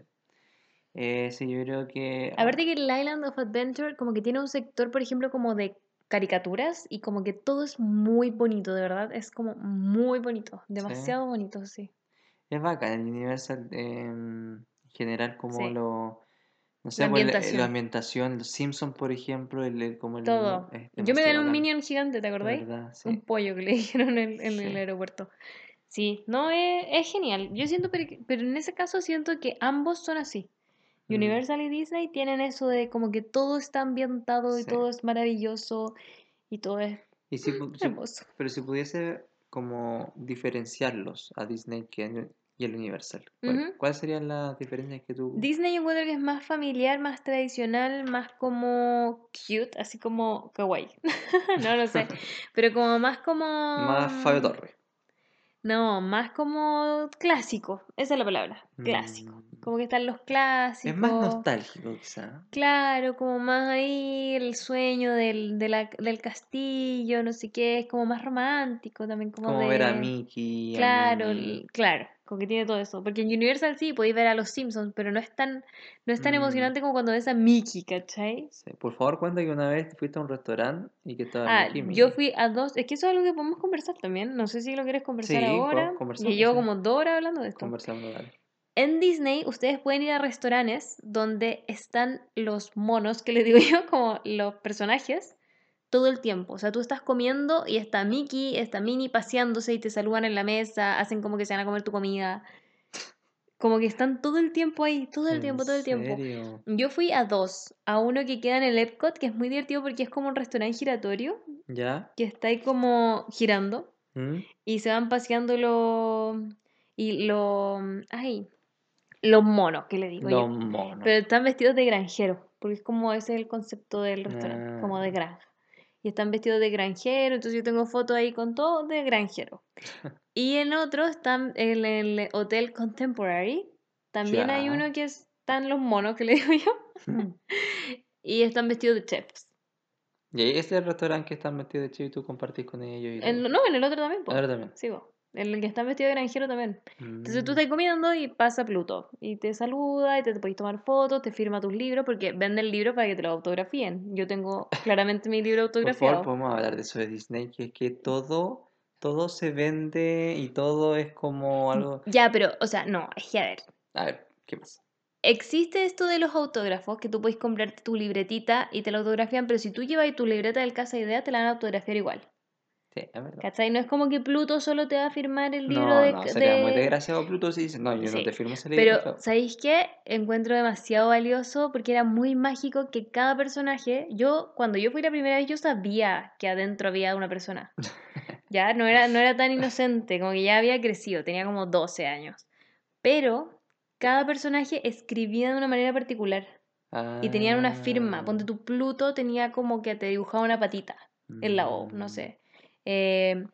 Eh, sí, yo creo que... Aparte ah, que el Island of Adventure como que tiene un sector, por ejemplo, como de caricaturas y como que todo es muy bonito, de verdad. Es como muy bonito, sí. demasiado bonito, sí. Es bacán el Universal em, en general como Sí, lo... No la sé, pues la, la ambientación, ambientación, los Simpsons, por ejemplo, el, el- como el... mu- todo. es Yo me demasiado gané un bacán. Minion gigante, ¿te De acordáis? verdad, Un sí. pollo que le dijeron en, en el Sí. aeropuerto. Sí, no, es, es genial. Yo siento, pero, pero en ese caso siento que ambos son así. Mm, Universal y Disney tienen eso de como que todo está ambientado y sí. todo es maravilloso y todo es Y si, pu- si- hermoso. pero si pudiese como diferenciarlos a Disney que en- y el Universal, ¿cuál, Ujú. ¿cuáles serían las diferencias que tú... Disney yo encuentro que es más familiar, más tradicional, más como cute, así como kawaii. No lo sé, pero como más como... Más Fabio mm, Torre. no, más como clásico, esa es la palabra, clásico. Mm, Como que están los es más clásicos, nostálgico quizá. claro, como más ahí el sueño del, de la- del castillo, no sé qué, es como más romántico también, como Como ver a de... Mickey, a Claro, Minnie. l- claro, como que tiene todo eso. Porque en Universal sí podéis ver a los Simpsons, pero no es tan, no es tan Mm, emocionante como cuando ves a Mickey, ¿cachai? sí. Por favor, cuenta que una vez fuiste a un restaurante y que estaba Ah, Mickey y yo Minnie. fui a dos, es que eso es algo que podemos conversar también. No sé si lo quieres conversar Sí, pues, ahora. Y conversamos, llevo sí. como dos horas hablando de esto. Conversamos, dale. En Disney, ustedes pueden ir a restaurantes donde están los monos, que les digo yo, como los personajes, todo el tiempo. O sea, tú estás comiendo y está Mickey, está Minnie paseándose y te saludan en la mesa, hacen como que se van a comer tu comida. Como que están todo el tiempo ahí, todo el ¿En tiempo, todo el tiempo. serio? Yo fui a dos, a uno que queda en el Epcot, que es muy divertido porque es como un restaurante giratorio, ¿Ya? que está ahí como girando ¿Mm? y se van paseando los... y los... ay, los monos, que le digo yo. Los monos. Pero están vestidos de granjero, porque es como ese es el concepto del restaurante, Ah, como de ya. granja. Y están vestidos de granjero, entonces yo tengo fotos ahí con todo de granjero. Y en otro están en el Hotel Contemporary. También hay Ya. uno que están los monos, que le digo yo. Y están vestidos de chefs. Y ahí este es el restaurante que están metidos de chivo y tú compartís con ellos y En- todo. no, en el otro también, pues. Ahora también. Sí, po. En el que están vestidos de granjero también. Entonces tú Mm. estás comiendo y pasa Pluto. Y te saluda y te, te podéis tomar fotos, te firma tus libros, porque venden libros para que te los autografíen. Yo tengo claramente mi libro Por favor, autografiado. podemos hablar de eso de Disney, que es que todo, todo se vende y todo es como algo... Ya, pero, o sea, no, es que a ver. A ver, ¿qué pasa? Existe esto de los autógrafos, que tú puedes comprarte tu libretita y te la autografían, pero si tú llevas tu libreta del Casa Idea, te la van a autografiar igual. Sí, es verdad. ¿Cachai? No es como que Pluto solo te va a firmar el libro No, de... no, sería muy de... desgraciado Pluto si dice, no, yo no te Sí, firmo ese pero libro. ¿sabéis qué? Encuentro demasiado valioso porque era muy mágico que cada personaje, yo cuando yo fui la primera vez yo sabía que adentro había una persona, ya no era, no era tan inocente, como que ya había crecido, tenía como doce años, pero cada personaje escribía de una manera particular y tenían una firma, Ah, ponte tu Pluto tenía como que te dibujaba una patita en la O, no mm, sé. Eh,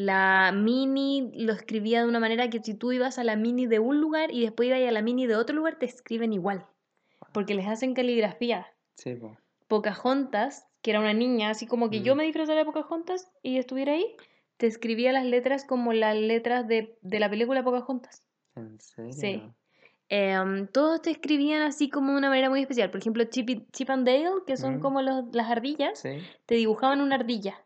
la Mini lo escribía de una manera que si tú ibas a la Mini de un lugar y después ibas a la Mini de otro lugar, te escriben igual, porque les hacen caligrafía. sí, po. Pocahontas, que era una niña, así como que yo Mm, me disfrazara de Pocahontas y estuviera ahí, te escribía las letras como las letras de, de la película Pocahontas. ¿en Sí. serio? Em, todos te escribían así como de una manera muy especial. Por ejemplo, Chip y, Chip and Dale, que son Mm, como los- las ardillas, sí, te dibujaban una ardilla.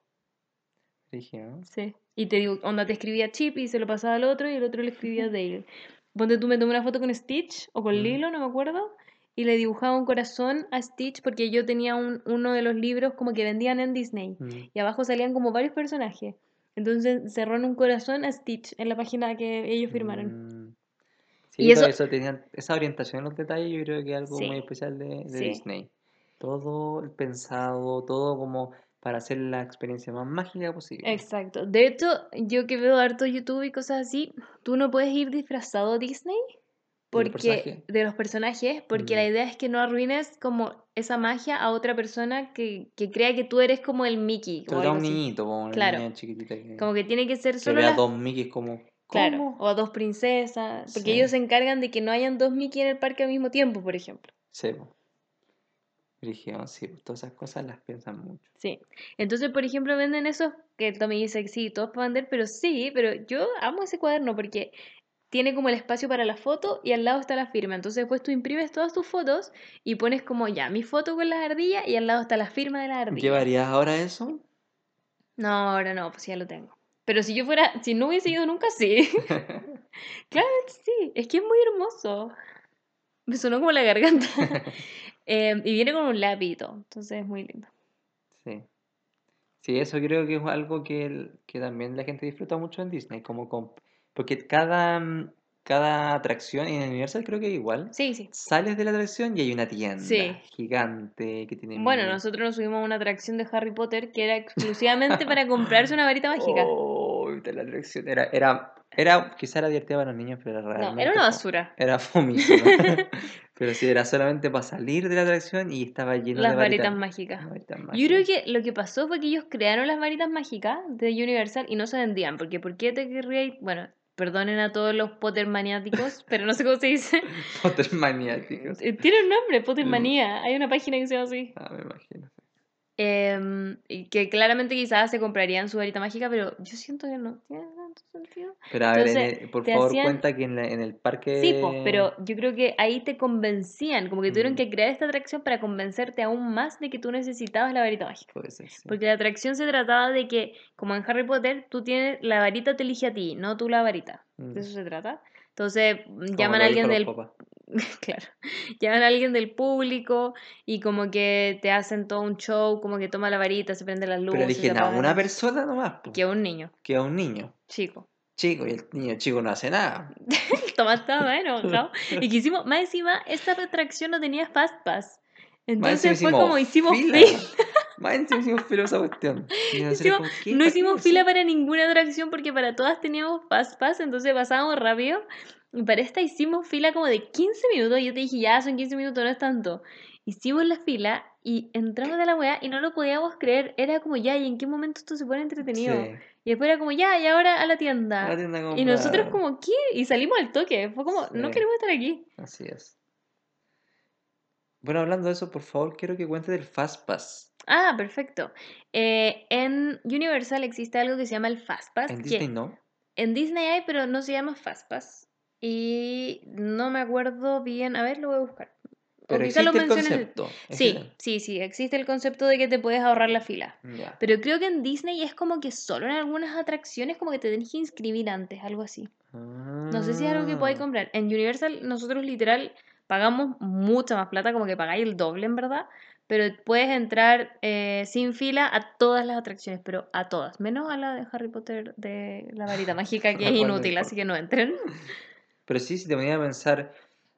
dije, ¿no? Sí. Y te digo, onda te escribía Chip y se lo pasaba al otro y el otro le escribía Dale. Ponte tú me tomé una foto con Stitch o con Mm, Lilo, no me acuerdo, y le dibujaba un corazón a Stitch porque yo tenía un- uno de los libros como que vendían en Disney mm, y abajo salían como varios personajes. Entonces cerraron un corazón a Stitch en la página que ellos firmaron. mm. Sí, Y todo eso, eso tenían, esa orientación en los detalles, yo creo que es algo muy sí, especial de, de sí. Disney. Todo el pensado, todo como para hacer la experiencia más mágica posible. Exacto. De hecho, yo que veo harto YouTube y cosas así, ¿tú no puedes ir disfrazado a Disney? ¿De los porque personajes? de los personajes, porque la Mm. idea es que no arruines como esa magia a otra persona que, que crea que tú eres como el Mickey o Sobre todo algo un así. niñito, po, una Claro, niña chiquitita que, como que tiene que ser que solo vea las... dos Mickeys como, Claro, ¿cómo? o a dos princesas, porque Sí, ellos se encargan de que no hayan dos Mickey en el parque al mismo tiempo, por ejemplo. sí, po. Brígido, sí, pues todas esas cosas las piensan mucho. Sí. Entonces, por ejemplo, venden esos que el Tommy dice que sí, todos para vender, pero sí, pero yo amo ese cuaderno porque tiene como el espacio para la foto y al lado está la firma. Entonces, después tú imprimes todas tus fotos y pones como ya mi foto con las ardillas y al lado está la firma de la ardilla. ¿Llevarías ahora eso? No, ahora no, pues ya lo tengo. Pero si yo fuera, si no hubiese ido nunca, sí. Claramente sí, es que es muy hermoso. Me sonó como la garganta. Eh, y viene con un lápiz, entonces es muy lindo. Sí. Sí, eso creo que es algo que, el- que también la gente disfruta mucho en Disney, como con- porque cada, mm, cada atracción, y en Universal creo que es igual, Sí, sí. sales de la atracción y hay una tienda Sí. gigante que tiene Bueno, mil... nosotros nos subimos a una atracción de Harry Potter que era exclusivamente para comprarse una varita mágica. Oh, de la atracción. Era, era, era, quizá era divertida para los niños, pero era No, realmente era una fo- basura. era fomísima. Pero sí, era solamente para salir de la atracción y estaba lleno de Las varitas varitas, mágicas. varitas Yo creo mágicas. que lo que pasó fue que ellos crearon las varitas mágicas de Universal y no se vendían. Porque ¿por qué te querría? Bueno, perdonen a todos los Potter maniáticos, pero no sé cómo se dice. Potter maniáticos. Eh, Tiene un nombre, Potter Mm, Manía. Hay una página que se llama así. Ah, me imagino. Em, y que claramente quizás se comprarían su varita mágica, pero yo siento que no tiene tanto sentido. Pero a ver, en Entonces, el- por te favor hacían... cuenta que en, la- en el Sí, pues, parque... pero yo creo que ahí te convencían, como que tuvieron mm, que crear esta atracción para convencerte aún más de que tú necesitabas la varita mágica. puede ser, sí. Porque la atracción se trataba de que, como en Harry Potter, tú tienes, la varita te elige a ti, no tú la varita. Mm, De eso se trata. Entonces, como llaman a lo dijo alguien los del, papás. claro, llaman a alguien del público y como que te hacen todo un show, como que toma la varita, se prenden las Pero luces, se eligen a una apagan, persona nomás, po, que un niño, que a un niño chico. chico, y el niño chico no hace nada. Tomás estaba más enojado. Y que hicimos, más encima, esta atracción no tenía Fast Pass. Más encima Entonces fue hicimos como hicimos fila. fila. Más encima hicimos fila esa cuestión. Y nosotros Hicimos- como, ¿qué? no ¿Para qué hicimos fila eso? para ninguna atracción porque para todas teníamos Fast Pass, entonces pasábamos rápido. Y para esta hicimos fila como de quince minutos. Y yo te dije, ya son quince minutos, no es tanto. Hicimos la fila y entramos de la weá y no lo podíamos creer. Era como, ya, ¿y en qué momento esto se pone entretenido? Sí. Y después era como, ya, y ahora a la A la tienda. tienda a Y nosotros comprar. como, ¿qué? Y salimos al toque. Fue como, no Sí, queremos estar aquí. así es. Bueno, hablando de eso, por favor, quiero que cuentes del Fast Pass. Ah, perfecto. Eh, en Universal existe algo que se llama el Fastpass, En Disney que no. en Disney hay, pero no se llama Fastpass. Y no me acuerdo bien, a ver, lo voy a buscar. O Pero quizás lo existe el menciones. concepto. Sí, Existe. sí, sí, existe el concepto de que te puedes ahorrar la fila. Ya. Pero creo que en Disney es como que solo en algunas atracciones como que te tenés que inscribir antes, algo así. No sé si es algo que podáis Ah, comprar. En Universal nosotros literal pagamos mucha más plata, como que pagáis el doble en verdad, pero puedes entrar eh, sin fila a todas las atracciones, pero a todas, menos a la de Harry Potter de la varita mágica que es ¿a cuál no inútil, así importa? que no entren. Pero sí, si te ponía a pensar,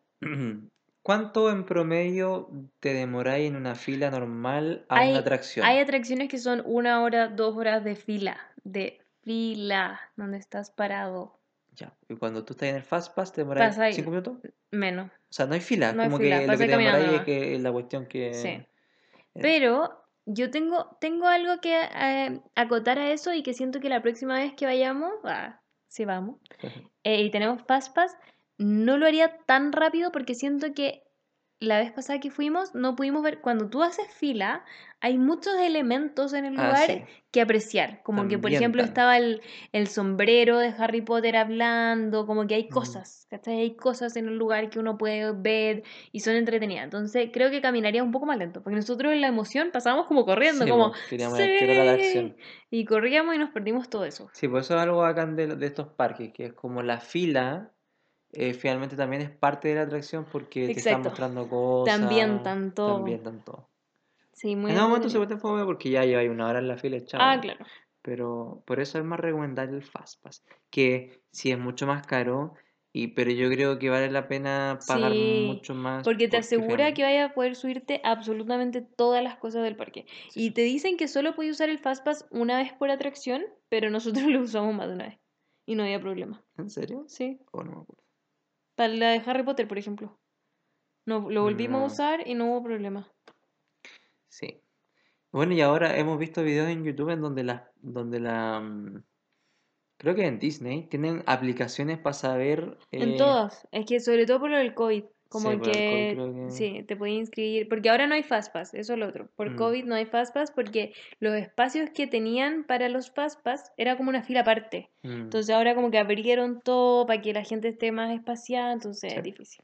¿cuánto en promedio te demoráis en una fila normal a una Hay, atracción? hay atracciones que son una hora, dos horas de fila, de fila, donde estás parado. Ya. Y cuando tú estás en el Fast Pass, ¿te demoráis Pasa ahí cinco minutos? menos, O sea, no hay fila, no hay como fila, que lo pasa que ahí te caminando demoráis es nomás. que es la cuestión Sí. que... eh, Pero yo tengo, tengo algo que eh, acotar a eso y que siento que la próxima vez que vayamos, ah, si vamos, eh, y tenemos Fastpass, no lo haría tan rápido porque siento que la vez pasada que fuimos no pudimos ver, cuando tú haces fila, hay muchos elementos en el Ah, lugar sí, que apreciar, como que por ejemplo ambientan. estaba el, el sombrero de Harry Potter hablando, como que hay Mm. cosas, ¿cachai? Hay cosas en el lugar que uno puede ver y son entretenidas, entonces creo que caminaría un poco más lento, porque nosotros en la emoción pasábamos como corriendo, Sí, como pues, queríamos ir al tiro a la ¡sí! atracción. Y corríamos y nos perdimos todo eso. Sí, pues eso es algo bacán de, de estos parques, que es como la fila, eh, finalmente también es parte de la atracción porque te están Exacto, mostrando también cosas, tanto, también tanto. sí, muy En algún momento se entretenido. puede fome porque ya lleva una hora en la fila y Ah, chao. claro. Pero por eso es más recomendable el Fastpass, que sí es mucho más caro, y, pero yo creo que vale la pena pagar Sí, mucho más porque te porque asegura finalmente... que vaya a poder subirte absolutamente todas las cosas del parque. Y Sí. te dicen que solo puedes usar el Fastpass una vez por atracción, pero nosotros lo usamos más de una vez. Y no había problema. ¿En serio? Sí. O no me acuerdo. Para la de Harry Potter, por ejemplo. No, lo volvimos a No, usar y no hubo problema. sí. Bueno, y ahora hemos visto videos en YouTube en donde la, donde la, mm, creo que en Disney tienen aplicaciones para saber, En eh, todas. Es que sobre todo por lo del COVID. sí, Como por alcohol que creo que, sí, te puedes inscribir. Porque ahora no hay Fastpass, eso es lo otro. Por mm, COVID no hay Fastpass porque los espacios que tenían para los Fastpass era como una fila aparte. mm, Entonces ahora como que abrieron todo para que la gente esté más espaciada, entonces sí, es difícil.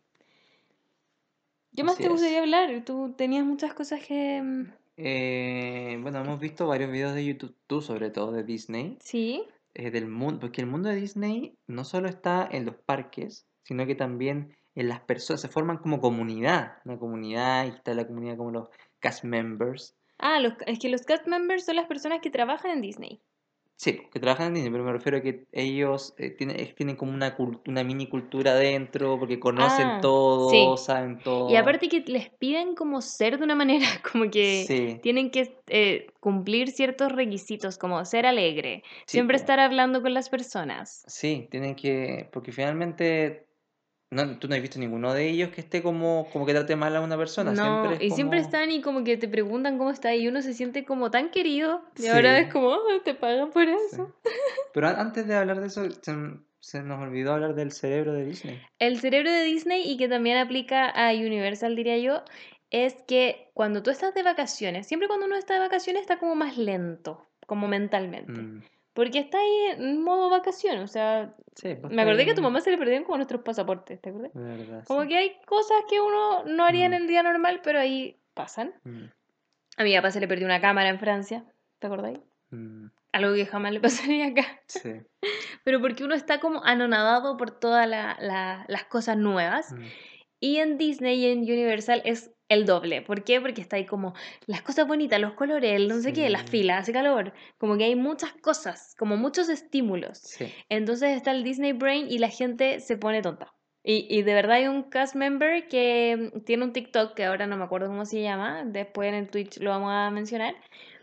¿Qué más así te gustaría es. hablar? Tú tenías muchas cosas que... mm, Eh, bueno, hemos visto varios videos de YouTube, tú sobre todo de Disney, Sí. eh, del mundo, porque el mundo de Disney no solo está en los parques, sino que también en las personas, se forman como comunidad, una comunidad, y está la comunidad como los cast members. Ah, los, es que los cast members son las personas que trabajan en Disney. Sí, que trabajan en Disney, pero me refiero a que ellos eh, tienen, es- tienen como una, cult- una mini cultura dentro, porque conocen Ah, todo, sí. saben Y todo. aparte que les piden como ser de una manera, como que Sí, tienen que eh, cumplir ciertos requisitos, como ser alegre, sí, siempre po. estar hablando con las personas. Sí, tienen que, porque finalmente no, tú no has visto ninguno de ellos que esté como, como que trate mal a una persona, siempre No, es y siempre como, están y como que te preguntan cómo está y uno se siente como tan querido y ahora es sí, como, "Ah, te pagan por sí. eso". Pero a- antes de hablar de eso, se, se nos olvidó hablar del cerebro de Disney. El cerebro de Disney y que también aplica a Universal, diría yo, es que cuando tú estás de vacaciones, siempre cuando uno está de vacaciones está como más lento, como mentalmente. Mm, Porque está ahí en modo vacaciones, o sea, sí, pues me está acordé que a tu ahí, mamá se le perdieron como nuestros pasaportes, ¿te acuerdas? de verdad, Como sí. que hay cosas que uno no haría en Mm, el día normal, pero ahí pasan. mm, A mi papá se le perdió una cámara en Francia, ¿te acordáis? mm, Algo que jamás le pasaría acá. sí. Pero porque uno está como anonadado por todas la- la- las cosas nuevas. Mm, Y en Disney y en Universal es el doble. ¿Por qué? Porque está ahí como las cosas bonitas, los colores, el no sé qué, las sí, filas, hace calor. Como que hay muchas cosas, como muchos estímulos. sí. Entonces está el Disney Brain y la gente se pone tonta. Y, y de verdad hay un cast member que mm, tiene un TikTok que ahora no me acuerdo cómo se llama. Después en el Twitch lo vamos a mencionar.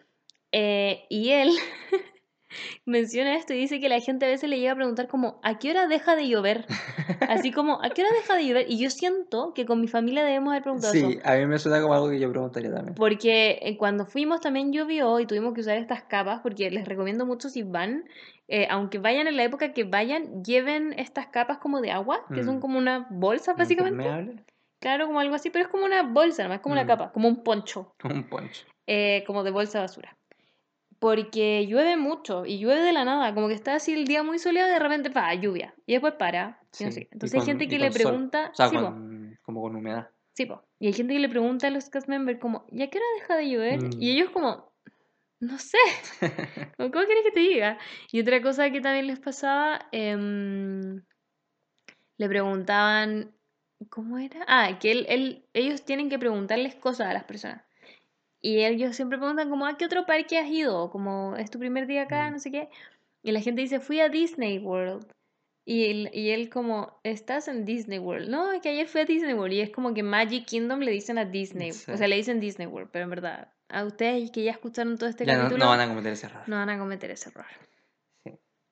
Eh, y él menciona esto y dice que la gente a veces le llega a preguntar como, ¿a qué hora deja de llover? Así como, ¿a qué hora deja de llover? Y yo siento que con mi familia debemos haber preguntado eso. Sí, a mí me suena como algo que yo preguntaría también. Porque eh, cuando fuimos también llovió y tuvimos que usar estas capas, porque les recomiendo mucho si van, eh, aunque vayan en la época que vayan, lleven estas capas como de agua, que son Mm, como una bolsa básicamente. ¿impermeable? Claro, como algo así, pero es como una bolsa, nomás es como una Mm, capa, como un poncho, un poncho. eh, como de bolsa de basura. Porque llueve mucho y llueve de la nada, como que está así el día muy soleado y de repente pa, lluvia y después para, y no sé. Sí, y Entonces hay con, gente y que le con sol. O pregunta, sea, sí, po, con, como con humedad. sí, po. Y hay gente que le pregunta a los cast members como, ¿y a qué hora deja de llover? Y Mm. ellos como, no sé, como, ¿cómo quieres que te diga? Y otra cosa que también les pasaba, em, le preguntaban, ¿cómo era? Ah, que él, él- ellos tienen que preguntarles cosas a las personas. Y ellos siempre preguntan como, ¿a qué otro parque has ido? Como, ¿es tu primer día acá? Mm. No sé qué. Y la gente dice, fui a Disney World. Y él, y él como, ¿estás en Disney World? No, es que ayer fui a Disney World. Y es como que Magic Kingdom le dicen a Disney. Sí. O sea, le dicen Disney World, pero en verdad, a ustedes que ya escucharon todo este Ya no, no capítulo, van a cometer ese error. no van a cometer ese error. Sí.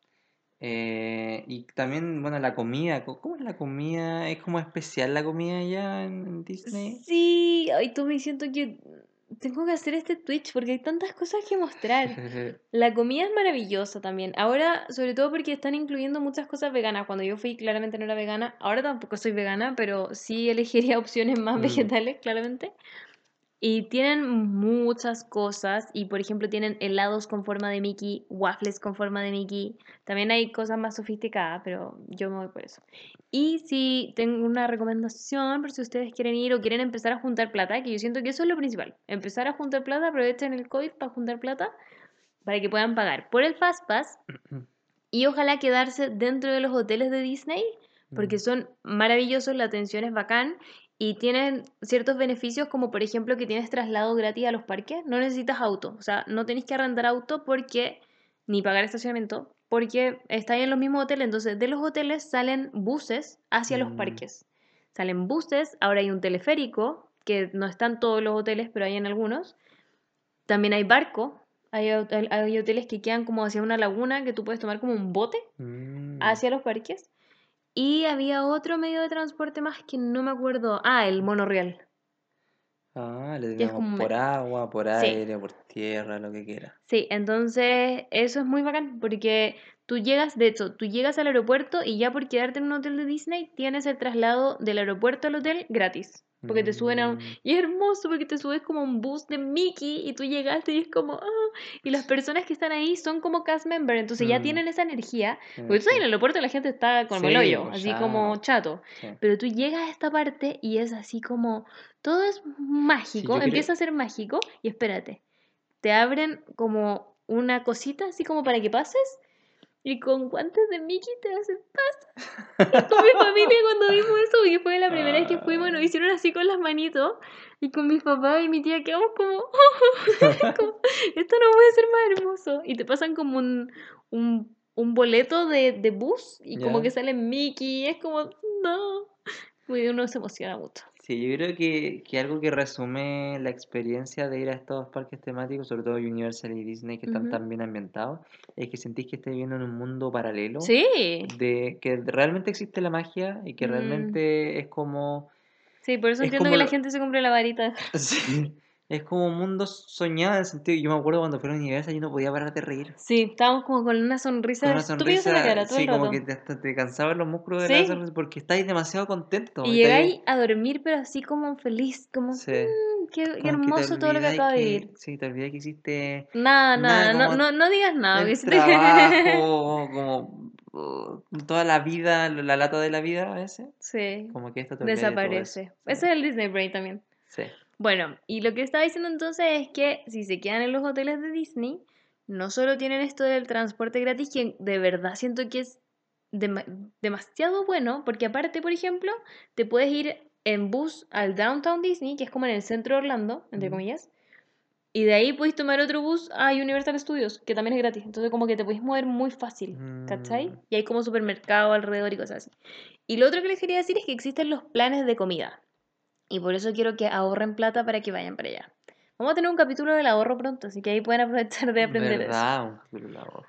Eh, y también, bueno, la comida. co- ¿Cómo es la comida? ¿Es como especial la comida allá en, en Disney? Sí, ay, tú me siento que tengo que hacer este Twitch porque hay tantas cosas que mostrar. La comida es maravillosa también. Ahora, sobre todo porque están incluyendo muchas cosas veganas. Cuando yo fui, claramente no era vegana. Ahora tampoco soy vegana, pero sí elegiría opciones más Mm, vegetales, claramente. Y tienen muchas cosas. Y por ejemplo, tienen helados con forma de Mickey, waffles con forma de Mickey. También hay cosas más sofisticadas, pero yo me voy por eso. Y si tengo una recomendación, por si ustedes quieren ir o quieren empezar a juntar plata, que yo siento que eso es lo principal. Empezar a juntar plata, aprovechen el COVID para juntar plata para que puedan pagar por el Fastpass y ojalá quedarse dentro de los hoteles de Disney porque mm, son maravillosos, la atención es bacán y tienen ciertos beneficios como por ejemplo que tienes traslado gratis a los parques, no necesitas auto, o sea, no tenéis que arrendar auto porque ni pagar estacionamiento porque estáis en los mismos hoteles, entonces de los hoteles salen buses hacia los mm, parques. Salen buses, ahora hay un teleférico que no están todos los hoteles, pero hay en algunos. También hay barco, hay, hot- hay hoteles que quedan como hacia una laguna que tú puedes tomar como un bote mm. hacia los parques. Y había otro medio de transporte más que no me acuerdo. Ah, el monorriel. Ah, le Que es teníamos como... por agua, por Sí, aire, por tierra, lo que quiera. sí, entonces eso es muy bacán porque tú llegas, de hecho, tú llegas al aeropuerto y ya por quedarte en un hotel de Disney tienes el traslado del aeropuerto al hotel gratis. Porque te suben a un... Mm, Y es hermoso porque te subes como a un bus de Mickey y tú llegaste y es como... ah, y las personas que están ahí son como cast member, entonces ya mm, tienen esa energía. Porque tú sabes, en energía. el aeropuerto la gente está como el Sí, hoyo, pues así como ya. chato. Sí. Pero tú llegas a esta parte y es así como... Todo es Sí, mágico, yo creo. empieza a ser mágico y espérate te abren como una cosita así como para que pases y con guantes de Mickey te hacen pasar. Y con mi familia cuando vimos eso, porque fue la primera vez que fuimos, nos Ah. hicieron así con las manitos y con mi papá y mi tía quedamos como, como, esto no puede ser más hermoso. Y te pasan como un, un, un boleto de, de bus y como que ¿Ya? sale Mickey y es como, no. Y uno se emociona mucho. Sí, yo creo que, que algo que resume la experiencia de ir a estos parques temáticos, sobre todo Universal y Disney, que están Ujú. tan bien ambientados, es que sentís que estás viviendo en un mundo paralelo, Sí. de que realmente existe la magia y que Mm. realmente es como, Sí, por eso es entiendo como, que la lo- gente se compre la varita. sí, es como un mundo soñado en el sentido, yo me acuerdo cuando fui a Universal y no podía parar de reír. Sí, estábamos como con una Con sonrisa una estúpida en la sonrisa, cara todo el sí, como que rato. te, hasta te cansaban los músculos de la Sí, sonrisa porque estáis demasiado contento. y Y estáis- llegáis a dormir, pero así como feliz, como, sí. "Mm, qué, qué Como que te hermoso todo lo que olvidáis acabo de que, vivir". sí, te olvidáis que existe Nada, nada nada, no, como no, no digas nada, porque el si te... trabajo, como uh, toda la vida, la lata de la vida a veces. Sí, Como que esto te olvida de todo eso. desaparece. Sí, Ese es el Disney Brain también. sí. Bueno, y lo que estaba diciendo entonces es que si se quedan en los hoteles de Disney, no solo tienen esto del transporte gratis, que de verdad siento que es dema- demasiado bueno, porque aparte, por ejemplo, te puedes ir en bus al Downtown Disney, que es como en el centro de Orlando, entre Mm, comillas, y de ahí puedes tomar otro bus a Universal Studios, que también es gratis. Entonces como que te puedes mover muy fácil, ¿cachai? mm, Y hay como supermercado alrededor y cosas así. Y lo otro que les quería decir es que existen los planes de comida. Y por eso quiero que ahorren plata para que vayan para allá. Vamos a tener un capítulo del ahorro pronto, así que ahí pueden aprovechar de aprender eso. ¿verdad? Un capítulo de ahorro.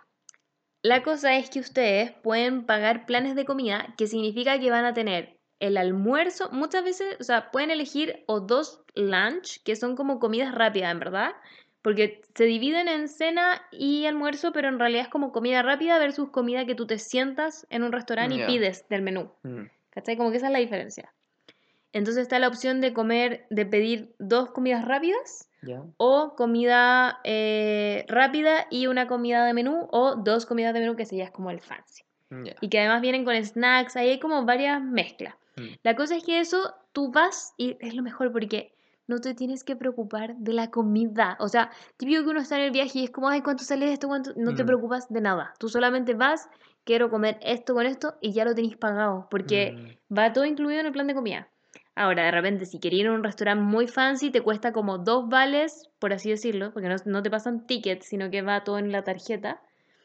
La cosa es que ustedes pueden pagar planes de comida, que significa que van a tener el almuerzo, muchas veces, o sea, pueden elegir o dos lunch, que son como comidas rápidas, en verdad, porque se dividen en cena y almuerzo, pero en realidad es como comida rápida versus comida que tú te sientas en un restaurante y Ya. pides del menú. Mm, ¿Cachai? Como que esa es la diferencia. Entonces está la opción de comer, de pedir dos comidas rápidas ya. o comida eh, rápida y una comida de menú o dos comidas de menú que sería como el fancy. Ya. Y que además vienen con snacks, ahí hay como varias mezclas. Mm, La cosa es que eso tú vas y es lo mejor porque no te tienes que preocupar de la comida. O sea, típico que uno está en el viaje y es como, ay, ¿cuánto sale esto? ¿Cuánto? No te mm, preocupas de nada. Tú solamente vas, quiero comer esto con esto y ya lo tenéis pagado porque mm, va todo incluido en el plan de comida. Ahora, de repente, si querías ir a un restaurante muy fancy, te cuesta como dos vales, por así decirlo, porque no, no te pasan tickets, sino que va todo en la tarjeta.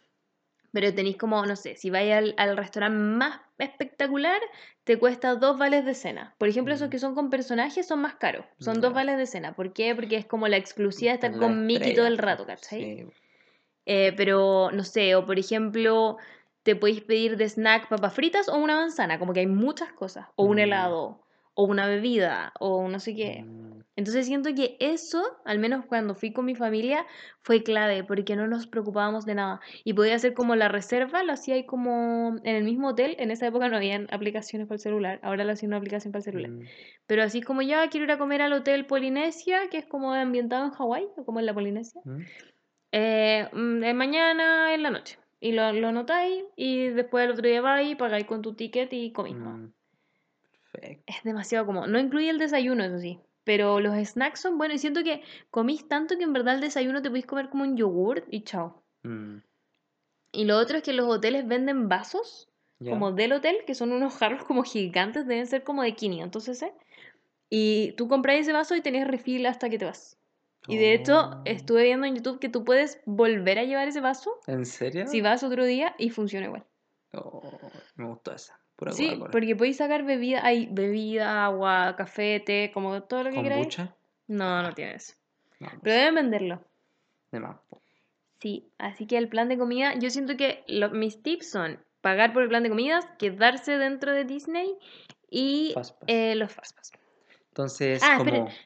Pero tenéis como, no sé, si vais al, al restaurante más espectacular, te cuesta dos vales de cena. Por ejemplo, esos mm, que son con personajes son más caros. Son dos ya. vales de cena. ¿Por qué? Porque es como la exclusiva de Es estar la con Mickey todo estrella, el po. rato, ¿cachai? Sí. Eh, pero, no sé, o por ejemplo, te podéis pedir de snack papas fritas o una manzana, como que hay muchas cosas. O un Mm, helado, o una bebida, o no sé qué. mm, Entonces siento que eso, al menos cuando fui con mi familia, fue clave, porque no nos preocupábamos de nada. Y podía hacer como la reserva, lo hacía ahí como en el mismo hotel. En esa época no habían aplicaciones para el celular, ahora lo hacía una aplicación para el celular. mm, Pero así como ya quiero ir a comer al hotel Polinesia, que es como ambientado en Hawái, o como en la Polinesia mm, eh, mm, de mañana en la noche. Y lo, lo anotáis y después el otro día vais, pagáis con tu ticket y comís, ¿no? mm. Perfecto. Es demasiado cómodo. No incluye el desayuno, eso sí. Pero los snacks son buenos y siento que comís tanto que en verdad el desayuno te podéis comer como un yogur y chao. Mm, Y lo otro es que los hoteles venden vasos ya. como del hotel, que son unos jarros como gigantes, deben ser como de quinientos cc. Y tú compras ese vaso y tenés refill hasta que te vas. Y de hecho, Oh, estuve viendo en YouTube que tú puedes volver a llevar ese vaso ¿en si serio? vas otro día y funciona igual. Oh, me gustó esa. Pura Sí, Coca-Cola. porque podéis sacar bebida, hay bebida, agua, café, té, como todo lo que queráis. ¿Kombucha? No, no Ah, tienes. no, Pero pues deben venderlo. de más, po. Sí, así que el plan de comida, yo siento que lo- mis tips son pagar por el plan de comidas, quedarse dentro de Disney y Fastpass. eh, los Fastpass. Entonces, Ah, como... esperen.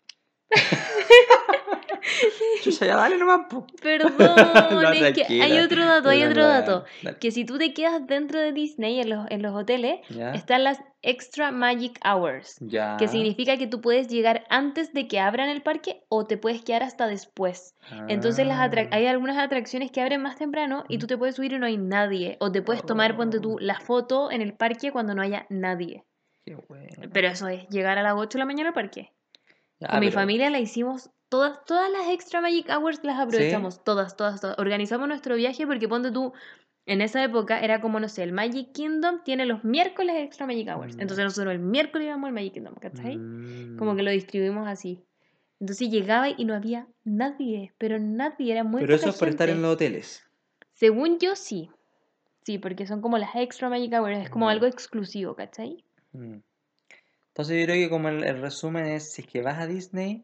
Chucha, ya dale nomás, po. Perdón, No, es que hay tranquila. otro dato, hay No, otro no, dato. dale, dale. Que si tú te quedas dentro de Disney en los, en los hoteles, ¿Ya? están las Extra Magic Hours, Ya. que significa que tú puedes llegar antes de que abran el parque o te puedes quedar hasta después. Entonces las atra- Ah. hay algunas atracciones que abren más temprano y tú te puedes subir y no hay nadie. O te puedes tomar, ponte tú, Oh, la foto en el parque cuando no haya nadie. qué bueno. Pero eso es llegar a las ocho de la mañana al parque. Ya, Con mi pero- familia la hicimos todas, todas las Extra Magic Hours las aprovechamos, todas, todas, todas. Organizamos nuestro viaje porque ponte tú, en esa época era como, no sé, el Magic Kingdom tiene los miércoles Extra Magic Hours. Ya. Entonces nosotros el miércoles íbamos al Magic Kingdom, ¿cachai? Mm. Como que lo distribuimos así. Entonces llegaba y no había nadie, pero nadie, era muy Pero poca eso es por estar en gente. los hoteles. Según yo, sí. Sí, porque son como las Extra Magic Hours, es como Ya. algo exclusivo, ¿cachai? Mm. Entonces yo creo que como el, el resumen es, si es que vas a Disney,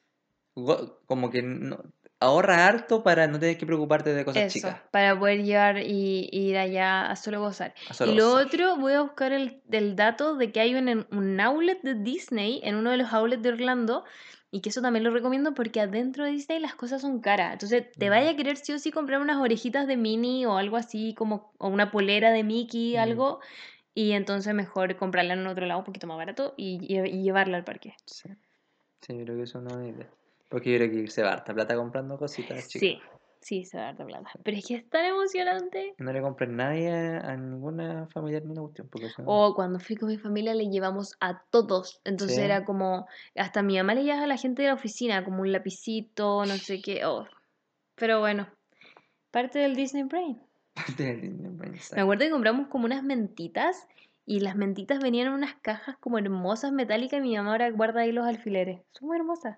go- como que no, ahorra harto para no tener que preocuparte de cosas Eso, chicas. para poder llevar y, y ir allá a solo gozar. A solo Y lo gozar. otro, voy a buscar el, el dato de que hay un, un outlet de Disney en uno de los outlets de Orlando, y que eso también lo recomiendo porque adentro de Disney las cosas son caras. Entonces, te Mm. vaya a querer sí o sí comprar unas orejitas de Minnie o algo así, como o una polera de Mickey, Mm. algo, y entonces mejor comprarla en otro lado un poquito más barato y, y- y llevarla al parque. Sí. Sí, yo creo que eso no es una idea. Porque yo creo que se va harta plata comprando cositas chicas. Sí, sí, se va a dar plata. Pero es que es tan emocionante. Y no le compren nadie a, a ninguna familiar ni una cuestión, porque si no... O cuando fui con mi familia le llevamos a todos. Entonces Sí. era como, hasta mi mamá le llevaba a la gente de la oficina, como un lapicito, no sé qué. Oh. Pero bueno, parte del Disney Brain. Del Disney Brain, Me exacto. acuerdo que compramos como unas mentitas y las mentitas venían en unas cajas como hermosas, metálicas, y mi mamá ahora guarda ahí los alfileres. Son muy hermosas.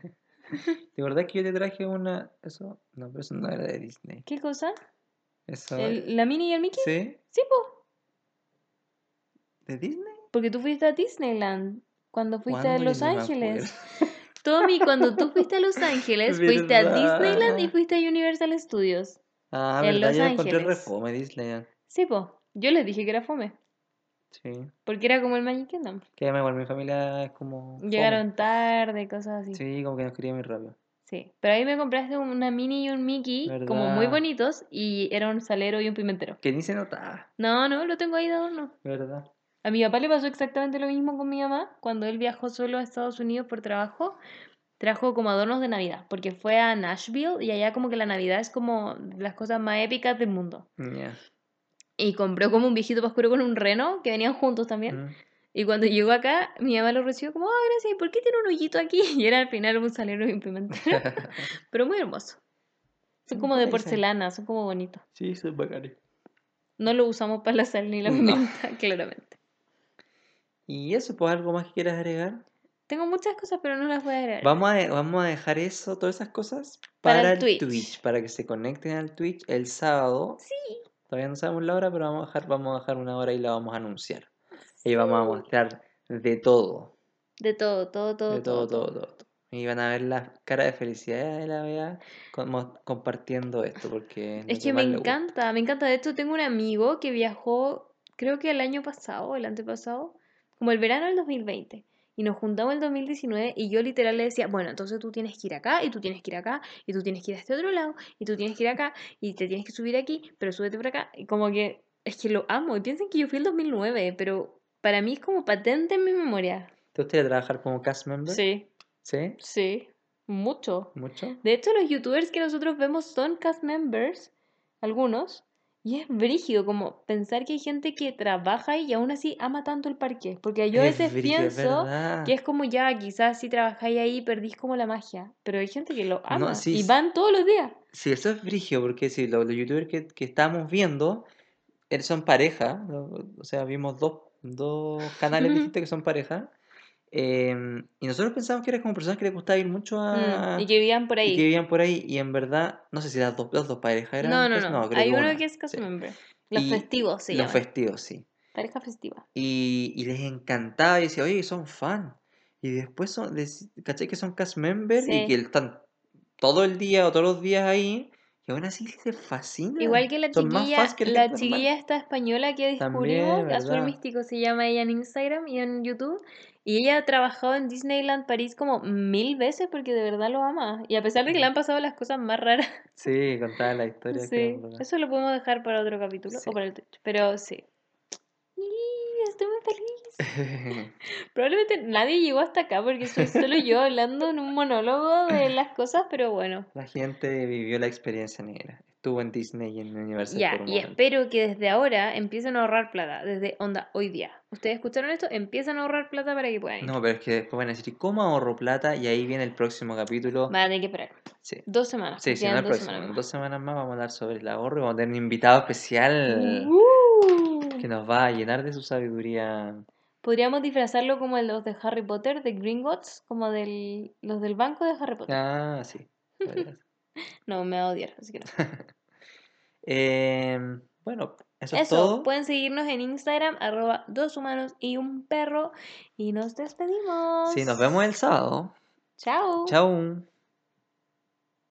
¿De verdad que yo te traje una... Eso? No, pero eso no era de Disney. ¿Qué cosa? Eso... ¿El- ¿La Minnie y el Mickey? ¿Sí? Sí, po. ¿De Disney? Porque tú fuiste a Disneyland cuando fuiste a ¿Cuándo? Yo Los ni me Ángeles. acuerdo. Tommy, cuando tú fuiste a Los Ángeles, fuiste a Disneyland y ¿Verdad? fuiste a Universal Studios. Ah, En verdad, Los yo lo encontré Ángeles. refome Disney. Sí, po. Yo les dije que era fome. Sí. Porque era como el Magic Kingdom. Que además igual mi familia es como fome. Llegaron tarde, cosas así. Sí. Sí, como que nos quería muy rápido. Pero ahí me compraste una Minnie y un Mickey, como muy ¿Verdad? bonitos, y era un salero y un pimentero. Que ni se notaba, No, no, lo tengo ahí de adorno. ¿verdad? A mi papá le pasó exactamente lo mismo con mi mamá. Cuando él viajó solo a Estados Unidos por trabajo, trajo como adornos de Navidad, porque fue a Nashville y allá como que la Navidad es como de las cosas más épicas del mundo. Ya. Y compró como un viejito pascuero con un reno, que venían juntos también. Mm. Y cuando llegó acá, mi mamá lo recibió como, oh, gracias, ¿y por qué tiene un hoyito aquí? Y era al final un salero y un pimentero. Pero muy hermoso. Son como de Puede ser. porcelana, son como bonitos. Sí, son bacanes. No lo usamos para la sal ni la No. pimienta, claramente. Y eso, pues algo más que quieras agregar. Tengo muchas cosas, pero no las voy a agregar. Vamos a, vamos a dejar eso, todas esas cosas, Para para, el el Twitch. Twitch. Para que se conecten al Twitch el sábado. Sí. Todavía no sabemos la hora, pero vamos a dejar, vamos a dejar una hora y la vamos a anunciar. Y Sí. vamos a mostrar de todo. De todo, todo, todo, De todo, todo, todo, todo. todo. Y van a ver la cara de felicidad de la Bea como- compartiendo esto, porque es, Es lo que me más le gusta. encanta, me encanta. De hecho, tengo un amigo que viajó, creo que el año pasado, el antepasado, como el verano del dos mil veinte. Y nos juntamos el dos mil diecinueve y yo literal le decía, bueno, entonces tú tienes que ir acá, y tú tienes que ir acá, y tú tienes que ir a este otro lado, y tú tienes que ir acá, y te tienes que subir aquí, pero súbete por acá. Y como que, es que lo amo. Y piensen que yo fui el dos mil nueve, pero para mí es como patente en mi memoria. ¿Te gustaría trabajar como cast member? Sí, ¿Sí? sí, mucho. ¿Mucho? De hecho, los youtubers que nosotros vemos son cast members, algunos, y es brígido como pensar que hay gente que trabaja ahí y aún así ama tanto el parque. Porque yo a Es veces brígido, es pienso verdad. que es como ya, quizás si trabajáis ahí perdís como la magia, pero hay gente que lo ama No, sí, y sí. van todos los días. Sí, eso es brigio, porque sí, los, los youtubers que, que estábamos viendo eh, son pareja, ¿no? O sea, vimos dos, dos canales distintos que son pareja. em, y nosotros pensamos que eran como personas que les gustaba ir mucho Mm, y a... que vivían por y que ahí. vivían por ahí, y en verdad, no sé si las dos, las dos parejas No, eran... no, cas- no. No, creo Hay que uno una. que es cast Sí. member. Los Y festivos se los llaman. festivos, sí. Pareja festiva. Y, y les encantaba y decía, oye, son fan. Y después son, des- ¿cachai? Que son cast member y que Sí. están todo el día o todos los días ahí. Y aún así les fascina. Igual que la Son más chiquilla, fans que el la normal. chiquilla esta española que descubrimos, También, Azul ¿verdad? Místico se llama ella en Instagram y en YouTube. Y ella ha trabajado en Disneyland París como mil veces porque de verdad lo ama. Y a pesar de que le han pasado las cosas más raras. Sí, contaba la historia que Sí, eso lo podemos dejar para otro capítulo Sí. o para el Twitch. Pero sí. Y estoy muy feliz. Probablemente nadie llegó hasta acá porque soy solo yo hablando en un monólogo de las cosas, pero bueno. La gente vivió la experiencia negra. Estuvo en Disney y en Universal Ya, por un y momento. espero que desde ahora empiecen a ahorrar plata, desde onda hoy día. ¿Ustedes escucharon esto? Empiezan a ahorrar plata para que puedan ir. No, pero es que después van a decir, ¿cómo ahorro plata? Y ahí viene el próximo capítulo. Van a tener que esperar. Sí. Dos semanas. Sí, porque sí, no quedan el dos próximo. semanas En más. dos semanas más vamos a hablar sobre el ahorro y vamos a tener un invitado especial Uh. que nos va a llenar de su sabiduría. Podríamos disfrazarlo como el- los de Harry Potter, de Gringotts, como del, los del banco de Harry Potter. Ah, sí. podría ser. No, me va a odiar, así que no. Em, bueno, eso es Eso, todo. pueden seguirnos en Instagram, arroba dos humanos y un perro. Y nos despedimos. Sí, nos vemos el sábado. Chao. Chao.